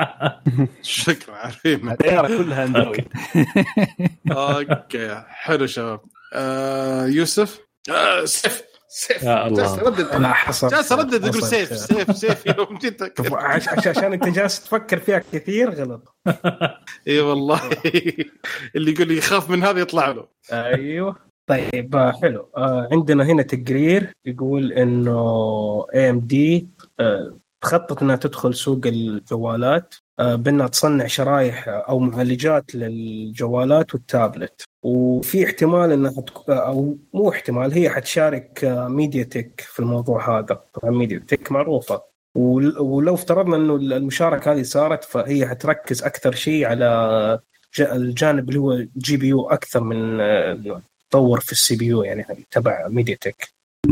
Speaker 1: شكرا عارفين
Speaker 5: السيارة كلها أندرويد.
Speaker 1: أوكي حلو شباب. آه يوسف آه سيف سيف
Speaker 3: جالس
Speaker 1: ردد.
Speaker 4: أنا حصل
Speaker 1: جالس ردد يقول سيف سيف سيف يوم جيت
Speaker 4: عشان أنت جالس تفكر فيها كثير غلط.
Speaker 1: إيه والله. اللي يقول يخاف من هذا يطلع له.
Speaker 4: أيوه طيب حلو. آه عندنا هنا تقرير يقول إنه إيه إم دي آه تخطط إنها تدخل سوق الجوالات آه بأنها تصنع شرايح أو معالجات للجوالات والتابلت، وفي احتمال إنها تك... أو مو احتمال، هي حتشارك آه ميديا تك في الموضوع هذا. طبعا ميديا تك معروفة، ولو افترضنا إنه المشاركة هذه صارت فهي حتركز أكثر شيء على الجانب اللي هو جي بي يو أكثر من آه تطور في السي بي يو يعني تبع ميديا تك.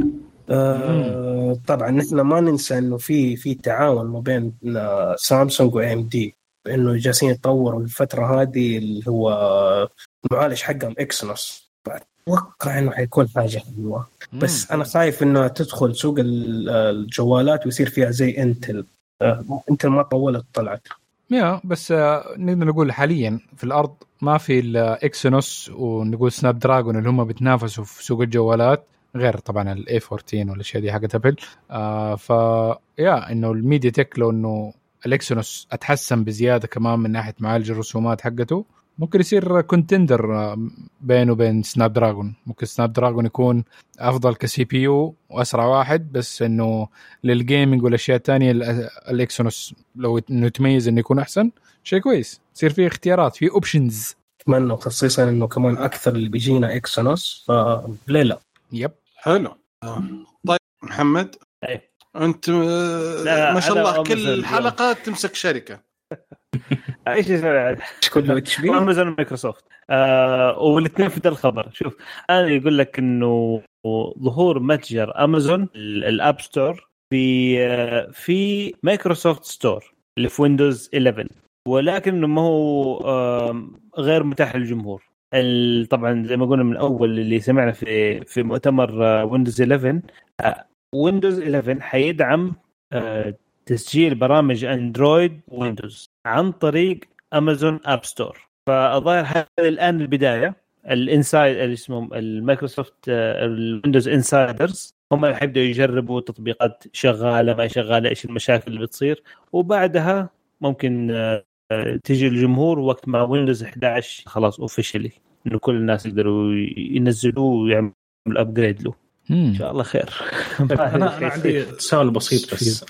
Speaker 4: آه طبعا نحن ما ننسى انه في في تعاون ما بين سامسونج و إيه إم دي، انه جالسين يطوروا الفتره هذه اللي هو المعالج حقهم اكسينوس. اتوقع انه حيكون حاجه حلوه، بس انا خايف انه تدخل سوق الجوالات ويصير فيها زي انتل. آه انتل ما طولت طلعت
Speaker 2: يا بس آه نقدر نقول حاليا في الارض ما في الاكسينوس ونقول سناب دراجون اللي هم بتنافسوا في سوق الجوالات، غير طبعا الاي أربعتاشر والاشياء دي حقت ابل. آه ف يا انه الميديا تك لو انه الاكسينوس اتحسن بزياده كمان من ناحيه معالج الرسومات حقته، ممكن يصير كونتندر بينه وبين سناب دراجون. ممكن سناب دراجون يكون افضل كسي بي يو واسرع واحد، بس انه للجيمنج والاشياء الثانيه الاكسينوس لو انه يتميز انه يكون احسن شيء كويس، يصير فيه اختيارات، فيه اوبشنز.
Speaker 4: اتمنى خصيصا انه كمان اكثر اللي بيجينا اكسينوس، فليه لا.
Speaker 2: يب
Speaker 1: حلو. طيب محمد
Speaker 5: ايه
Speaker 1: انت ما شاء الله كل حلقه تمسك شركه.
Speaker 5: ايش
Speaker 4: كله اتش بي
Speaker 5: امازون ومايكروسوفت آه والاثنين في ذا الخبر. شوف انا يقول لك انه ظهور متجر امازون الاب ستور في في مايكروسوفت ستور اللي في ويندوز إحدى عشر، ولكن ما هو غير متاح للجمهور. طبعا زي ما قلنا من اول اللي سمعنا في في مؤتمر ويندوز إحدى عشر، ويندوز إحدى عشر حيدعم تسجيل برامج اندرويد ويندوز عن طريق امازون اب ستور. فالظاهر هذا الان البدايه. الانسايد اللي اسمهم المايكروسوفت الويندوز انسايدرز هم اللي حيبداوا يجربوا تطبيقات شغاله ما شغاله، ايش المشاكل اللي بتصير، وبعدها ممكن تيجي الجمهور وقت ما ويندوز إحدى عشر خلاص اوفيشلي انه كل الناس يقدروا ينزلوه ويعملوا ابجريد له. ان شاء الله خير.
Speaker 3: انا انا عندي سؤال بسيط بس.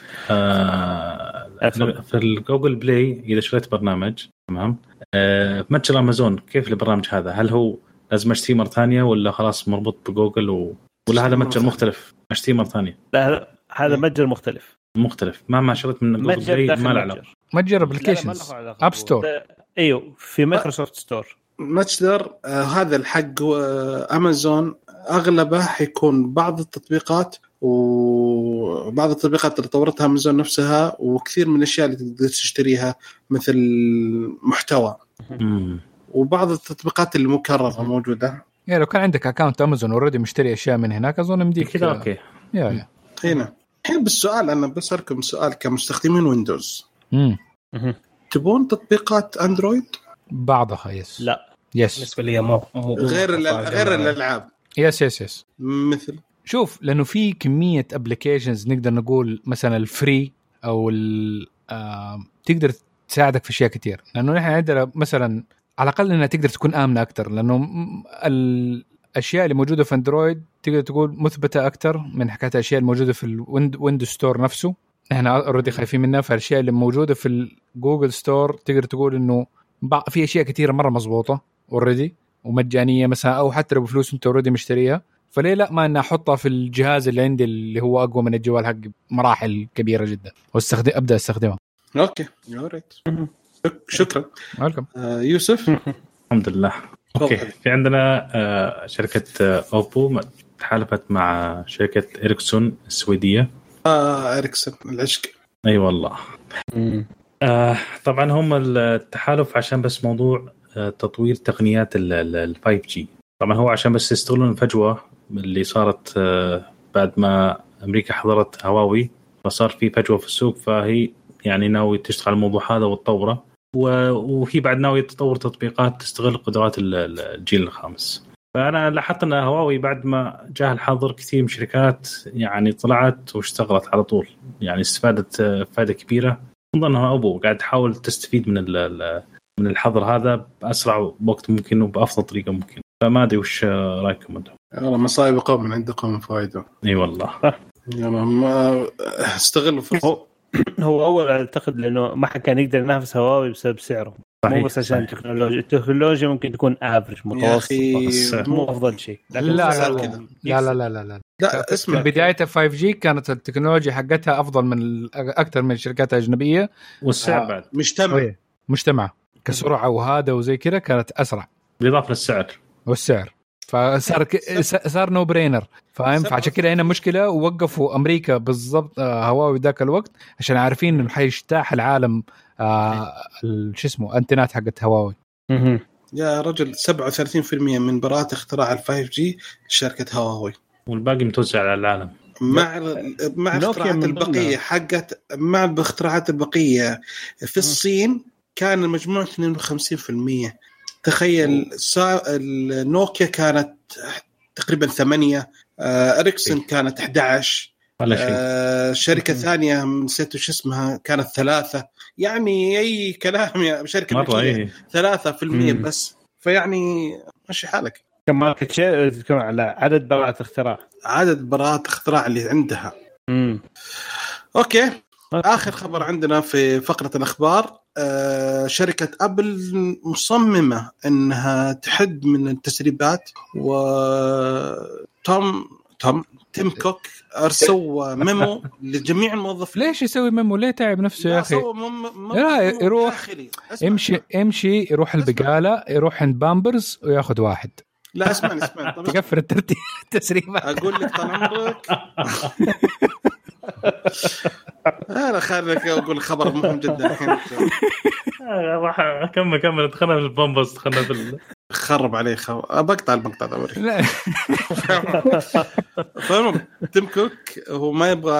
Speaker 3: آه في الجوجل بلاي اذا شريت برنامج تمام آه متجر امازون كيف البرنامج هذا؟ هل هو لازم اشتري مره ثانيه ولا خلاص مربوط بجوجل و... ولا هذا متجر مختلف اشتري مره ثانيه؟
Speaker 5: لا هذا متجر مختلف
Speaker 3: مختلف ما ما شريت من جوجل بلاي ما له علاقه.
Speaker 2: متجر ابلكيشنز اب ستور.
Speaker 5: ايوه في مايكروسوفت ستور
Speaker 1: متجر آه هذا الحق آه امازون اغلبه حيكون بعض التطبيقات وبعض التطبيقات اللي طورتها امازون نفسها، وكثير من الاشياء اللي تقدر تشتريها مثل محتوى
Speaker 3: مم.
Speaker 1: وبعض التطبيقات اللي مكررة موجودة.
Speaker 2: يعني لو كان عندك اكاونت امازون اوريدي مشتري اشياء من هناك اظن مديك
Speaker 3: كذا اوكي.
Speaker 2: يا يا
Speaker 1: هنا الحين بالسؤال انا بسألكم سؤال كمستخدمين ويندوز،
Speaker 2: امم
Speaker 1: تبون تطبيقات اندرويد؟
Speaker 2: بعضها يس.
Speaker 5: لا
Speaker 2: يس
Speaker 4: بالنسبه لي ما
Speaker 1: غير غير الالعاب.
Speaker 2: يس يس يس
Speaker 1: مثل
Speaker 2: شوف لانه في كميه ابلكيشنز نقدر نقول مثلا الفري او آه تقدر تساعدك في اشياء كتير، لانه نحن عندنا مثلا على الاقل انها تقدر تكون امنه اكثر، لانه الاشياء اللي موجوده في اندرويد تقدر تقول مثبته اكثر من حكايه الاشياء الموجوده في الويندوز ستور نفسه. احنا اوريدي خايفين منها، فالاشياء اللي موجوده في الجوجل ستور تقدر تقول انه في اشياء كثيره مره مزبوطه اوريدي ومجانيه مثلا، او حتى لو بفلوس انت اوريدي مشتريها، فليه لا ما أنا أحطها في الجهاز اللي عندي اللي هو أقوى من الجوال حق مراحل كبيرة جدا واستخدم أبدأ استخدمها.
Speaker 1: أوكي يوريت شكرا.
Speaker 2: ويلكم.
Speaker 1: آه يوسف.
Speaker 3: الحمد لله. أوكي في عندنا آه شركة آه أوبو تحالفت مع شركة إريكسون السويدية.
Speaker 1: آه إريكسون العشق.
Speaker 3: أي أيوة والله. آه طبعا هم التحالف عشان بس موضوع آه تطوير تقنيات ال فايف جي. طبعا هو عشان بس يستغلون الفجوة اللي صارت بعد ما أمريكا حضرت هواوي، فصار في فجوة في السوق، فهي يعني ناوي تشتغل على الموضوع هذا وتطوره، وهي بعد ناوي تطور تطبيقات تستغل قدرات الجيل الخامس. فأنا لاحظت أن هواوي بعد ما جاء الحظر كثير من شركات يعني طلعت واشتغلت على طول، يعني استفادت فائدة كبيرة. أظنها أوبو قاعد تحاول تستفيد من من الحظر هذا بأسرع وقت ممكن وبأفضل طريقة ممكن. فما أدري وش رأيكم أنتم؟
Speaker 1: والله مصايب قوم من عندكم فائدة.
Speaker 3: أي والله.
Speaker 1: يلا ما استغلوا فرصة.
Speaker 5: هو أول أعتقد لأنه ما حد كان يقدر ينافس هواوي بسبب سعره. مو بس عشان التكنولوجيا، التكنولوجيا ممكن تكون افريج متوسط بس مو افضل شيء.
Speaker 2: لا لا لا لا لا لا لا لا اسمع بداية فايف جي كانت التكنولوجيا حقتها افضل من اكثر من الشركات الاجنبيه،
Speaker 3: والسعر بعد
Speaker 1: مجتمع
Speaker 2: مجتمع كسرعه وهذا وزي كذا كانت اسرع
Speaker 3: بالاضافه للسعر
Speaker 2: والسعر، فصار ك... صار نو برينر فاهم. فعشان كده هنا مشكله، ووقفوا امريكا بالضبط هواوي ذاك الوقت عشان عارفين انه حيجتاح العالم آه شو اسمه انتنات حقت هواوي.
Speaker 1: يا رجل سبعة وثلاثين بالمئة من براءات اختراع الفايف جي شركة هواوي،
Speaker 3: والباقي متوزع على العالم
Speaker 1: مع مع اختراعات البقيه حقت مع باختراعات البقيه في الصين كان المجموع اثنين وخمسين بالمئة. تخيل النوكيا كانت تقريبا ثمانية، اريكسون كانت أحد عشر، آه شركة ثانية نسيت وش اسمها كانت ثلاثة. يعني أي كلام يا شركة
Speaker 3: مرة
Speaker 1: ثلاثة في المية بس، فيعني ماشي حالك.
Speaker 5: كم ماركت شير كم على عدد براءات اختراع
Speaker 1: عدد براءات اختراع اللي عندها. مم. أوكي آخر خبر عندنا في فقرة الأخبار، آه شركة أبل مصممة أنها تحد من التسريبات، وتوم توم تيم كوك أرسل ميمو لجميع الموظفين.
Speaker 2: ليش يسوي ميمو؟ ليه تعب نفسه يا أخي؟ لا يروح يمشي يمشي يروح البقالة، يروح عند بامبرز وياخد واحد.
Speaker 1: لا اسمعني اسمعني
Speaker 2: تكفر الترتيب التسريبات.
Speaker 1: أقول لك طال عمرك انا خليك اقول خبر مهم جدا الحين.
Speaker 3: راح اكمل كمل دخلنا في البومبس دخلنا في ال...
Speaker 1: خرب عليه خو... بقطع المقطع ده وري. فالمهم تيم كوك هو ما يبغى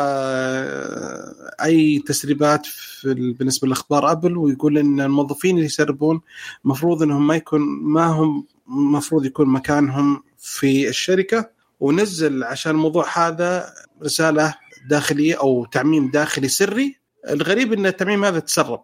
Speaker 1: اي تسريبات في ال... بالنسبه لاخبار ابل، ويقول ان الموظفين اللي يسربون مفروض انهم ما يكون ما هم مفروض يكون مكانهم في الشركه، ونزل عشان الموضوع هذا رساله داخليه او تعميم داخلي سري. الغريب ان التعميم هذا تسرب.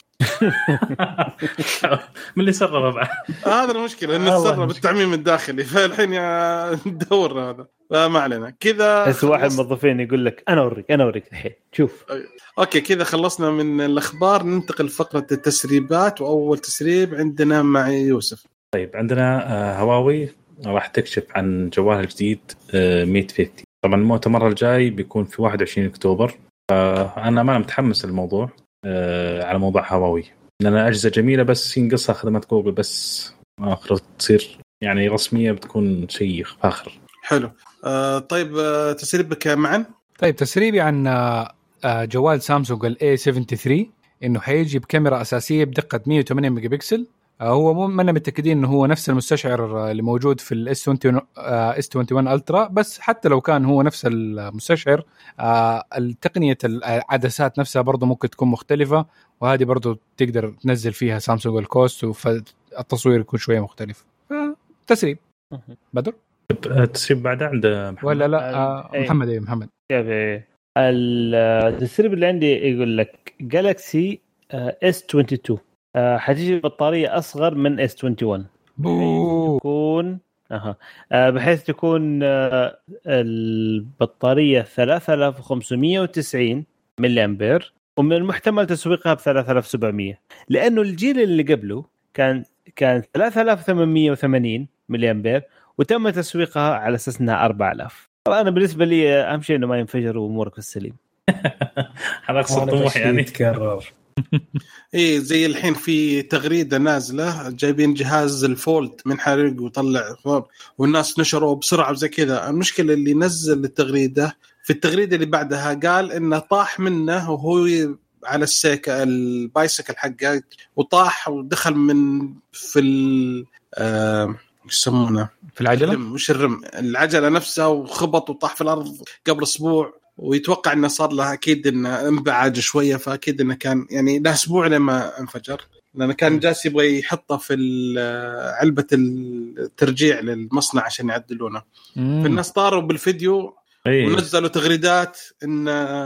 Speaker 3: من اللي سرب بعد؟
Speaker 1: هذا المشكلة إنه تسرب التعميم الداخلي، فالحين يا ندور هذا فما علينا كذا.
Speaker 5: بس واحد موظفين يقول لك أنا أوريك أنا أوريك الحين شوف.
Speaker 1: أوكي كذا خلصنا من الأخبار، ننتقل لفقرة التسريبات، وأول تسريب عندنا مع يوسف.
Speaker 3: طيب عندنا هواوي راح تكشف عن جوالها الجديد ميت خمسين. طبعا المؤتمر الجاي بيكون في واحد وعشرين أكتوبر. أنا ما متحمس الموضوع على موضوع هواوي، لأن أجهزة جميلة بس ينقصها خدمات جوجل بس آخر تصير يعني رسمية بتكون شيء فاخر.
Speaker 1: حلو. آه طيب آه تسريبك معا؟
Speaker 2: طيب تسريبي عن آه جوال سامسونج ال إيه سبعة وسبعين إنه حيجي بكاميرا أساسية بدقة مية وثمانية ميجا بكسل. آه هو مو منا متأكدين إنه هو نفس المستشعر اللي موجود في ال إس واحد وعشرين ألترا، بس حتى لو كان هو نفس المستشعر آه التقنية العدسات نفسها برضو ممكن تكون مختلفة، وهذه برضو تقدر تنزل فيها سامسونج الكوست فالتصوير يكون شوية مختلف. تسريب بدر
Speaker 3: التسريب بعد عند محمد
Speaker 2: ولا لا؟ آه محمد ايه محمد
Speaker 5: التسريب اللي عندي يقول لك جالاكسي إس اثنين وعشرين آه حتيجي بطارية أصغر من إس واحد وعشرين بحيث تكون أها آه بحيث تكون آه البطارية ثلاثة آلاف وخمسمية وتسعين ملي أمبير، ومن المحتمل تسويقها ب ثلاثة آلاف وسبعمية، لأنه الجيل اللي قبله كان كان ثلاثة آلاف وثمانمية وثمانين ملي أمبير وتم تسويقها على أساس أنها أربعة آلاف. طبعا أنا بالنسبة لي أهم شيء إنه ما ينفجر وأمورك في السليم.
Speaker 3: هذا أقصى طموح يعني.
Speaker 4: تكرر.
Speaker 1: إيه زي الحين في تغريدة نازلة جايبين جهاز الفولد من حريق وطلع والناس نشروا بسرعة وزي كذا. المشكلة اللي نزل التغريدة في التغريدة اللي بعدها قال إنه طاح منه وهو على السيكل البايسكل حقه وطاح ودخل من في ال آه يسمونه
Speaker 2: في العجلة
Speaker 1: مش الرم العجلة نفسها وخبط وطاح في الأرض قبل أسبوع، ويتوقع إنه صار له أكيد إنه انبعاج شوية، فأكيد إنه كان يعني له أسبوع لما انفجر، لأنه كان جالس يبغى يحطه في علبة الترجيع للمصنع عشان يعدلونه. فالناس طاروا بالفيديو ونزلوا تغريدات إن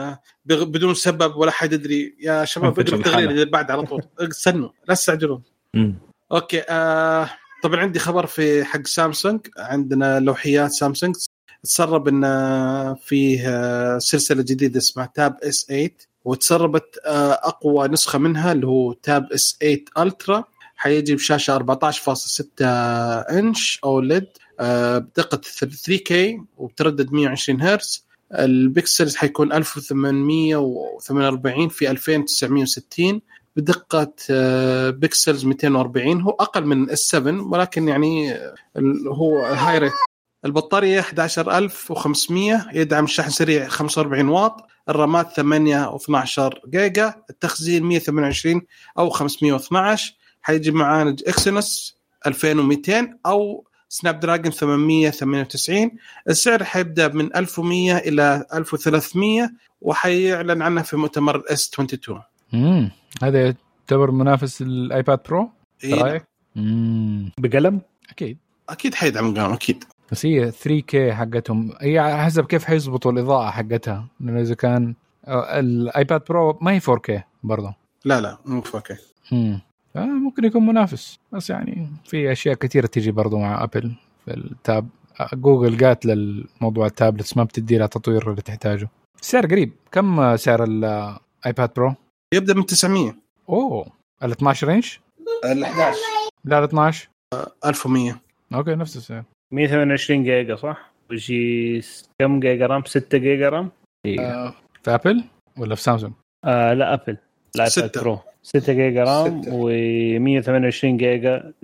Speaker 1: بدون سبب ولا حد يدري. يا شباب بدروا التغريدة اللي بعد على طول استنوا لا تستعجلون. أوكي آه طبعا عندي خبر في حق سامسونج. عندنا لوحيات سامسونج تسرب ان فيه سلسله جديده اسمها تاب اس ثمانية، وتسربت اقوى نسخه منها اللي هو تاب اس ثمانية الترا. حيجي بشاشه أربعة عشر فاصلة ستة انش اوليد بدقه ثري كي وبتردد مية وعشرين هرتز. البكسلز حيكون ألف وثمانمية وثمانية وأربعين في ألفين وتسعمية وستين بدقة بكسلز مئتين وأربعين. هو أقل من إس سبعة ولكن يعني هو هاي ريت. البطارية أحد عشر ألف وخمسمية، يدعم شحن سريع خمسة وأربعين واط، الرامات ثمانية واثني عشر جيجا، التخزين مية وثمانية وعشرين أو خمسمية واثني عشر. حيجي معالج إكسينوس ألفين ومئتين أو سناب دراجون ثمانمية وثمانية وتسعين. السعر حيبدأ من ألف ومية إلى ألف وثلاثمية وحيعلن عنه في مؤتمر إس اثنين وعشرين.
Speaker 2: امم هذا يعتبر منافس الايباد برو رايك؟ امم
Speaker 5: بقلم
Speaker 2: اكيد
Speaker 1: اكيد حيدعم قلم اكيد،
Speaker 2: بس هي ثري كي حقتهم هي حسب كيف حيزبطوا الاضاءه حقتها، لانه اذا كان الايباد برو ما هي فور كي برضه.
Speaker 1: لا لا مو فور كي.
Speaker 2: امم ممكن يكون منافس، بس يعني في اشياء كثيره تيجي برضه مع ابل في التاب. جوجل قالت للموضوع التابلتس ما بتدي لها تطوير اللي تحتاجه. سعر قريب. كم سعر الايباد برو؟
Speaker 1: يبدأ من تسعمية.
Speaker 2: اوه ال اثني عشر انش؟
Speaker 1: ال أحد عشر
Speaker 2: لا ال اثني عشر
Speaker 1: ألف ومية.
Speaker 2: اوكي نفس السعر.
Speaker 5: مية وثمانية وعشرين جيجا صح؟ وشي كم جيجا رام؟ ستة جيجا رام؟
Speaker 2: آه في ابل ولا في سامسونج؟
Speaker 5: آه لا ابل. لا ستة برو ستة جيجا رام و128 جيجا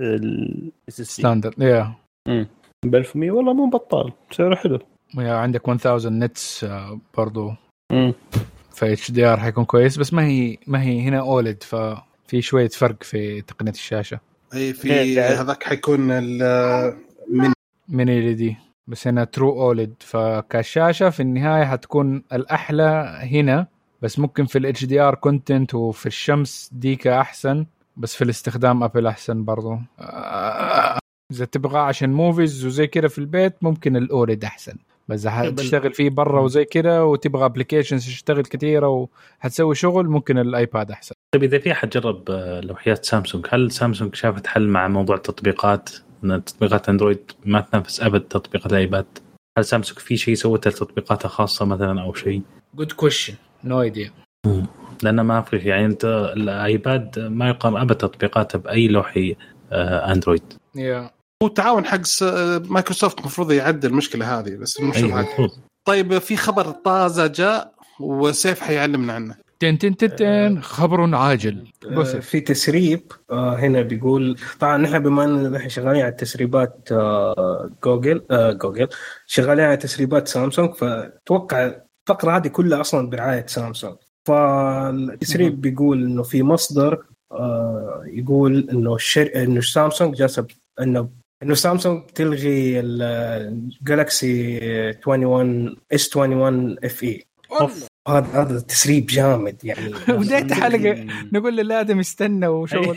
Speaker 2: ستاندرد. يا
Speaker 5: امم ب ألف ومية والله مو بطال، سعره حلو.
Speaker 2: ويا عندك ألف نتس برضو امم ف اتش دي ار حيكون كويس، بس ما هي ما هي هنا اولد، ففي شويه فرق في تقنيه الشاشه.
Speaker 1: اي في هذاك حيكون من
Speaker 2: من ال دي، بس هنا ترو اولد، فكشاشه في النهايه حتكون الاحلى هنا، بس ممكن في الاتش دي ار كونتنت وفي الشمس ديكا احسن، بس في الاستخدام ابل احسن برضو. اذا تبغى عشان موفيز وزي كده في البيت ممكن الاولد احسن، بس هتشتغل فيه برا وزي كده وتبغى ابليكيشنز تشتغل كثيره وهتسوي شغل ممكن الايباد احسن.
Speaker 3: طيب اذا في حد جرب لوحيات سامسونج، هل سامسونج شافت حل مع موضوع التطبيقات ان تطبيقات اندرويد ما تنافس ابد تطبيقات الايباد؟ هل سامسونج في شيء سوته لتطبيقاتها خاصه مثلا او شيء؟
Speaker 2: جود كويشن، نو ايديا.
Speaker 3: لأنه ما في يعني أنت الآيباد ما يقام أبد تطبيقاته بأي لوحي أندرويد.
Speaker 1: yeah. هو تعاون حق مايكروسوفت مفروض يعدل المشكلة هذه، بس المشكلة هذه. طيب في خبر طازة جاء وسيف حيعلمنا عنه.
Speaker 2: تن تن تن خبر عاجل.
Speaker 4: آه في تسريب آه هنا بيقول، طبعا نحن بما أننا نحن شغالين على تسريبات آه جوجل آه جوجل شغالين على تسريبات سامسونج، فتوقع الفقرة هذه كلها أصلا برعاية سامسونج. فالتسريب بيقول إنه في مصدر آه يقول إنه الشر... إنه سامسونج جالسة إنه إنه سامسونج تلغي الجالكسي واحد وعشرين إس واحد وعشرين إف إي. هذا هذا تسريب جامد يعني.
Speaker 2: بداية حلقة نقول للآدم استنى وشغل.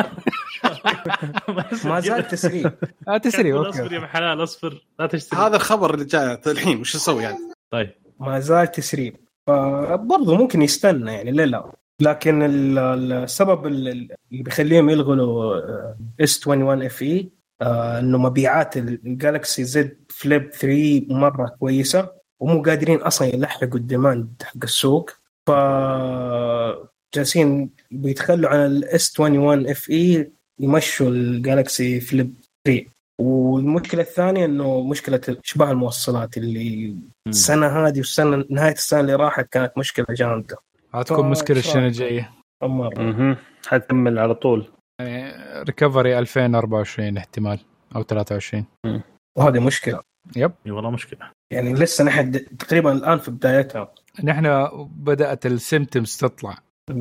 Speaker 4: ما زال تسريب.
Speaker 2: آه تسريب.
Speaker 3: أصفر يا حلال أصفر لا تشتري.
Speaker 1: هذا الخبر اللي جاء الحين وش نسوي يعني؟
Speaker 3: طيب
Speaker 4: ما زال تسريب، فبرضه ممكن يستنى يعني ليه لا. لكن السبب اللي بيخليهم يلغوا إس واحد وعشرين إف إي إنه مبيعات الجالكسي زد فليب ثلاثة مرة كويسة، ومو قادرين أصلا يلحقوا الديماند حق السوق، فجالسين بيتخلوا عن الإس واحد وعشرين إف إي يمشوا الجالكسي فليب ثلاثة. والمشكلة الثانية إنه مشكلة إشباع الموصلات اللي السنة هذه والسنة نهاية السنة اللي راحت كانت مشكلة جامدة.
Speaker 2: هتكون مشكلة السنة الجاية.
Speaker 5: أمر. حتكمل على طول.
Speaker 2: يعني ريكفري ألفين وأربعة وعشرين احتمال أو ثلاثة وعشرين.
Speaker 4: وهذه مشكلة.
Speaker 2: يب.
Speaker 3: والله مشكلة.
Speaker 4: يعني لسه نحن تقريبا الآن في بدايتها.
Speaker 2: نحن بدأت السيمتومز تطلع.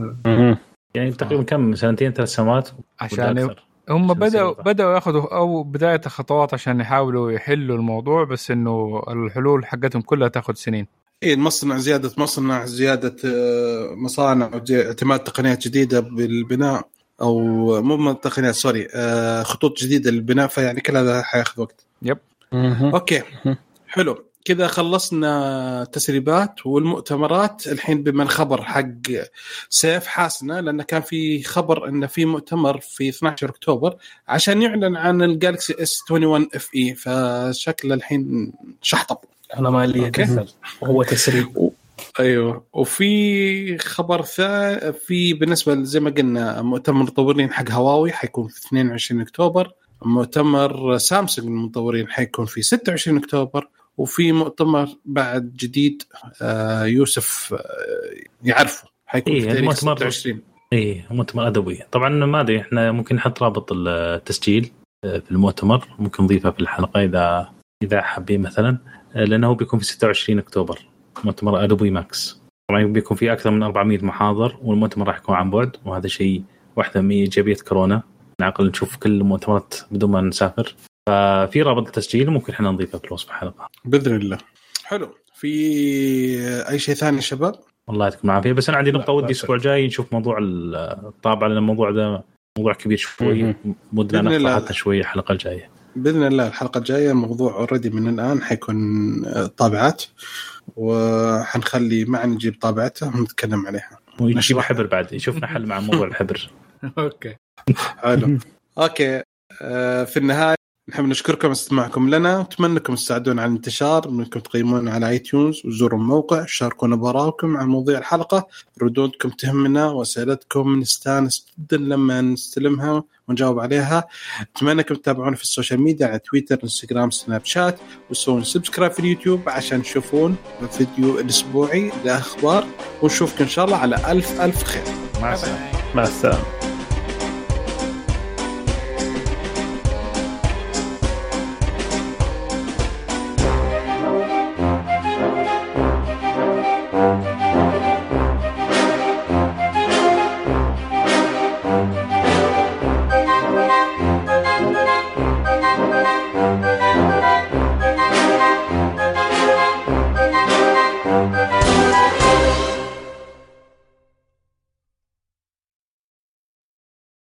Speaker 3: يعني تقريبا كم سنتين ثلاث سنوات
Speaker 2: عشان هم بدأوا بدأوا ياخذوا أو بداية خطوات عشان يحاولوا يحلوا الموضوع، بس إنه الحلول حقتهم كلها تأخذ سنين.
Speaker 1: إيه المصنع زيادة مصنع زيادة مصانع اعتماد تقنيات جديدة بالبناء أو مو تقنيات سوري خطوط جديدة للبناء، فيعني كل هذا حياخذ وقت.
Speaker 2: يب.
Speaker 1: أوكي حلو كذا خلصنا تسريبات والمؤتمرات. الحين بما الخبر حق سيف حاسنا، لأن كان في خبر إن في مؤتمر في اثني عشر أكتوبر عشان يعلن عن الجالكسي إس واحد وعشرين إف إي، فشكل الحين شحطب.
Speaker 4: أنا ما لي كسل هو تسريب
Speaker 1: و... أيوه. وفي خبر ثا في بالنسبة زي ما قلنا مؤتمر المطورين حق هواوي حيكون في اثنين وعشرين أكتوبر، مؤتمر سامسونج المطورين حيكون في ستة وعشرين أكتوبر، وفي مؤتمر بعد جديد آه يوسف آه يعرفه حيكون
Speaker 3: إيه
Speaker 1: في تاريخ ستة وعشرين.
Speaker 3: إيه مؤتمر أدوي. طبعا ما أدري إحنا ممكن نحط رابط التسجيل في المؤتمر، ممكن نضيفه في الحلقة إذا إذا حابين مثلا، لأنه بيكون في ستة وعشرين أكتوبر مؤتمر أدوبي ماكس. طبعا بيكون في أكثر من أربعمية محاضر، والمؤتمر راح يكون عن بعد، وهذا شيء واحدة من إيجابية كورونا، نعقل نشوف كل المؤتمرات بدون ما نسافر. ففي رابط التسجيل ممكن احنا نضيفه في وصف الحلقة
Speaker 1: بإذن الله. حلو. في أي شيء ثاني شباب؟
Speaker 3: والله يعطيكم العافية. بس أنا عندي نقطة ودي الأسبوع الجاي نشوف موضوع الطابعة، لأن الموضوع ده موضوع كبير شوي، مدنا نفتح حتى شوية الحلقة الجاية
Speaker 1: بإذن الله. الحلقة الجاية الموضوع أوريدي من الآن حيكون طابعات، وحنخلي معنا نجيب طابعته ونتكلم عليها
Speaker 3: ونجيب حبر بعد يشوفنا حل مع موضوع الحبر.
Speaker 2: أوكي
Speaker 1: حلو. أوكي آه في النهاية نحب نشكركم استماعكم لنا، ونتمنى انكم تساعدونا على الانتشار، انكم تقيمونا على اي تيونز وزوروا الموقع، شاركونا براءكم عن موضوع الحلقة، ردودكم تهمنا واسئلتكم نستانس جدا لما نستلمها ونجاوب عليها. اتمنى انكم تتابعونا في السوشيال ميديا على تويتر انستغرام سناب شات، وتسوون سبسكرايب في اليوتيوب عشان تشوفون الفيديو الاسبوعي لاخبار، ونشوفكم ان شاء الله على الف الف خير.
Speaker 3: مع السلامة.
Speaker 5: مع السلامة.